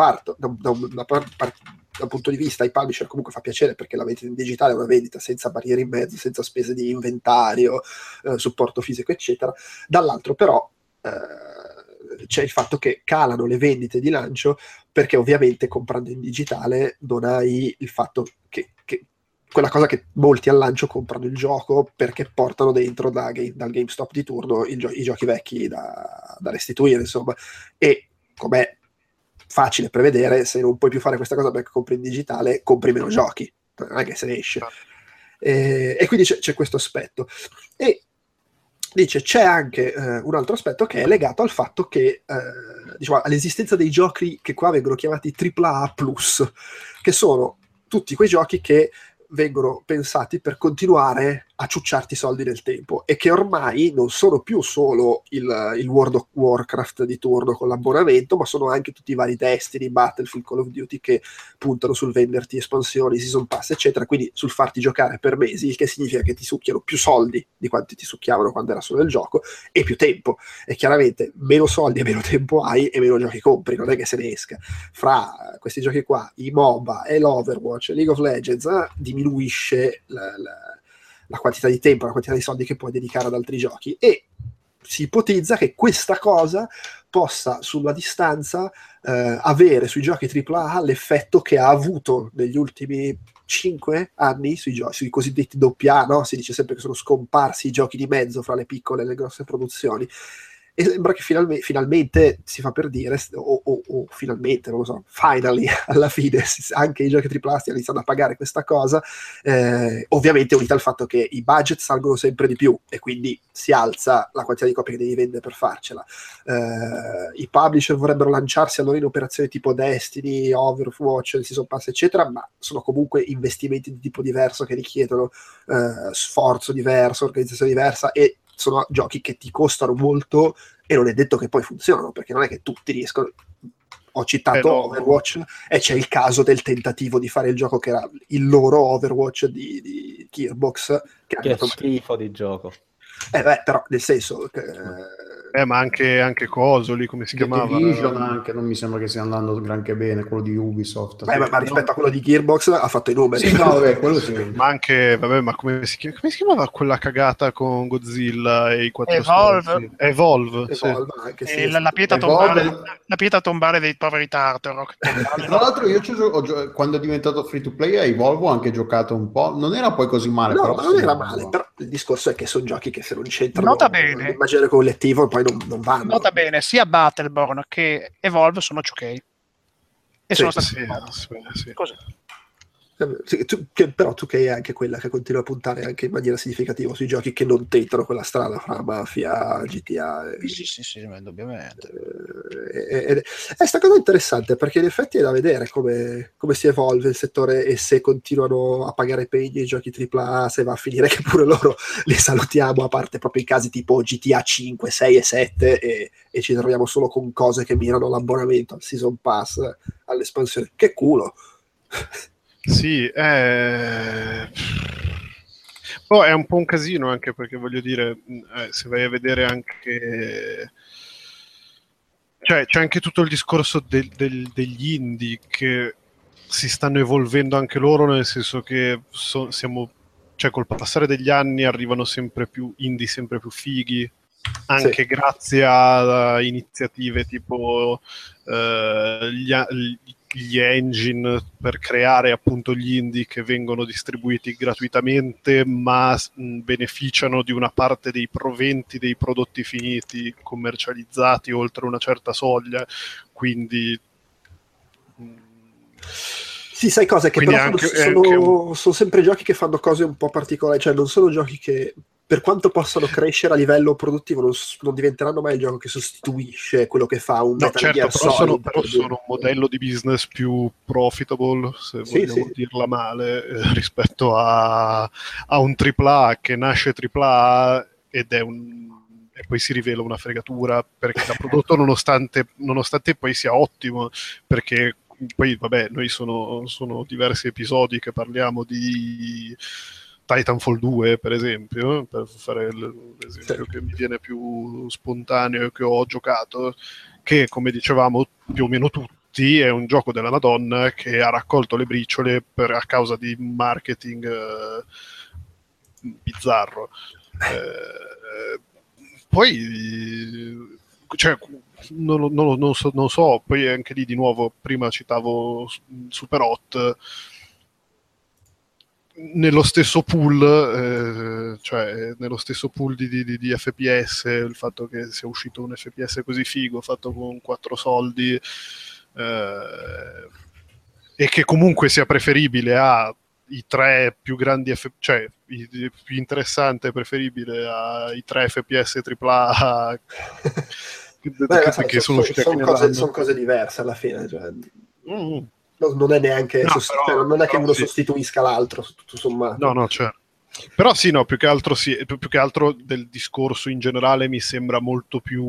punto di vista ai publisher comunque fa piacere, perché la vendita in digitale è una vendita senza barriere in mezzo, senza spese di inventario, supporto fisico eccetera. Dall'altro però c'è il fatto che calano le vendite di lancio, perché ovviamente comprando in digitale non hai il fatto che quella cosa che molti al lancio comprano il gioco perché portano dentro dal GameStop di turno i giochi vecchi da restituire, insomma. E com'è facile prevedere, se non puoi più fare questa cosa perché compri in digitale, compri meno giochi, non è che se ne esce. E quindi c'è questo aspetto. E dice c'è anche un altro aspetto che è legato al fatto che diciamo, all'esistenza dei giochi che qua vengono chiamati AAA+, che sono tutti quei giochi che vengono pensati per continuare a ciucciarti i soldi nel tempo, e che ormai non sono più solo il World of Warcraft di turno con l'abbonamento, ma sono anche tutti i vari Destiny, Battlefield, Call of Duty, che puntano sul venderti espansioni, season pass, eccetera, quindi sul farti giocare per mesi, il che significa che ti succhiano più soldi di quanti ti succhiavano quando era solo il gioco, e più tempo, e chiaramente meno soldi e meno tempo hai e meno giochi compri, non è che se ne esca. Fra questi giochi qua, i MOBA e l'Overwatch, League of Legends, diminuisce la quantità di tempo, la quantità di soldi che puoi dedicare ad altri giochi, e si ipotizza che questa cosa possa sulla distanza avere sui giochi AAA l'effetto che ha avuto negli ultimi 5 anni sui cosiddetti AA, no? Si dice sempre che sono scomparsi i giochi di mezzo fra le piccole e le grosse produzioni, e sembra che finalmente si fa per dire, o finalmente, non lo so, finally, alla fine anche i giochi AAA stiano iniziando a pagare questa cosa, ovviamente unita al fatto che i budget salgono sempre di più e quindi si alza la quantità di copie che devi vendere per farcela. I publisher vorrebbero lanciarsi allora in operazioni tipo Destiny, Overwatch, Season Pass, eccetera, ma sono comunque investimenti di tipo diverso che richiedono sforzo diverso, organizzazione diversa, e sono giochi che ti costano molto e non è detto che poi funzionano, perché non è che tutti riescono. Ho citato Overwatch, e c'è il caso del tentativo di fare il gioco che era il loro Overwatch di Gearbox, che è schifo di gioco. Però nel senso ma anche coso lì, come si chiamava? Division anche non mi sembra che stia andando granché bene, quello di Ubisoft. Ma rispetto a quello di Gearbox ha fatto i numeri. Sì, no, vabbè, quello sì. Ma anche, ma come si chiamava quella cagata con Godzilla e i 4 Evolve. Sì. Anche, sì, la pietra tombale dei poveri Tartarok. Tra l'altro io quando è diventato free to play a Evolve ho anche giocato un po', non era poi così male, no, però ma non era male, però il discorso è che sono giochi che se non c'entrano l'immagine collettivo poi non vanno. Nota bene, sia Battleborn che Evolve sono ok. E sono stati sì. Così. Però tu che hai anche quella che continua a puntare anche in maniera significativa sui giochi che non tentano quella strada fra Mafia, GTA sì, indubbiamente. È sta cosa interessante, perché in effetti è da vedere come si evolve il settore e se continuano a pagare pegni i giochi AAA, se va a finire che pure loro li salutiamo, a parte proprio i casi tipo GTA 5, 6 e 7 e ci troviamo solo con cose che mirano all'abbonamento, al Season Pass, all'espansione. Che culo! Sì, poi è un po' un casino, anche perché voglio dire, se vai a vedere anche, cioè c'è anche tutto il discorso degli indie che si stanno evolvendo anche loro, nel senso che cioè col passare degli anni arrivano sempre più indie, sempre più fighi, anche grazie a iniziative tipo gli engine per creare appunto gli indie che vengono distribuiti gratuitamente, ma beneficiano di una parte dei proventi dei prodotti finiti commercializzati oltre una certa soglia, quindi sì, sai cose che però sono sempre giochi che fanno cose un po' particolari, cioè non sono giochi che, per quanto possano crescere a livello produttivo, non diventeranno mai il gioco che sostituisce quello che fa un Metal Gear Solid. Però sono un modello di business più profitable, se vogliamo dirla male, rispetto a un AAA che nasce AAA ed è e poi si rivela una fregatura, perché da prodotto nonostante poi sia ottimo, perché poi vabbè, noi sono diversi episodi che parliamo di Titanfall 2 per esempio, per fare l'esempio che mi viene più spontaneo e che ho giocato, che come dicevamo più o meno tutti è un gioco della Madonna che ha raccolto le briciole a causa di marketing bizzarro. Poi cioè, non so, poi anche lì di nuovo prima citavo Super Hot, nello stesso pool, cioè nello stesso pool di FPS, il fatto che sia uscito un FPS così figo fatto con 4 soldi e che comunque sia preferibile ai 3 più grandi cioè più interessante, preferibile ai 3 FPS AAA che sono usciti sono cose diverse alla fine, cioè. non è neanche No, però- non è che però uno sì. sostituisca l'altro, tutto sommato. No, certo. Però sì, no, più che altro del discorso in generale mi sembra molto più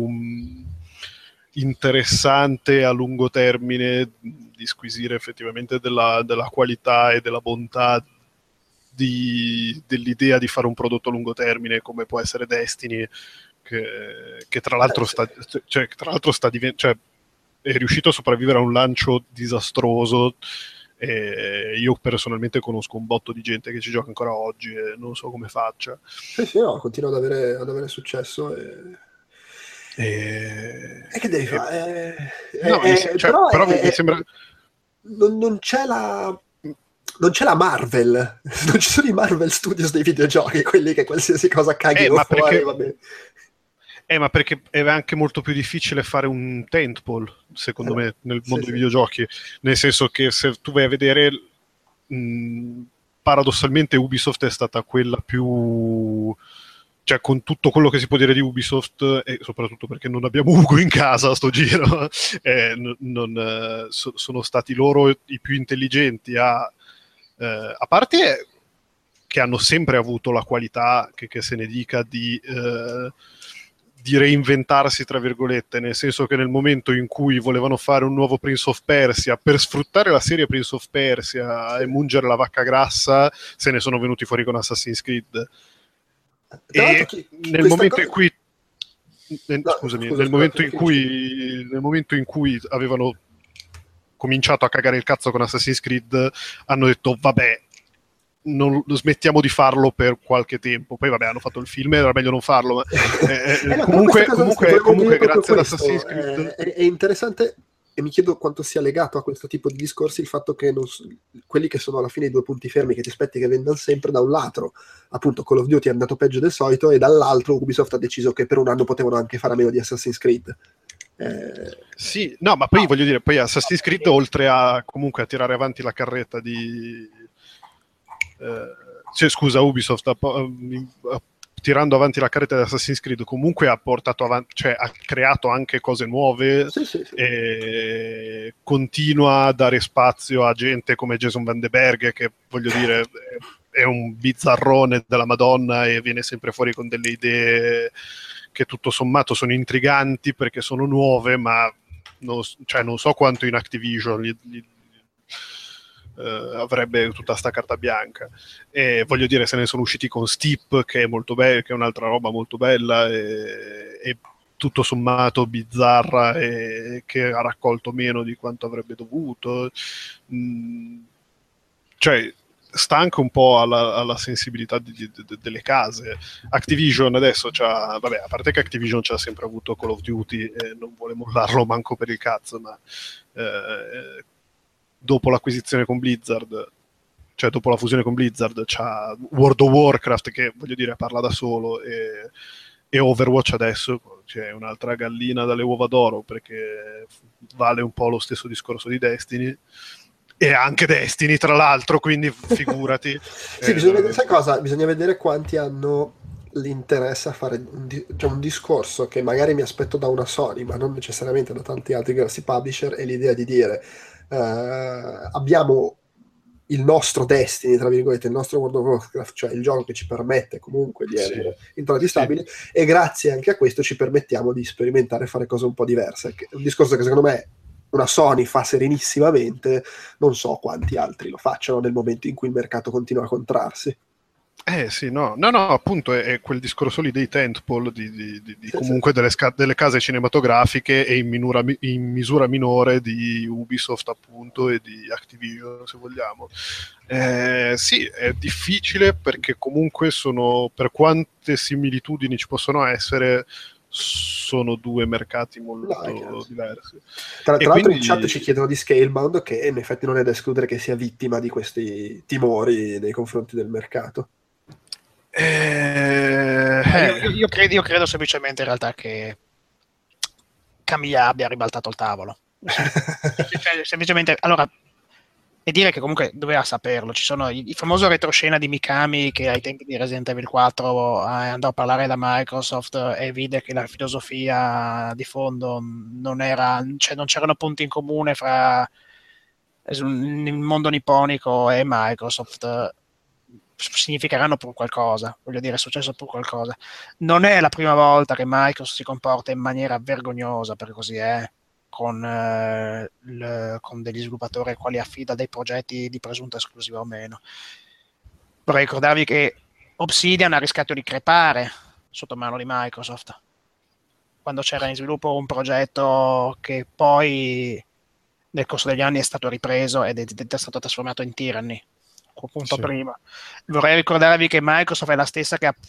interessante a lungo termine disquisire effettivamente della qualità e della bontà dell'idea di fare un prodotto a lungo termine come può essere Destiny, che tra l'altro è riuscito a sopravvivere a un lancio disastroso. E io personalmente conosco un botto di gente che ci gioca ancora oggi e non so come faccia. Sì, no, continua ad avere successo e che devi fare? No, però mi sembra... Non c'è la Marvel, non ci sono i Marvel Studios dei videogiochi, quelli che qualsiasi cosa caghino ma fuori, perché- va bene. ma perché è anche molto più difficile fare un tentpole, secondo me, nel Sì, mondo sì. dei videogiochi. Nel senso che se tu vai a vedere, paradossalmente Ubisoft è stata quella più... Cioè, con tutto quello che si può dire di Ubisoft, e soprattutto perché non abbiamo Ugo in casa a sto giro, sono stati loro i più intelligenti a parte che hanno sempre avuto la qualità, che se ne dica, di reinventarsi, tra virgolette, nel senso che nel momento in cui volevano fare un nuovo Prince of Persia, per sfruttare la serie Prince of Persia e mungere la vacca grassa, se ne sono venuti fuori con Assassin's Creed. Tra l'altro, Nel momento in cui nel momento in finisci. cui avevano cominciato a cagare il cazzo con Assassin's Creed, hanno detto vabbè, non smettiamo di farlo per qualche tempo. Poi vabbè, hanno fatto il film, era meglio non farlo, ma No, comunque volevo dire proprio grazie ad questo, Assassin's Creed è interessante, e mi chiedo quanto sia legato a questo tipo di discorsi il fatto che quelli che sono alla fine i due punti fermi che ti aspetti che vendano sempre, da un lato appunto Call of Duty è andato peggio del solito, e dall'altro Ubisoft ha deciso che per un anno potevano anche fare a meno di Assassin's Creed. Sì, no, ma poi voglio dire, poi Assassin's Creed, oltre a comunque a tirare avanti la carretta scusa, Ubisoft tirando avanti la carretta di Assassin's Creed, comunque ha portato avanti, cioè ha creato anche cose nuove, Sì. e continua a dare spazio a gente come Jason Van de Berg, che voglio dire è un bizzarrone della Madonna e viene sempre fuori con delle idee che tutto sommato sono intriganti perché sono nuove, ma non so quanto in Activision avrebbe tutta sta carta bianca. E voglio dire, se ne sono usciti con Steep, che è molto bello, che è un'altra roba molto bella e tutto sommato bizzarra, e che ha raccolto meno di quanto avrebbe dovuto. Cioè sta anche un po' alla sensibilità delle case. Activision adesso vabbè, a parte che Activision c'ha sempre avuto Call of Duty e non vuole mollarlo manco per il cazzo, ma dopo l'acquisizione con Blizzard, cioè dopo la fusione con Blizzard, c'ha World of Warcraft, che voglio dire parla da solo, e Overwatch adesso, c'è un'altra gallina dalle uova d'oro, perché vale un po' lo stesso discorso di Destiny, e anche Destiny tra l'altro, quindi figurati. Sì, sai cosa? Bisogna vedere quanti hanno l'interesse a fare un discorso che magari mi aspetto da una Sony, ma non necessariamente da tanti altri grossi publisher, è l'idea di dire abbiamo il nostro Destiny, tra virgolette, il nostro World of Warcraft, cioè il gioco che ci permette comunque di avere introiti stabili, e grazie anche a questo ci permettiamo di sperimentare e fare cose un po' diverse. Un discorso che secondo me una Sony fa serenissimamente, non so quanti altri lo facciano nel momento in cui il mercato continua a contrarsi. Sì, no, appunto è quel discorso lì dei tentpole, comunque delle case cinematografiche, e in misura minore di Ubisoft, appunto, e di Activision, se vogliamo. Sì, è difficile perché comunque per quante similitudini ci possono essere, sono due mercati molto diversi. Tra l'altro quindi in chat ci chiedono di Scalebound, che in effetti non è da escludere che sia vittima di questi timori nei confronti del mercato. Io credo semplicemente in realtà che Camilla abbia ribaltato il tavolo. Semplicemente, allora, e dire che comunque doveva saperlo. Ci sono il famoso retroscena di Mikami, che ai tempi di Resident Evil 4 andò a parlare da Microsoft e vide che la filosofia di fondo non era, cioè non c'erano punti in comune fra il mondo nipponico e Microsoft significheranno pur qualcosa, voglio dire, è successo pur qualcosa. Non è la prima volta che Microsoft si comporta in maniera vergognosa, per così è, con degli sviluppatori ai quali affida dei progetti di presunta esclusiva o meno. Vorrei ricordarvi che Obsidian ha rischiato di crepare sotto mano di Microsoft quando c'era in sviluppo un progetto che poi nel corso degli anni è stato ripreso ed è stato trasformato in Tyranny, appunto Sì. prima. Vorrei ricordarvi che Microsoft è la stessa che ha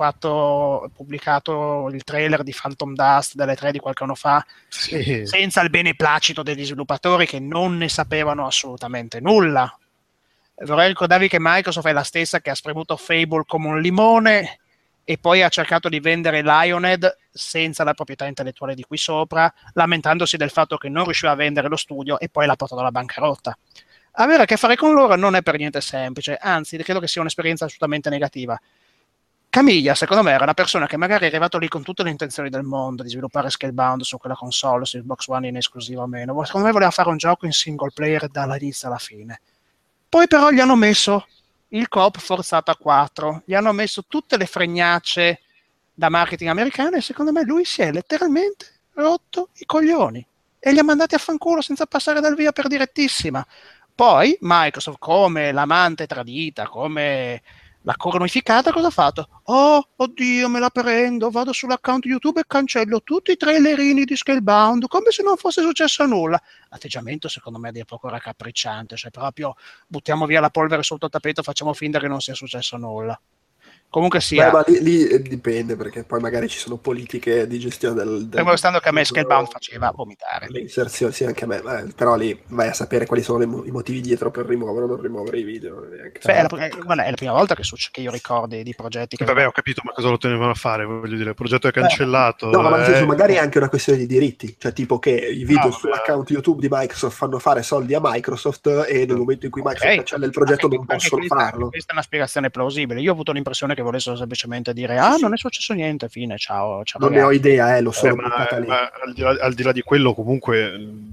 pubblicato il trailer di Phantom Dust delle 3 di qualche anno fa, Sì. senza il beneplacito degli sviluppatori che non ne sapevano assolutamente nulla. Vorrei ricordarvi che Microsoft è la stessa che ha spremuto Fable come un limone e poi ha cercato di vendere Lionhead senza la proprietà intellettuale di qui sopra, lamentandosi del fatto che non riusciva a vendere lo studio e poi l'ha portato alla bancarotta. Avere a che fare con loro non è per niente semplice, anzi credo che sia un'esperienza assolutamente negativa. Camiglia, secondo me, era una persona che magari è arrivato lì con tutte le intenzioni del mondo di sviluppare Scalebound su quella console, su Xbox One in esclusiva o meno. Secondo me voleva fare un gioco in single player dall'inizio alla fine. Poi però gli hanno messo il co-op forzato a 4, gli hanno messo tutte le fregnacce da marketing americano e secondo me lui si è letteralmente rotto i coglioni e li ha mandati a fanculo senza passare dal via per direttissima. Poi Microsoft, come l'amante tradita, come la cornificata, cosa ha fatto? Oh, oddio, me la prendo, vado sull'account YouTube e cancello tutti i trailerini di Scalebound, come se non fosse successo nulla. Atteggiamento, secondo me, di poco raccapricciante, cioè proprio buttiamo via la polvere sotto il tappeto, facciamo finta che non sia successo nulla. Comunque sia... Beh, ma lì dipende, perché poi magari ci sono politiche di gestione del Fermo restando che a me Scalebound faceva vomitare. le inserzioni, sì, anche a me, però lì vai a sapere quali sono i motivi dietro per rimuovere o non rimuovere i video. Beh, è la prima volta che io ricordi di progetti che... Vabbè, ho capito, ma cosa lo tenevano a fare? Voglio dire, il progetto è cancellato. No, ma nel senso, magari è anche una questione di diritti, cioè tipo che i video sull'account YouTube di Microsoft fanno fare soldi a Microsoft e nel momento in cui Microsoft cancella il progetto non possono farlo. Questa è una spiegazione plausibile. Io ho avuto l'impressione che volessero semplicemente dire non è successo niente, fine, ciao non ne ho idea, lo sono ma lì. Al di là di quello, comunque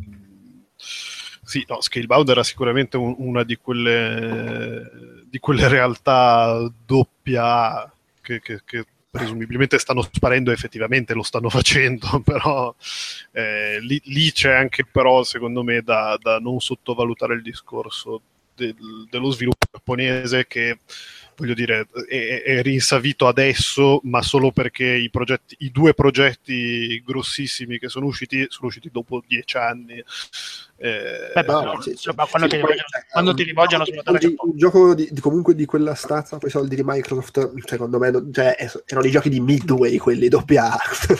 sì, no, Scalebound era sicuramente una di quelle realtà doppia che presumibilmente stanno sparendo, effettivamente lo stanno facendo, però lì c'è anche però secondo me da non sottovalutare il discorso dello sviluppo giapponese, che voglio dire è rinsavito adesso, ma solo perché i due progetti grossissimi che sono usciti dopo 10 anni. Quando ti rivolgono un gioco comunque di quella stazza, quei soldi di Microsoft, secondo me erano i giochi di Midway, quelli AA.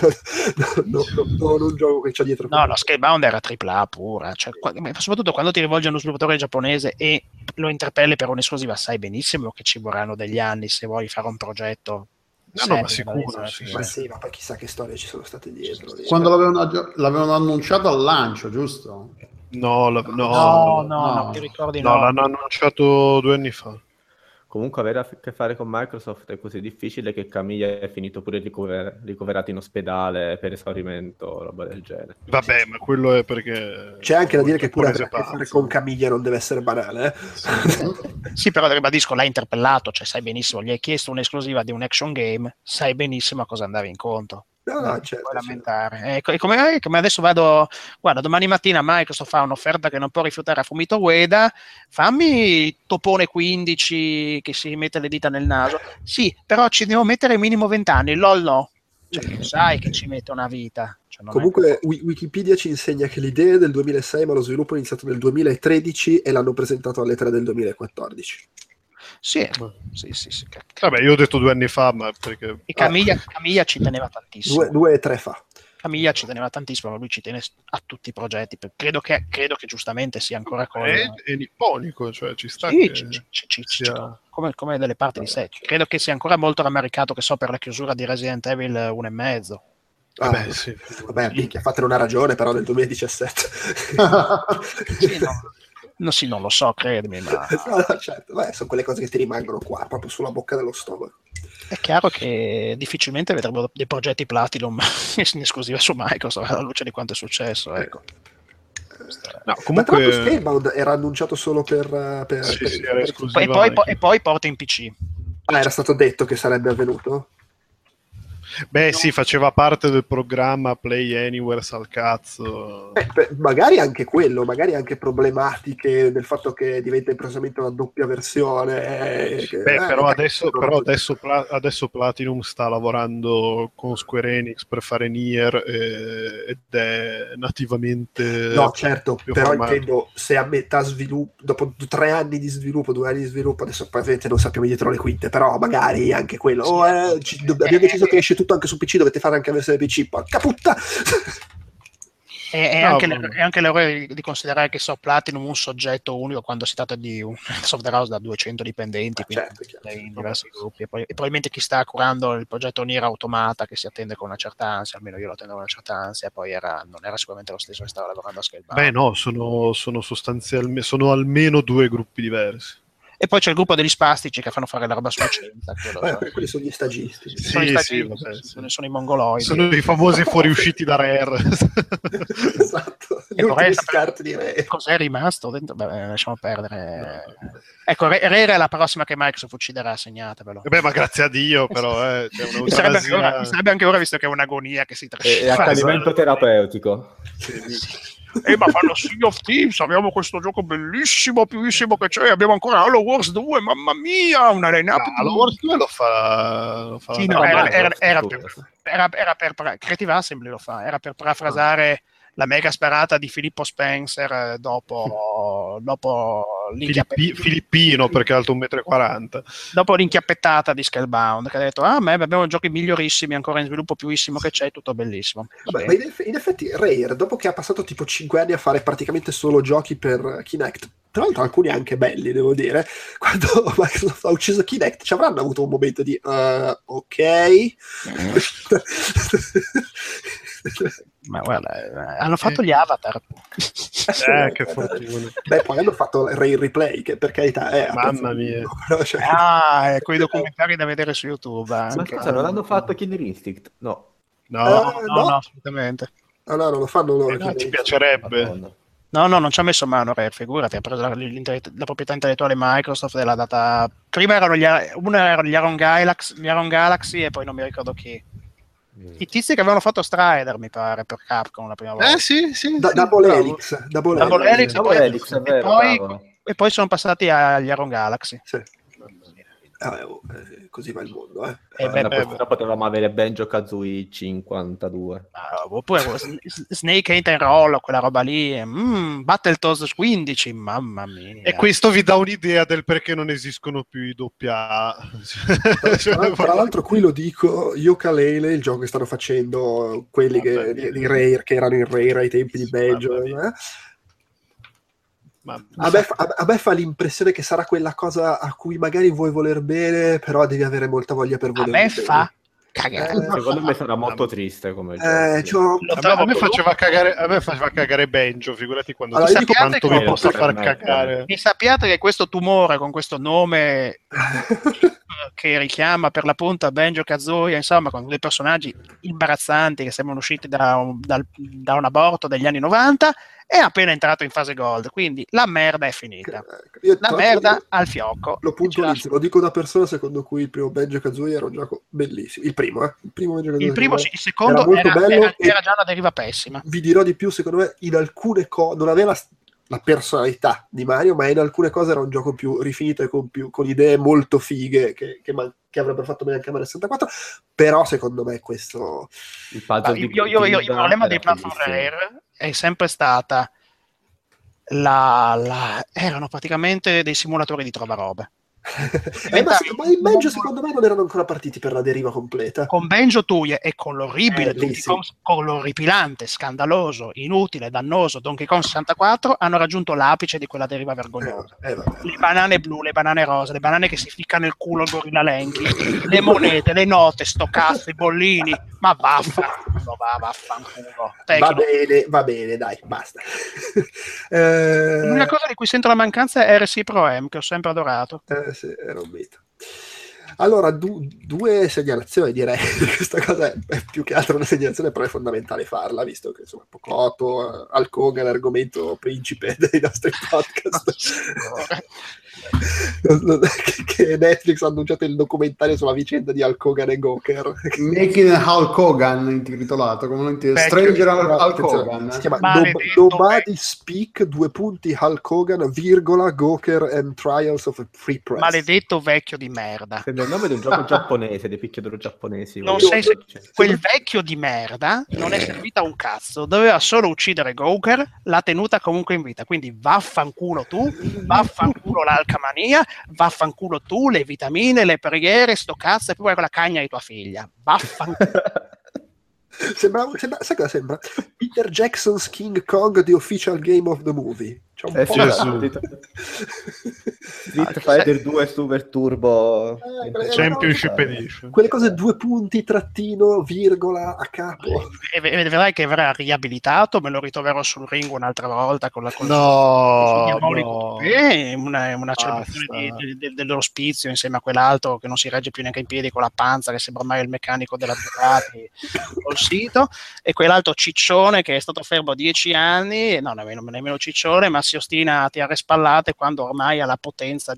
non un gioco che c'è dietro. No, Scalebound era AAA pura, cioè, soprattutto quando ti rivolge a uno sviluppatore giapponese e lo interpelli per un'esclusiva, sai benissimo che ci vorranno degli anni se vuoi fare un progetto. No, ma sicuro. Sì, ma poi chissà che storie ci sono state dietro. Quando l'avevano annunciato al lancio, giusto? No, ti ricordi? No, l'hanno annunciato 2 anni fa. Comunque avere a che fare con Microsoft è così difficile che Camilla è finito pure ricoverato in ospedale per esaurimento, roba del genere. Vabbè, ma quello è perché... C'è anche da dire che pure avere a che fare con Camilla non deve essere banale. Sì, però ribadisco, l'ha interpellato, cioè sai benissimo, gli hai chiesto un'esclusiva di un action game, sai benissimo a cosa andavi incontro. No, certo, lamentare. Ecco, come adesso guarda, domani mattina Microsoft fa un'offerta che non può rifiutare a Fumito Ueda, fammi Topone 15 che si mette le dita nel naso, sì, però ci devo mettere minimo 20 anni, lol no, cioè, sai che ci mette una vita. Cioè, comunque Wikipedia ci insegna che l'idea è del 2006, ma lo sviluppo è iniziato nel 2013 e l'hanno presentato alle 3 del 2014. Sì. Vabbè, io ho detto 2 anni fa, ma perché... E Camilla ci teneva tantissimo. 2 e 3 fa. Camilla ci teneva tantissimo, ma lui ci tiene a tutti i progetti. Credo che giustamente sia ancora è nipponico, cioè ci sta. Sì, come delle parti di sé. Credo che sia ancora molto rammaricato, che so, per la chiusura di Resident Evil 1,5. Vabbè, sì. Vabbè, minchia, fatene una ragione, però nel 2017. Sì, non lo so, credimi, ma... No, certo. Beh, sono quelle cose che ti rimangono qua, proprio sulla bocca dello stomaco. È chiaro che difficilmente vedremo dei progetti Platinum in esclusiva su Microsoft alla luce di quanto è successo, ecco. No, Ma tra l'altro comunque Scalebound era annunciato solo per sì, era E esclusiva. poi porta in PC. era stato detto che sarebbe avvenuto? Beh, sì, faceva parte del programma Play Anywhere sal cazzo. Magari anche quello, magari anche problematiche del fatto che diventa improvvisamente una doppia versione. Beh, però adesso Platinum sta lavorando con Square Enix per fare Nier ed è nativamente No, certo, più però formato. intendo se a metà sviluppo, dopo 3 anni di sviluppo, 2 anni di sviluppo, adesso poi ovviamente non sappiamo dietro le quinte, però magari anche quello. Abbiamo deciso che esce tutto anche su PC, dovete fare anche la versione PC, porca puttana! È No, anche l'errore di considerare che Platinum un soggetto unico quando si tratta di un software house da 200 dipendenti, quindi Certo, chiaro, in certo. diversi gruppi. E probabilmente chi sta curando il progetto Nier Automata, che si attende con una certa ansia, almeno io lo attendo con una certa ansia, poi non era sicuramente lo stesso che stava lavorando a Scalebound. Beh, no, sono sostanzialmente sono almeno 2 gruppi diversi. E poi c'è il gruppo degli spastici che fanno fare la roba su licenza. Quelli sono gli stagisti. Sono i sono i mongoloidi. Sono i famosi fuoriusciti da Rare. Esatto, gli ultimi scarti di Rare. Cos'è rimasto dentro? Beh, lasciamo perdere. No. Ecco, Rare è la prossima che Microsoft ucciderà, segnatevelo. Beh, ma grazie a Dio, però, mi sarebbe anche ora, visto che è un'agonia che si trascina. È accanimento terapeutico. Sì. Ma fanno Sea of Thieves, abbiamo questo gioco bellissimo, piuissimo che c'è, abbiamo ancora Halo Wars 2, mamma mia, una line-up. Halo Wars 2 lo fa sì, no, era per Creative Assembly lo fa, era per parafrasare la mega sparata di Filippo Spencer dopo Filippino, perché è alto 1,40 m. Dopo l'inchiappettata di Scalebound, che ha detto abbiamo giochi migliorissimi ancora in sviluppo, piuissimo che c'è, tutto bellissimo. Vabbè, ma in effetti Rare, dopo che ha passato tipo 5 anni a fare praticamente solo giochi per Kinect, tra l'altro alcuni anche belli, devo dire, quando Microsoft ha ucciso Kinect ci avranno avuto un momento di ok. Ma guarda, hanno fatto gli avatar. Che fortuna. Beh, poi hanno fatto il Rare Replay, che per carità è mamma mia. Quei documentari da vedere su YouTube. Ma scusa, non hanno fatto Killer Instinct? No, assolutamente. No, non lo fanno loro. No, ci piacerebbe. No, non ci ha messo mano Rare, figurati, ha preso la proprietà intellettuale Microsoft della data. Prima erano gli Iron Galaxy e poi non mi ricordo chi. I tizi che avevano fatto Strider, mi pare, per Capcom la prima volta. Sì. Double Helix. Double Helix e poi sono passati agli Iron Galaxy. Sì. Così va il mondo. Potevamo avere Banjo-Kazooie 52. Oppure Snake Hit and Roll, quella roba lì. Battletoads 15, mamma mia. E questo vi dà un'idea del perché non esistono più i AA. Tra l'altro qui lo dico, Yooka-Laylee, il gioco che stanno facendo quelli di Rare, che erano in Rare ai tempi di Banjo, a me fa l'impressione che sarà quella cosa a cui magari vuoi voler bene, però devi avere molta voglia per voler bene. A me fa cagare. Secondo me sarà molto triste come gioco. A me faceva cagare Banjo, figurati quando quanto mi possa far cagare. E sappiate che questo tumore con questo nome che richiama per l'appunto a Banjo-Kazooie, insomma, con dei personaggi imbarazzanti che sembrano usciti da un aborto degli anni 90, è appena entrato in fase gold, quindi la merda è finita. Al fiocco. Lo puntualizzo, lo dico da persona secondo cui il primo Banjo-Kazooie era un gioco bellissimo. Il primo Banjo-Kazooie. Il secondo era molto bello, era già una deriva pessima. Vi dirò di più, secondo me in alcune cose non aveva la personalità di Mario, ma in alcune cose era un gioco più rifinito e con idee molto fighe che avrebbero fatto bene anche a Mario 64, però secondo me questo il problema dei platform Rare è sempre stata erano praticamente dei simulatori di trovarobe. Ma in Banjo secondo me non erano ancora partiti per la deriva completa. Con Banjo Tooie e con l'orribile con l'orripilante, scandaloso, inutile, dannoso Donkey Kong 64 hanno raggiunto l'apice di quella deriva vergognosa. Le banane blu, le banane rosa, le banane che si ficcano nel culo il gorilla Lenky, le monete, le note, sto cazzo, i bollini, ma vaffanculo. Va bene, dai, basta. L'unica cosa di cui sento la mancanza è RC Pro M, che ho sempre adorato. Sì, era un mito. Allora, due segnalazioni direi. Questa cosa è più che altro una segnalazione, però è fondamentale farla, visto che insomma Pocotto, Hulk Hogan, argomento principe dei nostri podcast. Che Netflix ha annunciato il documentario sulla vicenda di Hulk Hogan e Gawker. Making Hulk Hogan intitolato come Stranger Hulk Hogan. Si chiama Nobody Speak Hulk Hogan, Gawker and Trials of a Free Press. Maledetto vecchio di merda. Sembra il nome di un gioco giapponese, dei picchiaduro giapponesi. Non sei quel vecchio di merda non è servita a un cazzo, doveva solo uccidere Gawker, l'ha tenuta comunque in vita, quindi vaffanculo tu, vaffanculo l'alcamania, vaffanculo tu, le vitamine, le preghiere, sto cazzo e poi quella cagna di tua figlia, vaffanculo. Sai cosa sembra? Peter Jackson's King Kong, the official game of the movie. C'è un po' Street Fighter 2 Super Turbo Championship Edition. Quelle cose 2 punti, trattino, virgola a capo. E vedrai che verrà riabilitato, me lo ritroverò sul ring un'altra volta con la no. una celebrazione dell'ospizio insieme a quell'altro che non si regge più neanche in piedi con la panza, che sembra mai il meccanico della Ducati col sito, e quell'altro ciccione che è stato fermo 10 anni, no, nemmeno ciccione, ma si ostina a tirare spallate quando ormai ha la potenza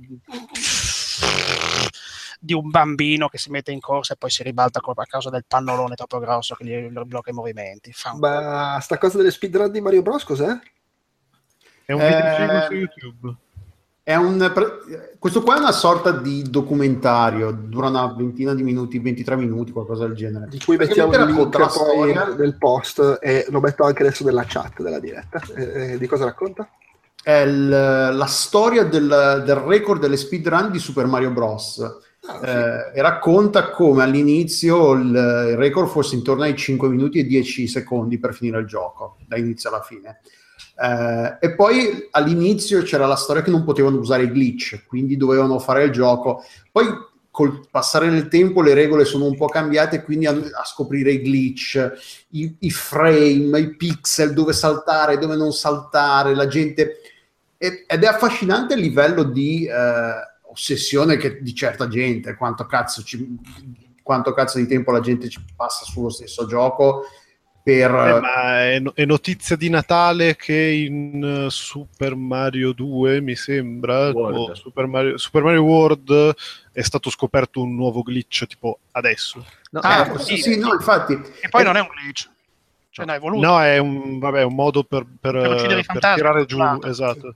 di un bambino che si mette in corsa e poi si ribalta a causa del pannolone troppo grosso che gli blocca i movimenti. Ma sta cosa delle speedrun di Mario Bros cos'è? È un video su YouTube. Questo qua è una sorta di documentario, dura una ventina di minuti, 23 minuti, qualcosa del genere. Di cui mettiamo il link poi nel post e lo metto anche adesso nella chat della diretta. Di cosa racconta? È la storia del record delle speedrun di Super Mario Bros. E racconta come all'inizio il record fosse intorno ai 5 minuti e 10 secondi per finire il gioco, da inizio alla fine. E poi all'inizio c'era la storia che non potevano usare i glitch, quindi dovevano fare il gioco. Poi col passare del tempo le regole sono un po' cambiate, quindi a scoprire i glitch, i frame, i pixel, dove saltare, dove non saltare, la gente... Ed è affascinante il livello di ossessione di certa gente, quanto cazzo di tempo la gente ci passa sullo stesso gioco. Ma è notizia di Natale che in Super Mario 2 mi sembra o Super Mario World è stato scoperto un nuovo glitch tipo adesso. No, no, infatti. E poi non è un glitch, cioè no, è voluto. No, è un modo per tirare giù. Esatto.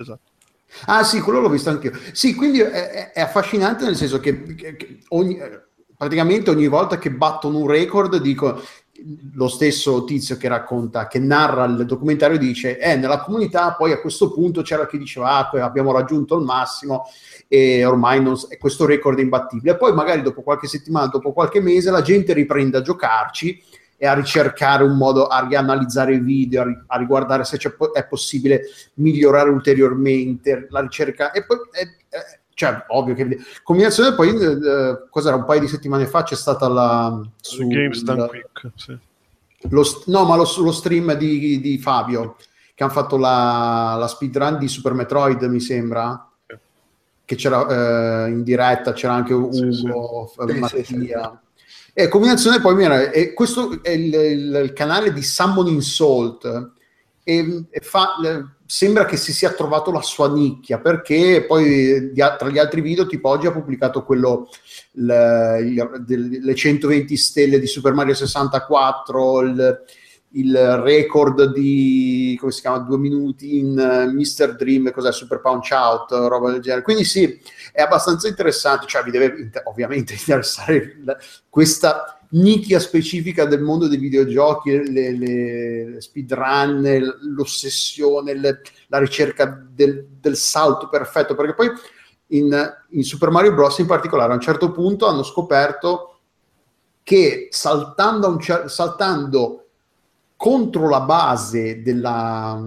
Ah sì, quello l'ho visto anch'io. Sì, quindi è affascinante nel senso che praticamente ogni volta che battono un record dico... Lo stesso tizio che racconta, che narra il documentario, dice nella comunità poi a questo punto c'era chi diceva abbiamo raggiunto il massimo e ormai questo record è imbattibile. Poi magari dopo qualche settimana, dopo qualche mese la gente riprende a giocarci e a ricercare un modo, a rianalizzare i video, a riguardare se è possibile migliorare ulteriormente la ricerca. E poi cioè, ovvio che combinazione. Poi cos'era, un paio di settimane fa c'è stata su Games Done Quick, sì. Lo stream di Fabio, che hanno fatto la speedrun di Super Metroid, mi sembra, che c'era in diretta, c'era anche Ugo, Mattia. E combinazione poi e questo è il canale di Summoning Salt e sembra che si sia trovato la sua nicchia, perché poi tra gli altri video tipo oggi ha pubblicato quello le 120 stelle di Super Mario 64, il record di, come si chiama, 2 minuti in Mr. Dream, cos'è, Super Punch Out, roba del genere. Quindi sì, è abbastanza interessante, cioè vi deve ovviamente interessare questa nicchia specifica del mondo dei videogiochi, le speedrun, l'ossessione, la ricerca del salto perfetto, perché poi in Super Mario Bros. In particolare a un certo punto hanno scoperto che saltando contro la base della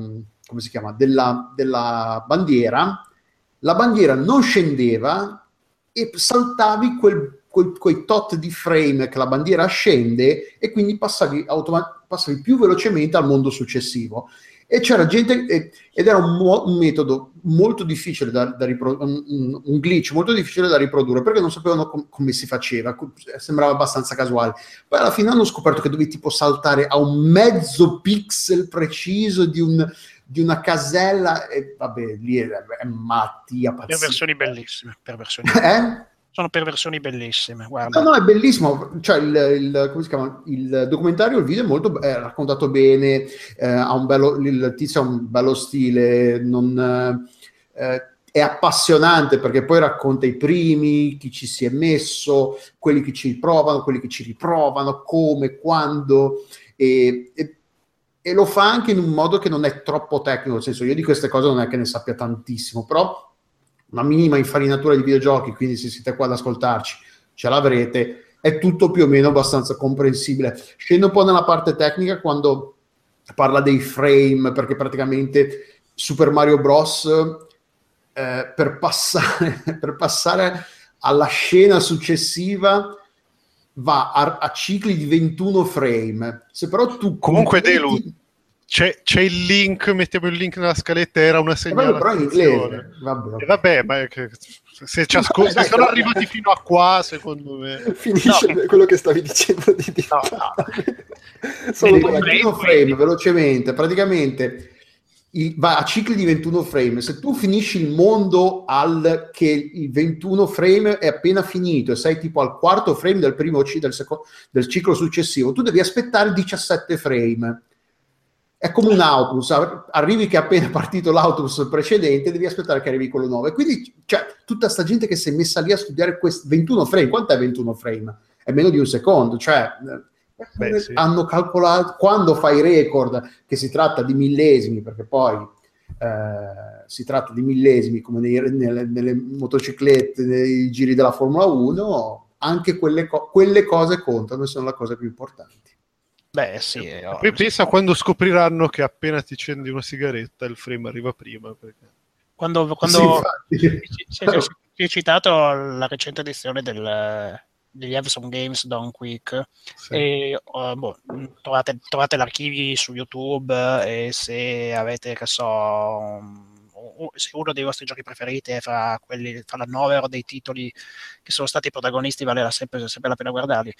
bandiera, la bandiera non scendeva e saltavi quei tot di frame che la bandiera scende e quindi passavi più velocemente al mondo successivo. E c'era gente, ed era un metodo molto difficile da riprodurre, un glitch molto difficile da riprodurre, perché non sapevano come si faceva, sembrava abbastanza casuale. Poi alla fine hanno scoperto che dovevi tipo saltare a un mezzo pixel preciso di una casella, e vabbè, lì è mattia, pazzia. Perversioni bellissime, perversioni. Sono perversioni bellissime, guarda. No, è bellissimo, cioè come si chiama? Il documentario, il video è molto raccontato bene, ha un bello, il tizio ha un bello stile, è appassionante perché poi racconta i primi, chi ci si è messo, quelli che ci provano, quelli che ci riprovano, come, quando, e lo fa anche in un modo che non è troppo tecnico, nel senso, io di queste cose non è che ne sappia tantissimo, però una minima infarinatura di videogiochi, quindi se siete qua ad ascoltarci ce l'avrete, è tutto più o meno abbastanza comprensibile. Scendo un po' nella parte tecnica quando parla dei frame, perché praticamente Super Mario Bros. Per passare alla scena successiva va a cicli di 21 frame. Se però tu comunque Delu, c'è il link, mettiamo il link nella scaletta, era una segnalazione. Però in inglese. Vabbè, ma se ci ascolti, se sono arrivati fino a qua, secondo me finisce quello che stavi dicendo di dire. Solo 21 frame velocemente, praticamente va a cicli di 21 frame. Se tu finisci il mondo che il 21 frame è appena finito e sei tipo al quarto frame del primo del ciclo successivo, tu devi aspettare 17 frame. È come un autobus, arrivi che è appena partito l'autobus precedente, devi aspettare che arrivi quello nuovo. E quindi c'è tutta sta gente che si è messa lì a studiare questi 21 frame. Quant'è 21 frame? È meno di un secondo, cioè sì. Hanno calcolato, quando fai record, che si tratta di millesimi, perché poi si tratta di millesimi come nelle motociclette, nei giri della Formula 1, anche quelle cose contano e sono le cose più importanti. Beh, sì. Poi pensa quando scopriranno che appena ti accendi una sigaretta il frame arriva prima. Perché... Quando si è citato la recente edizione degli Evson Games Done Quick, sì. E trovate l'archivio su YouTube, e se avete, che so, se uno dei vostri giochi preferiti è fra l'annovero dei titoli che sono stati protagonisti, vale sempre la pena guardarli.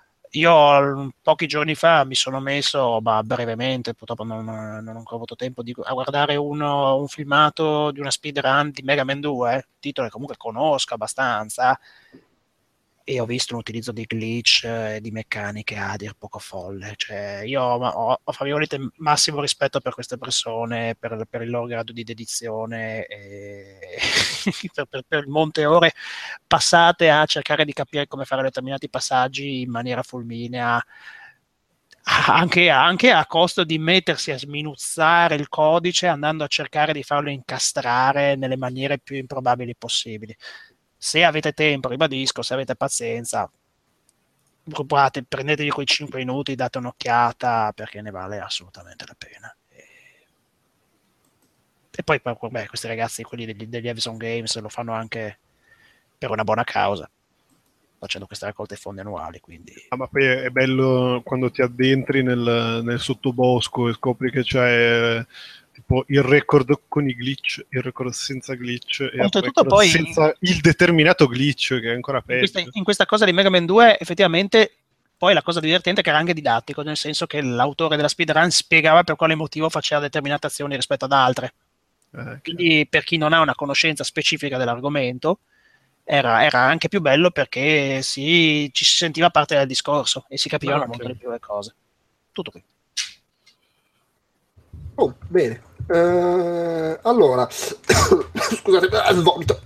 Io pochi giorni fa mi sono messo, brevemente, purtroppo non ho ancora avuto tempo, a guardare un filmato di una speedrun di Mega Man 2, titolo che comunque conosco abbastanza, e ho visto un utilizzo di glitch e di meccaniche a dir poco folle. Cioè, io ho fra virgolette massimo rispetto per queste persone, per il loro grado di dedizione e per il monte ore passate a cercare di capire come fare determinati passaggi in maniera fulminea, anche a costo di mettersi a sminuzzare il codice, andando a cercare di farlo incastrare nelle maniere più improbabili possibili. Se avete tempo, ribadisco, se avete pazienza, prendetevi quei 5 minuti, date un'occhiata, perché ne vale assolutamente la pena. E poi questi ragazzi, quelli degli Evson Games, lo fanno anche per una buona causa, facendo queste raccolte fondi annuali. Quindi... ma poi è bello quando ti addentri nel sottobosco e scopri che c'è... tipo il record con i glitch, il record senza glitch e oltretutto poi senza il determinato glitch, che è ancora peggio. In questa cosa di Mega Man 2 effettivamente poi la cosa divertente è che era anche didattico, nel senso che l'autore della speedrun spiegava per quale motivo faceva determinate azioni rispetto ad altre. Quindi per chi non ha una conoscenza specifica dell'argomento era anche più bello, perché ci si sentiva parte del discorso e si capivano molto di più le cose. Tutto qui. Oh, bene. Allora, scusate, vomito.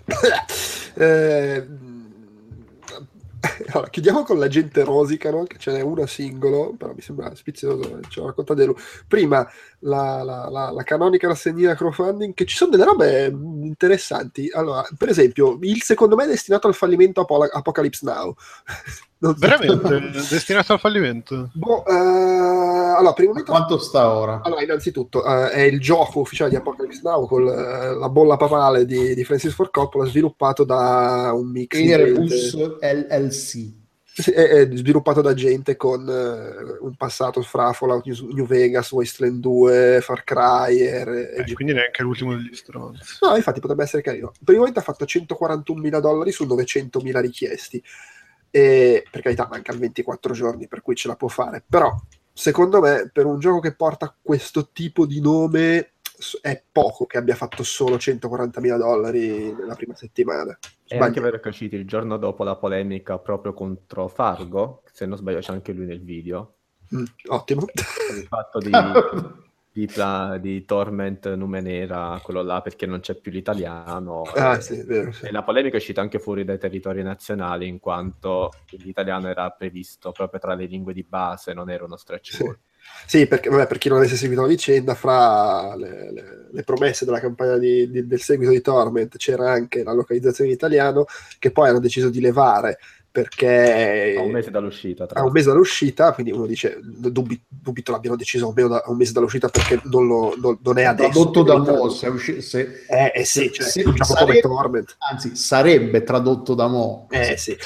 Allora, chiudiamo con la gente rosicano, che ce n'è una singolo, però mi sembra spizioso, ce l'ho raccontato prima, la canonica rassegnina crowdfunding, che ci sono delle robe interessanti. Allora, per esempio, il secondo me è destinato al fallimento Apocalypse Now. Veramente? Destinato al fallimento? Allora, prima momento, quanto sta ora? Allora, innanzitutto è il gioco ufficiale di Apocalypse Now con la bolla papale di Francis Ford Coppola, sviluppato da un mix Erebus LLC. Sì, è sviluppato da gente con un passato fra Fallout New Vegas, Wasteland 2, Far Cry quindi neanche l'ultimo degli stronzi. No, infatti potrebbe essere carino. Per il momento ha fatto $141.000 su 900.000 richiesti, e per carità mancano 24 giorni per cui ce la può fare, però secondo me per un gioco che porta questo tipo di nome è poco che abbia fatto solo $140.000 nella prima settimana. È anche vero che è uscito il giorno dopo la polemica proprio contro Fargo, se non sbaglio c'è anche lui nel video. Ottimo. Il fatto di Torment Nume Nera, quello là, perché non c'è più l'italiano. Sì, vero, sì. E la polemica è uscita anche fuori dai territori nazionali, in quanto l'italiano era previsto proprio tra le lingue di base, non era uno stretch goal. Sì, perché per chi non avesse seguito la vicenda, fra le promesse della campagna del seguito di Torment c'era anche la localizzazione in italiano, che poi hanno deciso di levare perché a un mese dall'uscita, quindi uno dice dubito l'abbiano deciso a un mese dall'uscita perché non è adesso tradotto da Mo, sì, un gioco come Torment, anzi sarebbe tradotto da Mo, sì.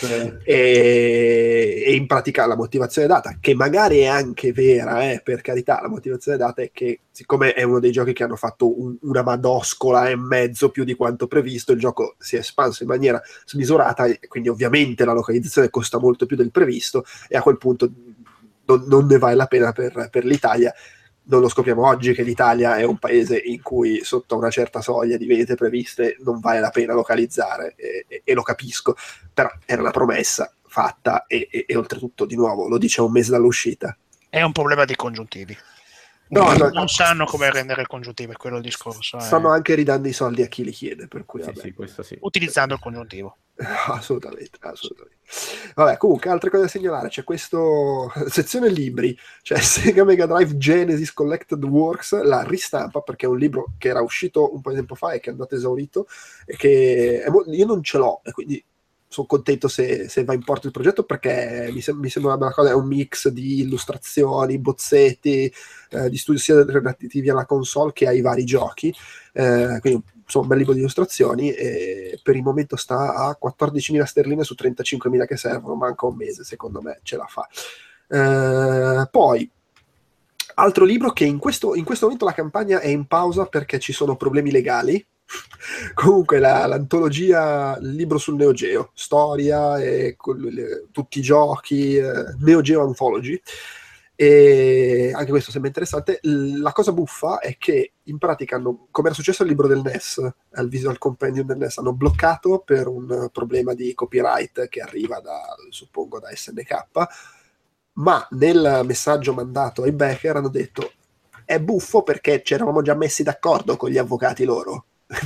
E in pratica la motivazione data, che magari è anche vera, per carità, la motivazione data è che siccome è uno dei giochi che hanno fatto una madoscola e mezzo più di quanto previsto, il gioco si è espanso in maniera smisurata e quindi ovviamente la localizzazione costa molto più del previsto, e a quel punto non ne vale la pena per l'Italia. Non lo scopriamo oggi che l'Italia è un paese in cui sotto una certa soglia di vendite previste non vale la pena localizzare, e lo capisco, però era una promessa fatta e oltretutto, di nuovo, lo dice a un mese dall'uscita. È un problema di congiuntivi. Non sanno come rendere il congiuntivo, è quello il discorso. Stanno anche ridando i soldi a chi li chiede, per cui questo sì. Utilizzando il congiuntivo. Assolutamente. Vabbè, comunque altre cose da segnalare, c'è questo sezione libri, cioè Sega Mega Drive Genesis Collected Works, la ristampa, perché è un libro che era uscito un po' di tempo fa e che è andato esaurito, e che io non ce l'ho, e quindi sono contento se va in porto il progetto, perché mi sembra una bella cosa. È un mix di illustrazioni, bozzetti, di studi sia relativi alla console che ai vari giochi, quindi insomma un bel libro di illustrazioni, e per il momento sta a 14.000 sterline su 35.000 che servono, manca un mese, secondo me ce la fa. Poi altro libro che in questo momento la campagna è in pausa perché ci sono problemi legali. Comunque l'antologia, il libro sul Neo Geo, storia e tutti i giochi, Neo Geo Anthology, e anche questo sembra interessante. La cosa buffa è che in pratica come era successo al libro del NES, al Visual Compendium del NES, hanno bloccato per un problema di copyright che arriva suppongo da SNK, ma nel messaggho mandato ai backer hanno detto è buffo perché ci eravamo già messi d'accordo con gli avvocati loro.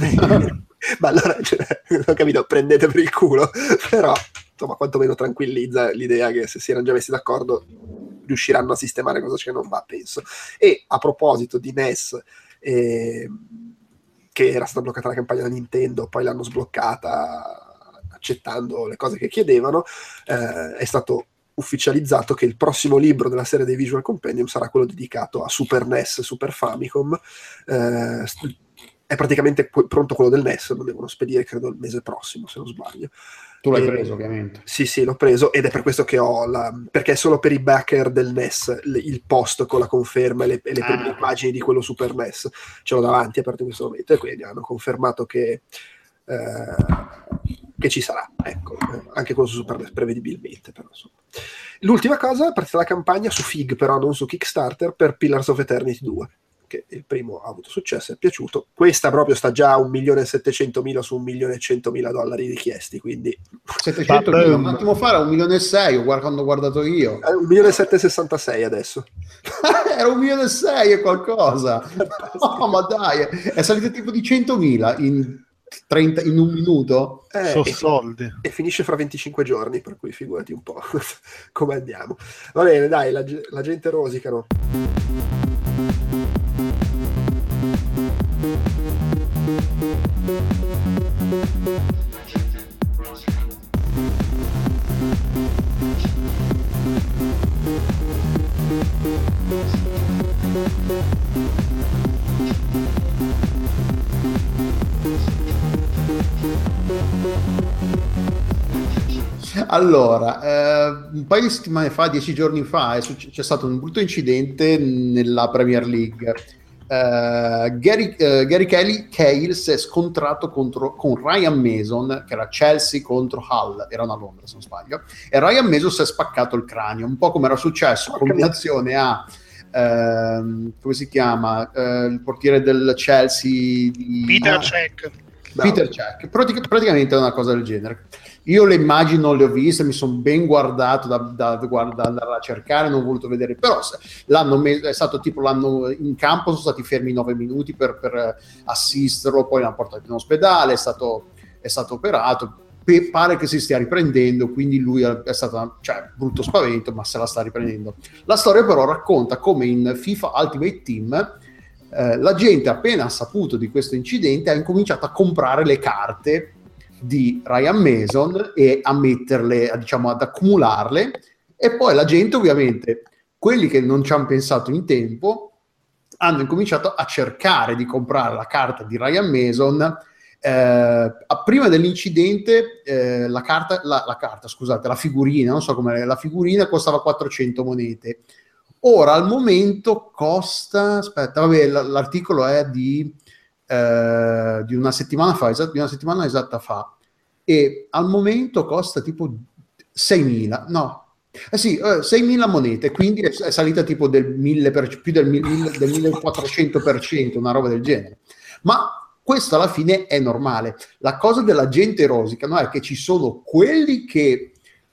Ma allora, non ho capito, prendete per il culo, però insomma quantomeno tranquillizza l'idea che se si erano già messi d'accordo riusciranno a sistemare cosa che non va, penso. E a proposito di NES, che era stata bloccata la campagna da Nintendo, poi l'hanno sbloccata accettando le cose che chiedevano, è stato ufficializzato che il prossimo libro della serie dei Visual Compendium sarà quello dedicato a Super NES, Super Famicom. È praticamente pronto quello del NES, lo devono spedire credo il mese prossimo, se non sbaglio. Tu l'hai preso, ovviamente. Sì, l'ho preso, ed è per questo che ho perché è solo per i backer del NES il post con la conferma e le prime pagine di quello Super NES. Ce l'ho davanti, aperto in questo momento, e quindi hanno confermato che ci sarà, ecco, anche quello su Super NES prevedibilmente, però insomma. L'ultima cosa, è partita la campagna su Fig, però non su Kickstarter, per Pillars of Eternity 2. Che il primo ha avuto successo, è piaciuto. Questa proprio sta già a 1.700.000 su 1.100.000 dollari richiesti, quindi 700.000, un attimo fa era 1.600.000, quando ho guardato io 1.766 adesso. Era 1.600.000 e qualcosa. No, ma dai, è salito tipo di 100.000 in un minuto. Sono soldi. E finisce fra 25 giorni, per cui figurati un po' come andiamo. Va bene, dai, la gente rosicano. Allora, un paio di settimane fa, 10 giorni fa, c'è stato un brutto incidente nella Premier League. Gary Cahill si è scontrato con Ryan Mason, che era Chelsea contro Hull, erano a Londra se non sbaglio, e Ryan Mason si è spaccato il cranio, un po' come era successo, combinazione a come si chiama, il portiere del Chelsea Peter Cech. Peter Cech, praticamente è una cosa del genere. Io le immagini non le ho viste, mi sono ben guardato da andare a cercare, non ho voluto vedere, però è stato tipo l'anno in campo, sono stati fermi 9 minuti per assisterlo, poi l'hanno portato in ospedale, è stato operato, pare che si stia riprendendo, quindi lui è stato, cioè, brutto spavento, ma se la sta riprendendo. La storia però racconta come in FIFA Ultimate Team la gente, appena saputo di questo incidente, ha incominciato a comprare le carte di Ryan Mason e a metterle, diciamo, ad accumularle, e poi la gente, ovviamente, quelli che non ci hanno pensato in tempo, hanno incominciato a cercare di comprare la carta di Ryan Mason. Prima dell'incidente la figurina, non so come, la figurina costava 400 monete. Ora al momento costa, l'articolo è di una settimana fa, esatta fa, e al momento costa tipo 6.000 monete, quindi è salita tipo del 1000%, più del 1400%, una roba del genere. Ma questo alla fine è normale. La cosa della gente rosica, no, è che ci sono quelli che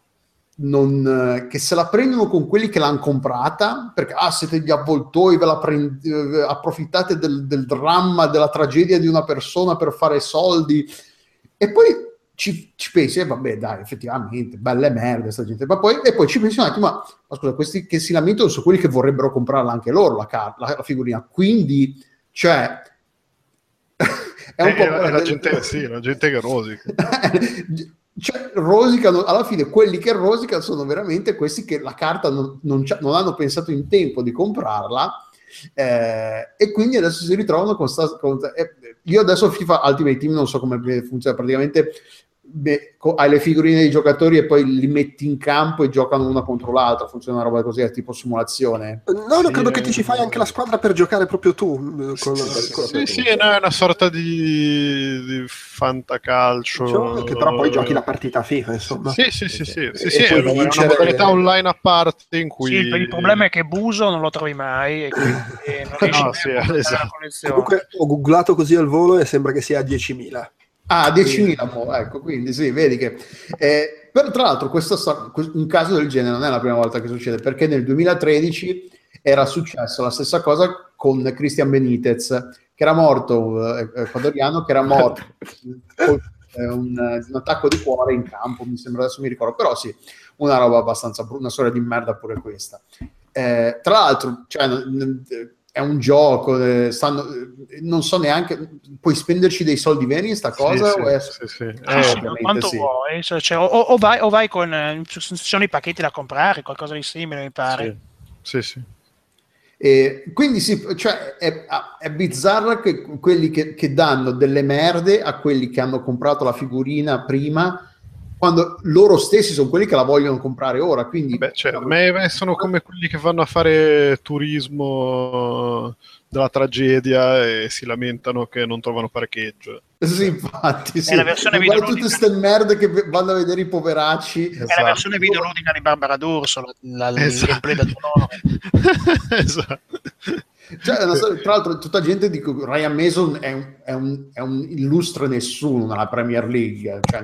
se la prendono con quelli che l'hanno comprata, perché siete gli avvoltoi, approfittate del dramma, della tragedia di una persona per fare soldi, e poi ci pensi, vabbè dai, effettivamente, belle merde sta gente, e poi ci pensi un attimo, ma scusa, questi che si lamentano sono quelli che vorrebbero comprarla anche loro, la figurina, quindi, cioè, è un po' la gente che rosica. Cioè, rosicano, alla fine quelli che rosicano sono veramente questi che la carta non hanno pensato in tempo di comprarla, e quindi adesso si ritrovano io adesso FIFA Ultimate Team non so come funziona, praticamente hai le figurine dei giocatori e poi li metti in campo e giocano una contro l'altra, funziona una roba così, è tipo simulazione. No, credo che ti ci fai anche la squadra per giocare proprio tu. Sì, è una sorta di fantacalcio. Che però poi giochi la partita FIFA, insomma. Sì, è una modalità online a parte in cui... Sì, il problema è che Buso non lo trovi mai e quindi non riesci a esatto. la connezione. Comunque ho googlato così al volo e sembra che sia a 10.000. 10.000, ecco, quindi sì, vedi che tra l'altro un caso del genere non è la prima volta che succede, perché nel 2013 era successo la stessa cosa con Christian Benitez, che era morto, ecuadoriano, che era morto con un attacco di cuore in campo, mi sembra, adesso mi ricordo, però sì, una roba abbastanza una storia di merda pure questa. Tra l'altro, cioè, è un gioco, non so neanche, puoi spenderci dei soldi veri in sta cosa? Quanto vuoi, cioè, o vai con ci sono i pacchetti da comprare, qualcosa di simile mi pare. Sì. Quindi sì, cioè è bizzarro che quelli che danno delle merde a quelli che hanno comprato la figurina prima, quando loro stessi sono quelli che la vogliono comprare ora, quindi sono come quelli che vanno a fare turismo della tragedia e si lamentano che non trovano parcheggio. Sì, infatti, sì. È la versione videoludica. Tutte queste merde che vanno a vedere i poveracci. È la versione videoludica di Barbara D'Urso, il gameplay del nome. Esatto. Cioè, tra l'altro tutta gente dice che Ryan Mason è un illustre nessuno nella Premier League, cioè,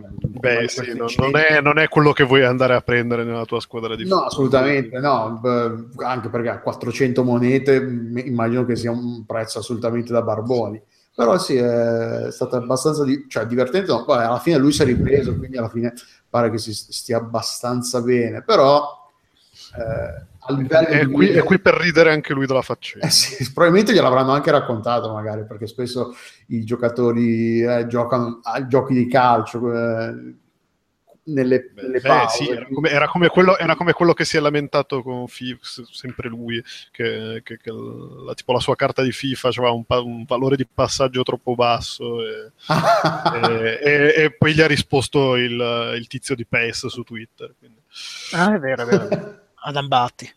non è quello che vuoi andare a prendere nella tua squadra di football. No, assolutamente no, anche perché a 400 monete immagino che sia un prezzo assolutamente da barboni, però sì, è stato abbastanza divertente, no? Poi alla fine lui si è ripreso, quindi alla fine pare che si stia abbastanza bene, però è qui per ridere anche lui della faccenda. Sì, probabilmente gliel'avranno anche raccontato magari, perché spesso i giocatori giocano a giochi di calcio nelle pause. Sì, era come quello che si è lamentato con FIFA, sempre lui, che tipo la sua carta di FIFA aveva un valore di passaggio troppo basso e poi gli ha risposto il tizio di PES su Twitter. Quindi. Ah, è vero. Adam Batti.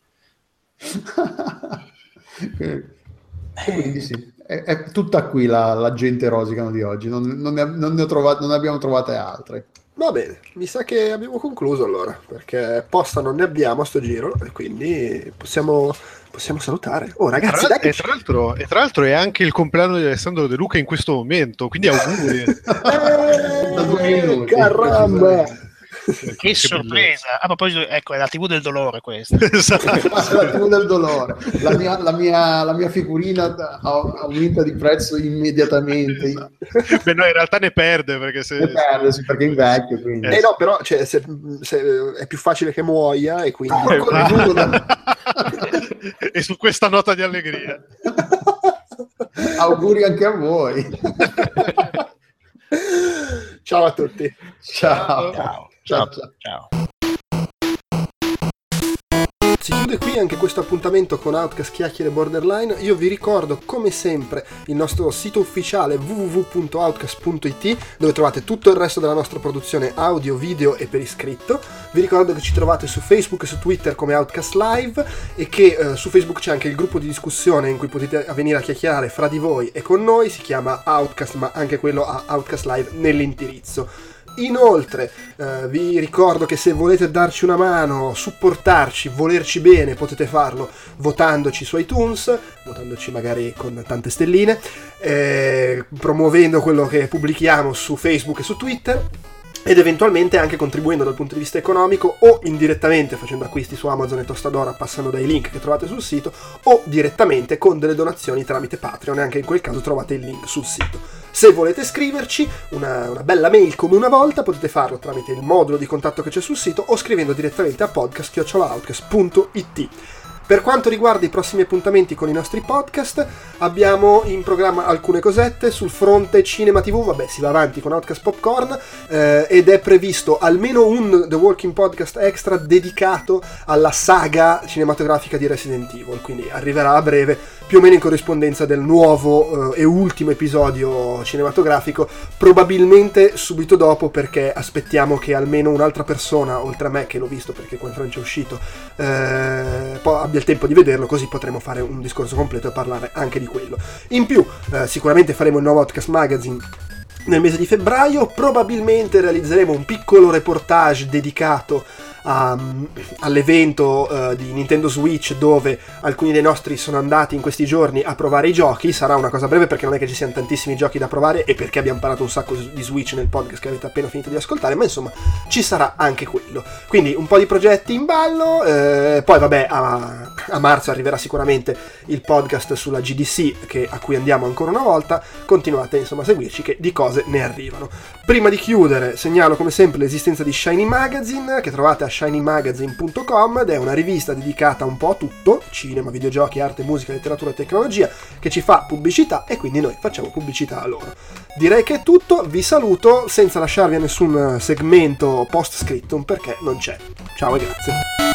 Quindi sì, è tutta qui la gente rosicano di oggi, non ne abbiamo trovate altre. Va bene, mi sa che abbiamo concluso allora, perché posta non ne abbiamo a sto giro e quindi possiamo salutare. Oh ragazzi, tra l'altro è anche il compleanno di Alessandro De Luca in questo momento, quindi auguri. Da 2 minuti. Caramba! Che sorpresa! A proposito, ecco, è la TV del dolore questa. Esatto. La TV del dolore. La mia figurina aumenta di prezzo immediatamente. Beh, no, in realtà ne perde perché perché invecchio. Quindi. No, però cioè, se è più facile che muoia e quindi e su questa nota di allegria. Auguri anche a voi. Ciao a tutti. Ciao. Si chiude qui anche questo appuntamento con Outcast Chiacchiere Borderline. Io vi ricordo come sempre il nostro sito ufficiale www.outcast.it, dove trovate tutto il resto della nostra produzione audio, video e per iscritto. Vi ricordo che ci trovate su Facebook e su Twitter come Outcast Live e che su Facebook c'è anche il gruppo di discussione in cui potete venire a chiacchierare fra di voi e con noi. Si chiama Outcast, ma anche quello ha Outcast Live nell'indirizzo. Inoltre vi ricordo che se volete darci una mano, supportarci, volerci bene, potete farlo votandoci su iTunes, votandoci magari con tante stelline, promuovendo quello che pubblichiamo su Facebook e su Twitter, ed eventualmente anche contribuendo dal punto di vista economico o indirettamente facendo acquisti su Amazon e Tostadora passando dai link che trovate sul sito, o direttamente con delle donazioni tramite Patreon, e anche in quel caso trovate il link sul sito. Se volete scriverci una bella mail come una volta, potete farlo tramite il modulo di contatto che c'è sul sito o scrivendo direttamente a podcast@outcast.it. Per quanto riguarda i prossimi appuntamenti con i nostri podcast, abbiamo in programma alcune cosette. Sul fronte cinema TV, si va avanti con Outcast Popcorn, ed è previsto almeno un The Walking Podcast extra dedicato alla saga cinematografica di Resident Evil, quindi arriverà a breve, più o meno in corrispondenza del nuovo e ultimo episodio cinematografico, probabilmente subito dopo, perché aspettiamo che almeno un'altra persona, oltre a me che l'ho visto perché qua in Francia è uscito, poi abbia il tempo di vederlo, così potremo fare un discorso completo e parlare anche di quello. In più sicuramente faremo il nuovo Outcast Magazine nel mese di febbraio, probabilmente realizzeremo un piccolo reportage dedicato all'evento di Nintendo Switch, dove alcuni dei nostri sono andati in questi giorni a provare i giochi. Sarà una cosa breve perché non è che ci siano tantissimi giochi da provare e perché abbiamo parlato un sacco di Switch nel podcast che avete appena finito di ascoltare, ma insomma ci sarà anche quello. Quindi un po' di progetti in ballo, poi a marzo arriverà sicuramente il podcast sulla GDC a cui andiamo ancora una volta. Continuate insomma a seguirci che di cose ne arrivano. Prima di chiudere segnalo come sempre l'esistenza di Shiny Magazine, che trovate a shinymagazine.com, ed è una rivista dedicata un po' a tutto: cinema, videogiochi, arte, musica, letteratura e tecnologia, che ci fa pubblicità e quindi noi facciamo pubblicità a loro. Direi che è tutto, vi saluto senza lasciarvi a nessun segmento post scriptum perché non c'è. Ciao e grazie.